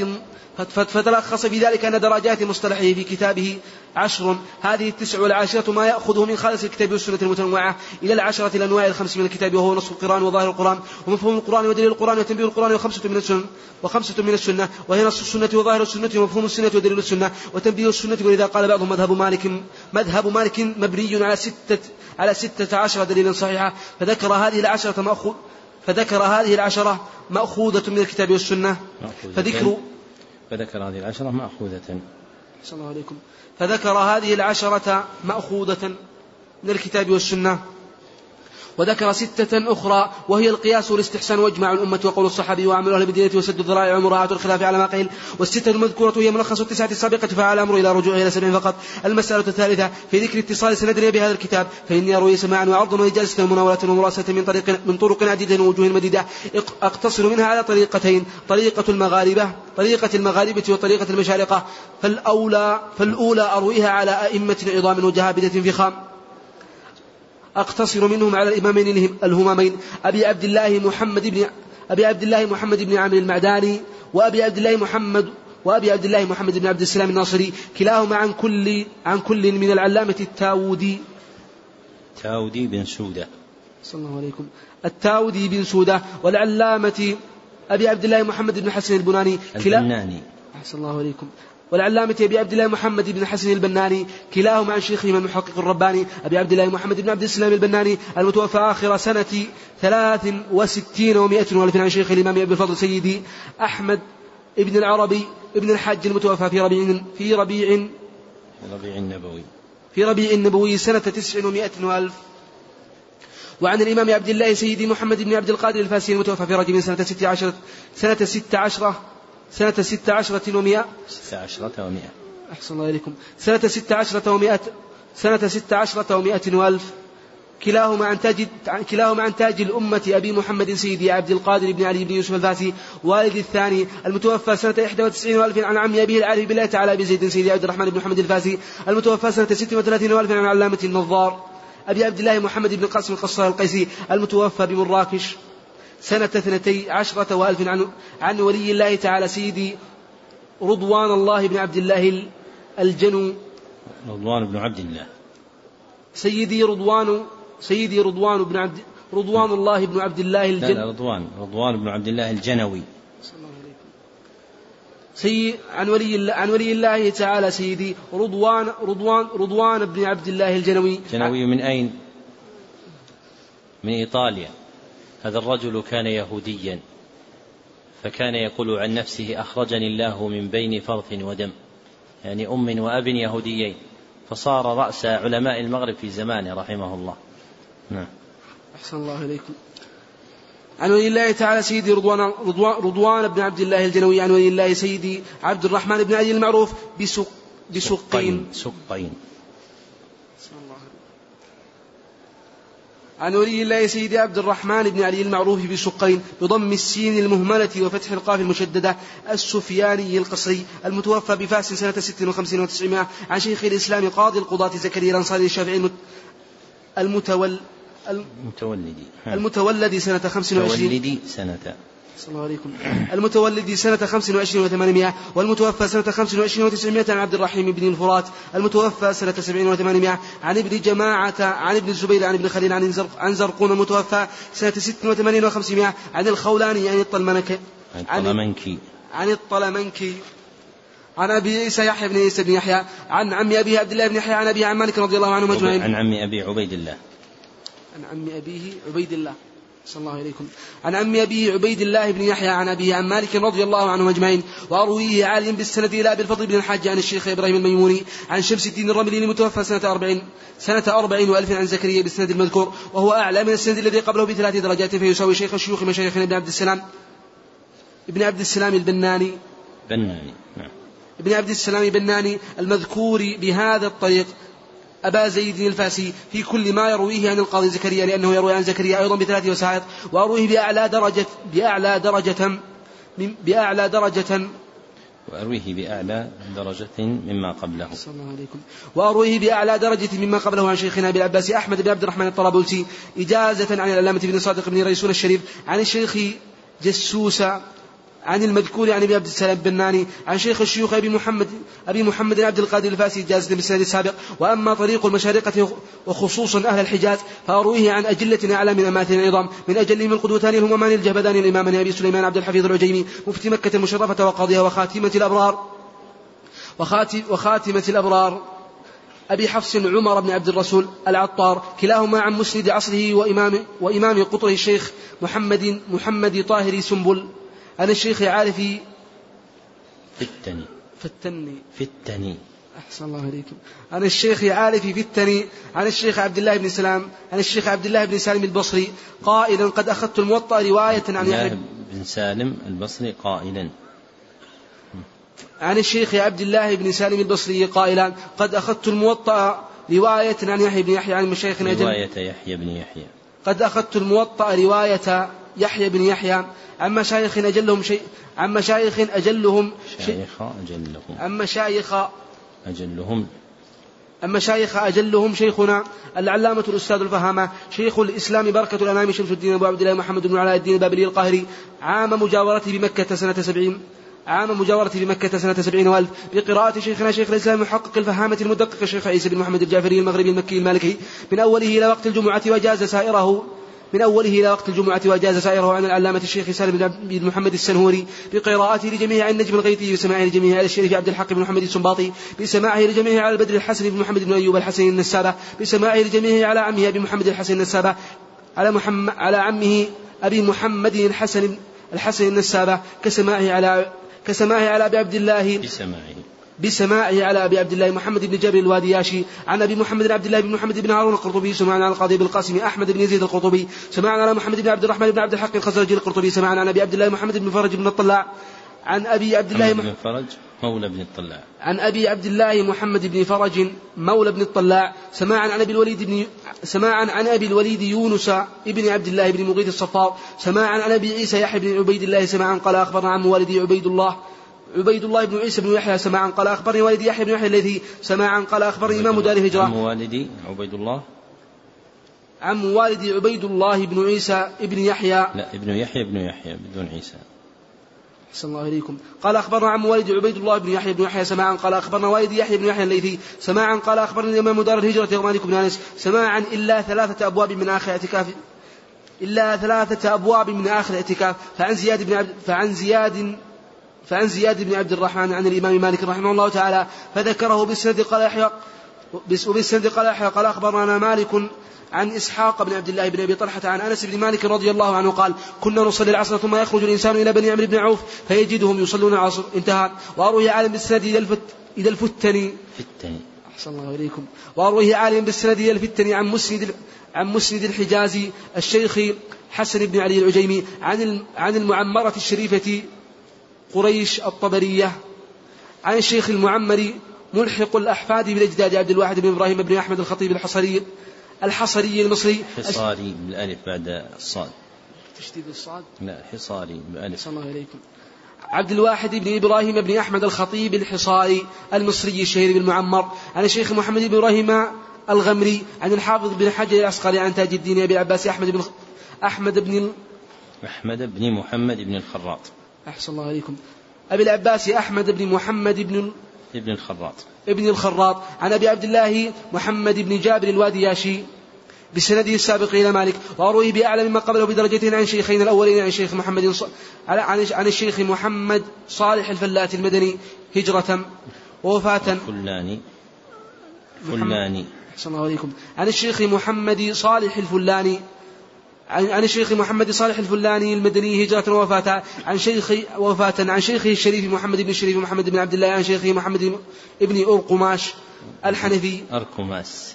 فتلخص في ذلك أن درجات مصطلحه في كتابه عشر. هذه التسع والعاشرة ما يأخذه من خالص الكتاب والسنة المتنوعة إلى العشرة الأنواع الخمس من الكتاب وهو نصف القرآن وظاهر القرآن ومفهوم القرآن ودليل القرآن وتنبيه القرآن وخمسة من السنة وخمسة من السنة وهي نص السنة وظاهر السنة ومفهوم السنة ودليل السنة وتنبيه السنة. ولذا قال بعضهم مذهب مالك مذهب مالك مبني على ستة على ستة عشر دليلا صحيحة. فذكر هذه العشرة مأخوذ فذكر هذه العشرة مأخوذة من الكتاب والسنة. فذكر فذكر هذه العشرة مأخوذة صلى الله عليكم فذكر هذه العشرة مأخوذة من الكتاب والسنة. وذكر ستة أخرى وهي القياس والاستحسان واجماع الأمة وقول الصحابي وعمل أهل المدينة وسد الذرائع ومراعاة الخلاف على ما قيل. والستة المذكورة هي ملخص التسعة السابقة فعلى أمر إلى رجوع إلى سبع فقط. المسألة الثالثة في ذكر اتصال سندنا بهذا الكتاب فإني أروي سماعا وعرضا وإجازة ومناولة ومراسلة من طريق من طرق عديدة ووجوه مديدة أقتصر منها على طريقتين طريقة المغاربة طريقة المغاربة وطريقة المشارقة. فالأولى فالأولى أرويها على أئمة عظام وجهابدة فخام أقتصر منهم على الإمامين الهمامين أبي عبد الله محمد بن أبي عبد الله محمد بن عامر المعداني وأبي عبد الله محمد وأبي عبد الله محمد بن عبد السلام الناصري كلاهما عن كل عن كل من العلامة التاودي تاودي بن سودة صلى الله عليكم التاودي بن سودة والعلامة أبي عبد الله محمد بن حسن البناني البناني صلى الله عليكم والعلامة أبي عبد الله محمد بن حسن البناني كلاهما عن شيخهما المحقق الرباني أبي عبد الله محمد بن عبد السلام البناني المتوفى آخر سنة ثلاث وستين ومائة والف عن شيخ الإمام أبي الفضل سيدي أحمد ابن العربي ابن الحج المتوفى في ربيع في ربيع ربيع النبوي في ربيع النبوي سنة تسع ومائة والف. وعن الإمام عبد الله سيدي محمد بن عبد القادر الفاسي المتوفى في رجب سنة ست عشرة سنة ست عشرة سنة ست عشرة ومائة ست عشرة ومائة أحسن الله إليكم سنة ست عشرة ومائة سنة ست عشرة ومائة والف. كلاهما عن تاج كلاهما عن تاج الأمة أبي محمد سيدي عبد القادر بن علي بن يوسف الفاسي والد الثاني المتوفى سنة إحدى وتسعين والف عن عم أبيه العارف بالله تعالى بزيد سيدي عبد الرحمن بن محمد الفاسي المتوفى سنة ست وثلاثين والف عن علامة النظار أبي عبد الله محمد بن قاسم القصار القيسي المتوفى بمراكش سنة اثنتي عشرة والف عن, عن ولي الله تعالى سيدي رضوان الله بن عبد الله الجنو رضوان بن عبد الله سيدي رضوان سيدي رضوان بن عبد رضوان الله بن عبد الله الجنو لا لا رضوان رضوان بن عبد الله الجنوي سي عن ولي الله عن ولي الله تعالى سيدي رضوان رضوان رضوان بن عبد الله الجنوي. جنوي من أين؟ من إيطاليا. هذا الرجل كان يهوديا فكان يقول عن نفسه أخرجني الله من بين فرث ودم، يعني أم وأب يهوديين، فصار رأس علماء المغرب في زمانه رحمه الله. نعم. أحسن الله إليكم. عن ولي الله تعالى سيدي رضوان, رضوان, رضوان بن عبد الله الجنوي عن ولي الله سيدي عبد الرحمن بن علي المعروف بسق بسقين سقين. عن ولي الله سيدي عبد الرحمن بن علي المعروف بسقين بضم السين المهملة وفتح القاف المشددة السفياني القصري المتوفى بفاس سنة ست وخمسين وتسعمائة عن شيخ الإسلام قاضي القضاة زكريا الأنصاري الشافعي المتول المتولدي المتولد سنة خمس وعشرين سنة صلى الله عليكم المتولد سنة خمس وعشرين وثمانمائة والمتوفى سنة خمس وعشرين وتسعمائة عن عبد الرحيم بن الفرات المتوفى سنة سبعين وثمانمائة عن ابن جماعة عن ابن الزبير عن ابن خليل عن, زرق عن زرقون المتوفى سنة ست وثمانين وخمسمائة عن الخولاني عن الطلمنكي عن الطلمنكي عن الطلمنكي عن أبي عيسى يحيى بن عيسى بن يحيى عن عم أبيه عبد الله بن يحيى عن أبي عن مالك رضي الله عنه أجمعين عن عم أبي عبيد الله عن عم أبيه عبيد الله صلى الله عليكم عن عم أبيه عبيد الله بن يحيى عن أبيه عن مالك رضي الله عنه أجمعين. وأرويه عالم بالسند إلى أبي الفضل بن الحاج عن الشيخ إبراهيم الميموني عن شمس الدين الرملي المتوفى سنة أربعين سنة أربعين وألف عن زكريا بالسند المذكور وهو أعلى من السند الذي قبله بثلاث درجات فيساوي شيخ الشيوخ مشايخنا ابن عبد السلام ابن عبد السلام البناني بناني نعم ابن عبد السلام البناني المذكور بهذا الطريق أبا زيد الفاسي في كل ما يرويه عن القاضي زكريا لأنه يروي عن زكريا أيضا بثلاث وسائط. وأرويه بأعلى درجة بأعلى درجة بأعلى درجة وأرويه بأعلى درجة مما قبله صلى الله عليكم وأرويه بأعلى درجة مما قبله عن شيخنا أبي العباس أحمد بن عبد الرحمن الطرابلسي إجازة عن العلامة بن صادق بن ريسون الشريف عن الشيخ جسوس عن المذكور عن ابي عبد السلام البناني عن شيخ الشيوخ أبي محمد أبي محمد عبد القادر الفاسي إجازة بالسند السابق. وأما طريق المشارقة وخصوصا أهل الحجاز فأرويه عن أجلة أعلى من أماثل العظام من أجلهم القدوتان هم مان الجهبداني الإمام أبي سليمان عبد الحفيظ العجيمي مفتي مكة المشرفة وقاضيها وخاتمة الأبرار وخاتمة الأبرار أبي حفص عمر بن عبد الرسول العطار كلاهما عن مسند عصره وإمام, وإمام قطره الشيخ محمد محمد طاهري سنبل عن الشيخ عارفي في التني في التني في التني أحسن الله عليكم عن الشيخ عارفي في التني عن الشيخ عبد الله بن سلام عن الشيخ عبد الله بن سالم البصري قائلا قد أخذت الموطأ رواية عن يحيى بن سالم البصري قائلا عن الشيخ عبد الله بن سالم البصري قائلا قد أخذت الموطأ رواية عن يحيى بن يحيى عن مشايخنا رواية يحيى بن يحيى قد أخذت الموطأ رواية يحيى بن يحيى عن مشايخ أجلهم شيء عن مشايخ أجلهم شيخ أجلهم عن مشايخ أجلهم عن مشايخ أجلهم شيخنا العلامة الأستاذ الفهامة شيخ الإسلام بركة الأنام شمس الدين أبو عبد الله محمد بن علاء الدين البابلي القاهري عام مجاورته بمكة سنة سبعين عام مجاورته بمكة سنة سبعين والف بقراءة شيخنا شيخ الإسلام محقق الفهامة المدقق الشيخ عيسى بن محمد الجعفري المغربي المكي المالكي من أوله إلى وقت الجمعة وجاز سائره من أوله إلى وقت الجمعة، وجاز سائره عن العلامة الشيخ سالم بن محمد السنهوري بقراءته لجميع عن النجم الغيثي بسماعه لجميع على الشريف عبد الحق بن محمد السنباطي بسماعه لجميع على البدر الحسن بن محمد بن أيوب الحسن النسابة بسماعه لجميع على عمه أبي محمد الحسن النسابة على, محمد على عمه أبي محمد الحسن الحسن النسابة كسماعه على كسماعه على أبي عبد الله بسماعه بسماعه على أبي عبد الله محمد بن جابر الوادياشي عن أبي محمد عبد الله بن محمد بن هارون القرطبي سماعا على القاضي بالقاسم أحمد بن يزيد القرطبي سماعا على محمد بن عبد الرحمن بن عبد الحق الخزرجي القرطبي سماعا عن أبي عبد الله محمد بن فرج بن الطلاع عن أبي عبد الله بن فرج مولى بن الطلاع عن أبي عبد الله محمد بن فرج مولى بن الطلاع سماعا عن أبي الوليد بن سماعا عن أبي الوليد يونس ابن عبد الله بن مغيث الصفار سماعا عن أبي عيسى يحيى بن عبيد الله سماعا قال أخبرنا عن والدي عبيد الله عبيد الله بن عيسى بن يحيى سماعا قال أخبرني والدي يحيى بن يحيى الذي سماعا قال أخبرني إمام دار الهجرة عم والدي عبيد الله عم والدي عبيد الله بن عيسى ابن يحيى لا ابن يحيى بن يحيى بدون عيسى أحسن الله إليكم قال أخبرنا عم والدي عبيد الله بن يحيى بن يحيى سماعا قال أخبرنا والدي يحيى بن يحيى الليثي سماعا قال أخبرني إمام دار الهجرة مالك بن أنس سماعا إلا ثلاثة أبواب من آخر اعتكاف إلا ثلاثة أبواب من آخر اعتكاف فعن زياد بن عبد فعن زياد فعن زياد بن عبد الرحمن عن الإمام مالك رحمه الله تعالى فذكره بالسند قال يحيى وبالسند قال يحيى قال أخبرنا مالك عن إسحاق بن عبد الله بن أبي طلحة عن أنس بن مالك رضي الله عنه قال كنا نصلي العصر ثم يخرج الإنسان إلى بني عمرو بن عوف فيجدهم يصلون العصر انتهى. وأروي عالم بالسند إلى الفت إلى الفتني فتني أحسن الله إليكم وأرويه عالم بالسند إلى الفتني عن مسند عن مسند الحجازي الشيخ حسن بن علي العجيمي عن عن المعمرة الشريفة قريش الطبرية عن الشيخ المعمري ملحق الأحفاد بالأجداد عبد الواحد بن إبراهيم بن أحمد الخطيب الحصري الحصري المصري حصاري بالألف بعد الصاد تشديد الصاد لا حصاري بالألف صلى الله عليكم عبد الواحد بن إبراهيم بن أحمد الخطيب الحصاري المصري الشهير بالمعمر عن الشيخ محمد بن إبراهيم الغمري عن الحافظ بن حجر العسقلي عن تاج الدين أبي العباس أحمد بن أحمد بن أحمد بن محمد بن الخراط أحسن الله عليكم أبي العباس أحمد بن محمد بن ابن الخراط ابن الخراط عن أبي عبد الله محمد بن جابر الوادياشي بسنده السابق إلى مالك وأرويه بأعلى مما قبله بدرجتين عن شيخين الأولين عن الشيخ محمد ص... عن الشيخ محمد صالح الفلات المدني هجرة ووفاة فلاني فلاني أحسن الله عليكم عن الشيخ محمد صالح الفلاني عن الشيخ محمد صالح الفلاني المدني هجرة ووفاة عن شيخ وفاة عن شيخه الشريف محمد بن الشريف محمد بن عبد الله عن شيخه محمد ابن أرقماش الحنفي أركماس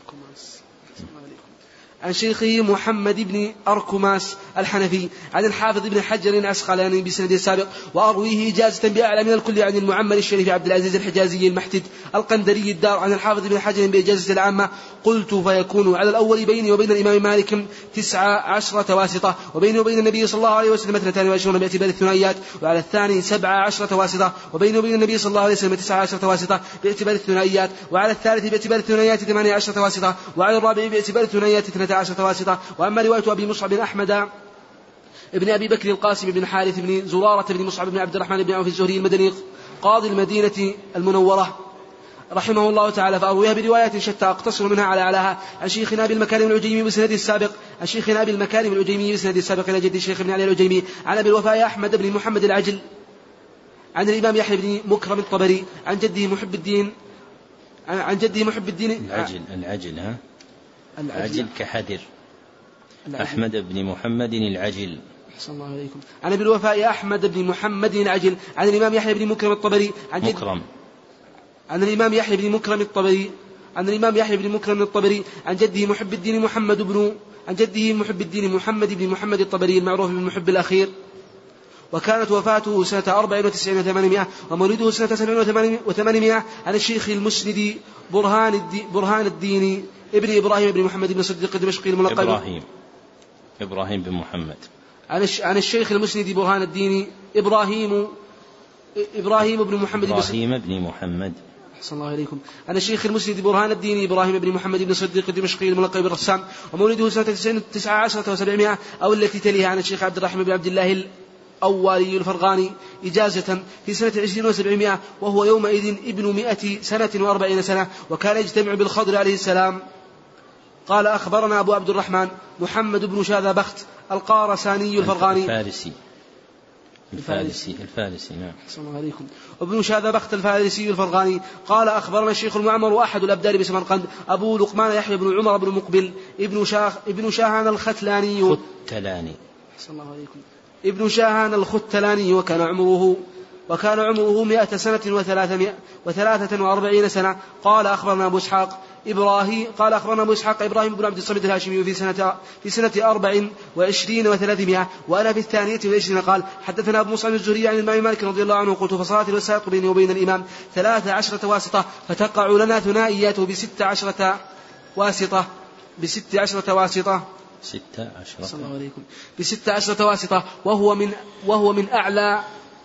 عن شيخه محمد بن أركماس الحنفي عن الحافظ بن حجر العسقلاني بسند السابق وأرويه إجازة بأعلى من الكل عن المعمر الشريف عبد العزيز الحجازي المحتد القندري الدار عن الحافظ بن حجر بإجازة العامة قلت فيكون على الأول بيني وبين الإمام مالك تسعة عشرة واسطة وبيني وبين النبي صلى الله عليه وسلم اثنتان وعشرون باعتبار الثنائيات وعلى الثاني سبعة عشرة واسطة وبيني وبين النبي صلى الله عليه وسلم تسعة عشرة واسطة باعتبار الثنائيات وعلى الثالث باعتبار الثنائيات ثمانية عشرة واسطة وعلى الرابع باعتبار الثنائيات اثنتا عشرة واسطة. وأما رواية أبي مصعب بن أحمد ابن أبي بكر القاسم بن حارث بن زرارة بن مصعب بن عبد الرحمن بن عوف الزهري المدني قاضي المدينة المنورة رحمه الله تعالى فأرويها بروايات شتى أقتصر منها على علاها عن شيخنا أبي المكارم العجيمي بسند السابق عن شيخنا أبي المكارم العجيمي بسند السابق إلى جد الشيخ ابن علي العجيمي عن أبي الوفاء أحمد بن محمد العجل عن الإمام يحيى بن مكرم الطبري عن جده محب الدين عن جده محب الدين العجل العجل ها العجل كحدر العجل. أحمد بن محمد العجل أحسن الله عليكم عن أبي الوفاء أحمد بن محمد العجل عن الإمام يحيى بن مكرم الطبري عن جد مكرم عن الإمام يحيى بن مكرم الطبري عن الإمام يحيى بن مكرم الطبري عن جده محب الدين محمد بن عن جده محب الدين محمد بن محمد الطبري المعروف بالمحب الأخير وكانت وفاته سنة أربع وتسعين وثمانمائة ومولده سنة سبع وثمانمائة عن الشيخ المسند برهان الدين, برهان الدين ابن إبراهيم بن محمد بن صديق الدمشقي الملقب إبراهيم إبراهيم بن محمد عن الشيخ المسند برهان الدين إبراهيم إبراهيم بن محمد إبراهيم بن محمد أحسن الله عليكم عن الشيخ المسند برهان الدين إبراهيم بن محمد بن صديق الدمشقي الملقب بالرسام ومولده سنة تسعة عشرة وسبعمائة أو التي تليها عن الشيخ عبد الرحمن بن عبد الله الأولي الفرغاني إجازة في سنة عشرين وسبعمائة وهو يومئذ ابن مئة سنة وأربعين سنة وكان يجتمع بالخضر عليه السلام قال أخبرنا أبو عبد الرحمن محمد بن شاذ بخت القارساني الفرغاني الفارسي الفارسي الفارسي نعم. السلام عليكم. وابن شاذ بخت الفارسي الفرغاني قال أخبرنا الشيخ المعمر أحد الأبدال بسمرقند أبو لقمان يحيى بن عمر بن مقبل ابن شاه ابن شاهان الختلاني ختلاني السلام عليكم. ابن شاهان الختلاني وكان عمره وكان عمره مئة سنة وثلاثمائة وثلاثة وأربعين سنة. قال أخبرنا أبو إسحاق إبراهيم قال أخبرنا أبو إسحاق إبراهيم بن عبد الصمد الهاشمي في سنة في سنة أربع وعشرين وثلاثمائة وأنا في الثانية والعشرين. قال حدثنا أبو مصعب الزهري عن الإمام مالك رضي الله عنه قلت فصلاة الوسائط بيني وبين الإمام ثلاث عشرة واسطة فتقع لنا ثنائياته بست عشرة واسطة بست عشرة واسطة ستة عشرة صلى الله عليكم بست عشرة واسطة وهو من وهو من أعلى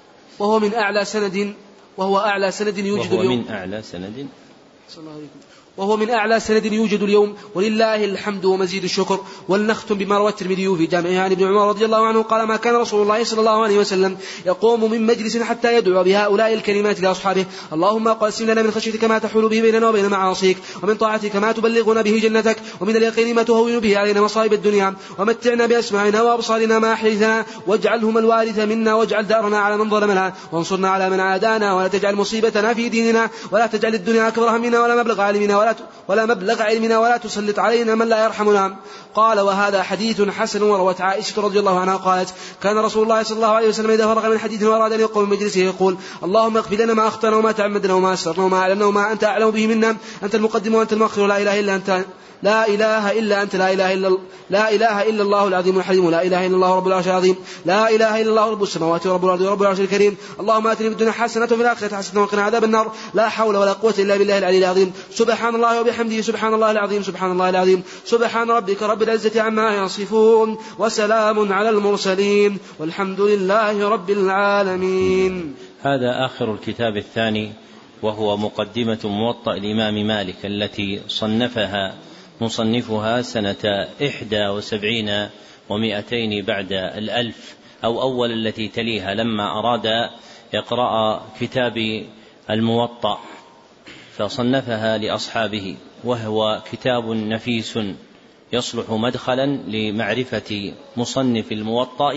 وهو من أعلى سند وهو أعلى سند يوجد وهو اليوم من أعلى سند صلى الله عليكم وهو من أعلى سند يوجد اليوم ولله الحمد ومزيد الشكر. ولنختم بما روى الترمذي في جامعه عن ابن عمر رضي الله عنه قال ما كان رسول الله صلى الله عليه وسلم يقوم من مجلس حتى يدعو بهؤلاء الكلمات لأصحابه اللهم اقسم لنا من خشيتك ما تحول به بيننا وبين معاصيك ومن طاعتك ما تبلغنا به جنتك ومن اليقين ما تهون به علينا مصائب الدنيا ومتعنا بأسماعنا وأبصارنا ما أحييتنا واجعلهما الوارث منا واجعل دارنا على من ظلمنا وانصرنا على من عادانا ولا تجعل مصيبتنا في ديننا ولا تجعل الدنيا أكبر همنا ولا مبلغ علمنا ولا ولا مبلغ علمنا ولا تسلط علينا من لا يرحمنا. قال وهذا حديث حسن. وروت عائشة رضي الله عنها قالت كان رسول الله صلى الله عليه وسلم إذا فرغ من حديث وأراد أن يقوم من مجلسه يقول اللهم اغفر لنا ما أخطأنا وما تعمدنا وما أسررنا وما أعلنا وما أنت أعلم به منا أنت المقدم وأنت المؤخر لا إله إلا أنت لا إله إلا أنت لا إله إلا لا إله إلا الله العظيم الحليم لا إله إلا الله رب العرش العظيم لا إله إلا الله رب السماوات ورب الأرض ورب العرش الكريم اللهم آتنا في الدنيا حسنة وفي الآخرة حسنة وقنا عذاب النار لا حول ولا قوة إلا بالله العلي العظيم. سبحان الله وبحمده سبحان الله العظيم سبحان الله العظيم سبحان ربك رب العزة عما يصفون وسلام على المرسلين والحمد لله رب العالمين. هذا آخر الكتاب الثاني وهو مقدمة موطأ الإمام مالك التي صنفها مصنفها سنة إحدى وسبعين ومائتين بعد الألف أو أول التي تليها لما أراد إقراء كتاب الموطأ فصنفها لأصحابه وهو كتاب نفيس يصلح مدخلا لمعرفة مصنف الموطأ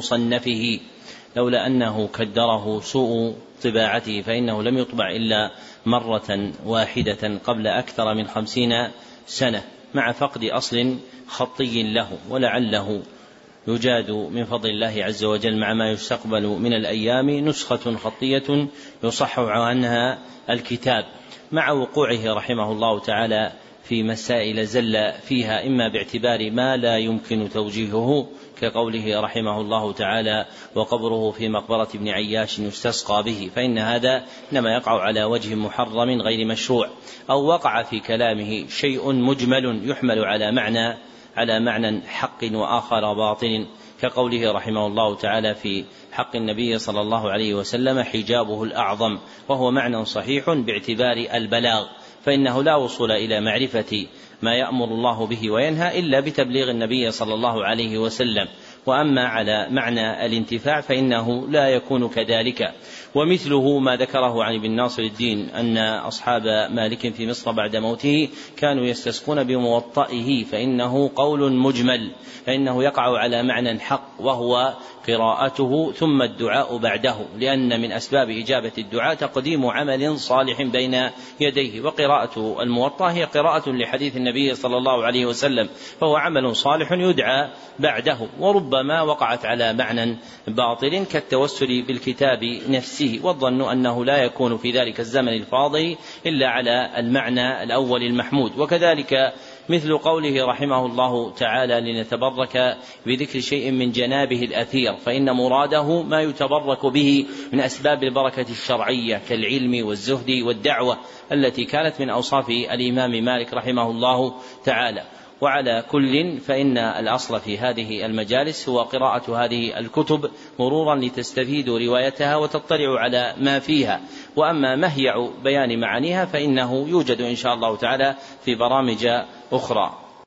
ومصنفه لولا أنه كدره سوء طباعته فإنه لم يطبع إلا مرة واحدة قبل أكثر من خمسين سنة مع فقد أصل خطي له ولعله يجاد من فضل الله عز وجل مع ما يستقبل من الأيام نسخة خطية يصحح عنها الكتاب مع وقوعه رحمه الله تعالى في مسائل زل فيها إما باعتبار ما لا يمكن توجيهه كقوله رحمه الله تعالى وقبره في مقبرة ابن عياش يستسقى به فإن هذا إنما يقع على وجه محرم غير مشروع أو وقع في كلامه شيء مجمل يحمل على معنى على معنى حق وآخر باطل كقوله رحمه الله تعالى في حق النبي صلى الله عليه وسلم حجابه الأعظم وهو معنى صحيح باعتبار البلاغ فإنه لا وصول إلى معرفة ما يأمر الله به وينهى إلا بتبليغ النبي صلى الله عليه وسلم وأما على معنى الانتفاع فإنه لا يكون كذلك. ومثله ما ذكره عن ابن ناصر الدين أن أصحاب مالك في مصر بعد موته كانوا يستسقون بموطئه فإنه قول مجمل فإنه يقع على معنى حق وهو قراءته ثم الدعاء بعده لأن من أسباب إجابة الدعاء تقديم عمل صالح بين يديه وقراءة الموطأ هي قراءة لحديث النبي صلى الله عليه وسلم فهو عمل صالح يدعى بعده وربما وقعت على معنى باطل كالتوسل بالكتاب نفسه والظن أنه لا يكون في ذلك الزمن الفاضل إلا على المعنى الأول المحمود. وكذلك مثل قوله رحمه الله تعالى لنتبرك بذكر شيء من جنابه الأثير فإن مراده ما يتبرك به من أسباب البركة الشرعية كالعلم والزهد والدعوة التي كانت من أوصاف الإمام مالك رحمه الله تعالى. وعلى كل فإن الأصل في هذه المجالس هو قراءة هذه الكتب مرورا لتستفيدوا روايتها وتطلعوا على ما فيها وأما مهيع بيان معانيها فإنه يوجد إن شاء الله تعالى في برامج أخرى.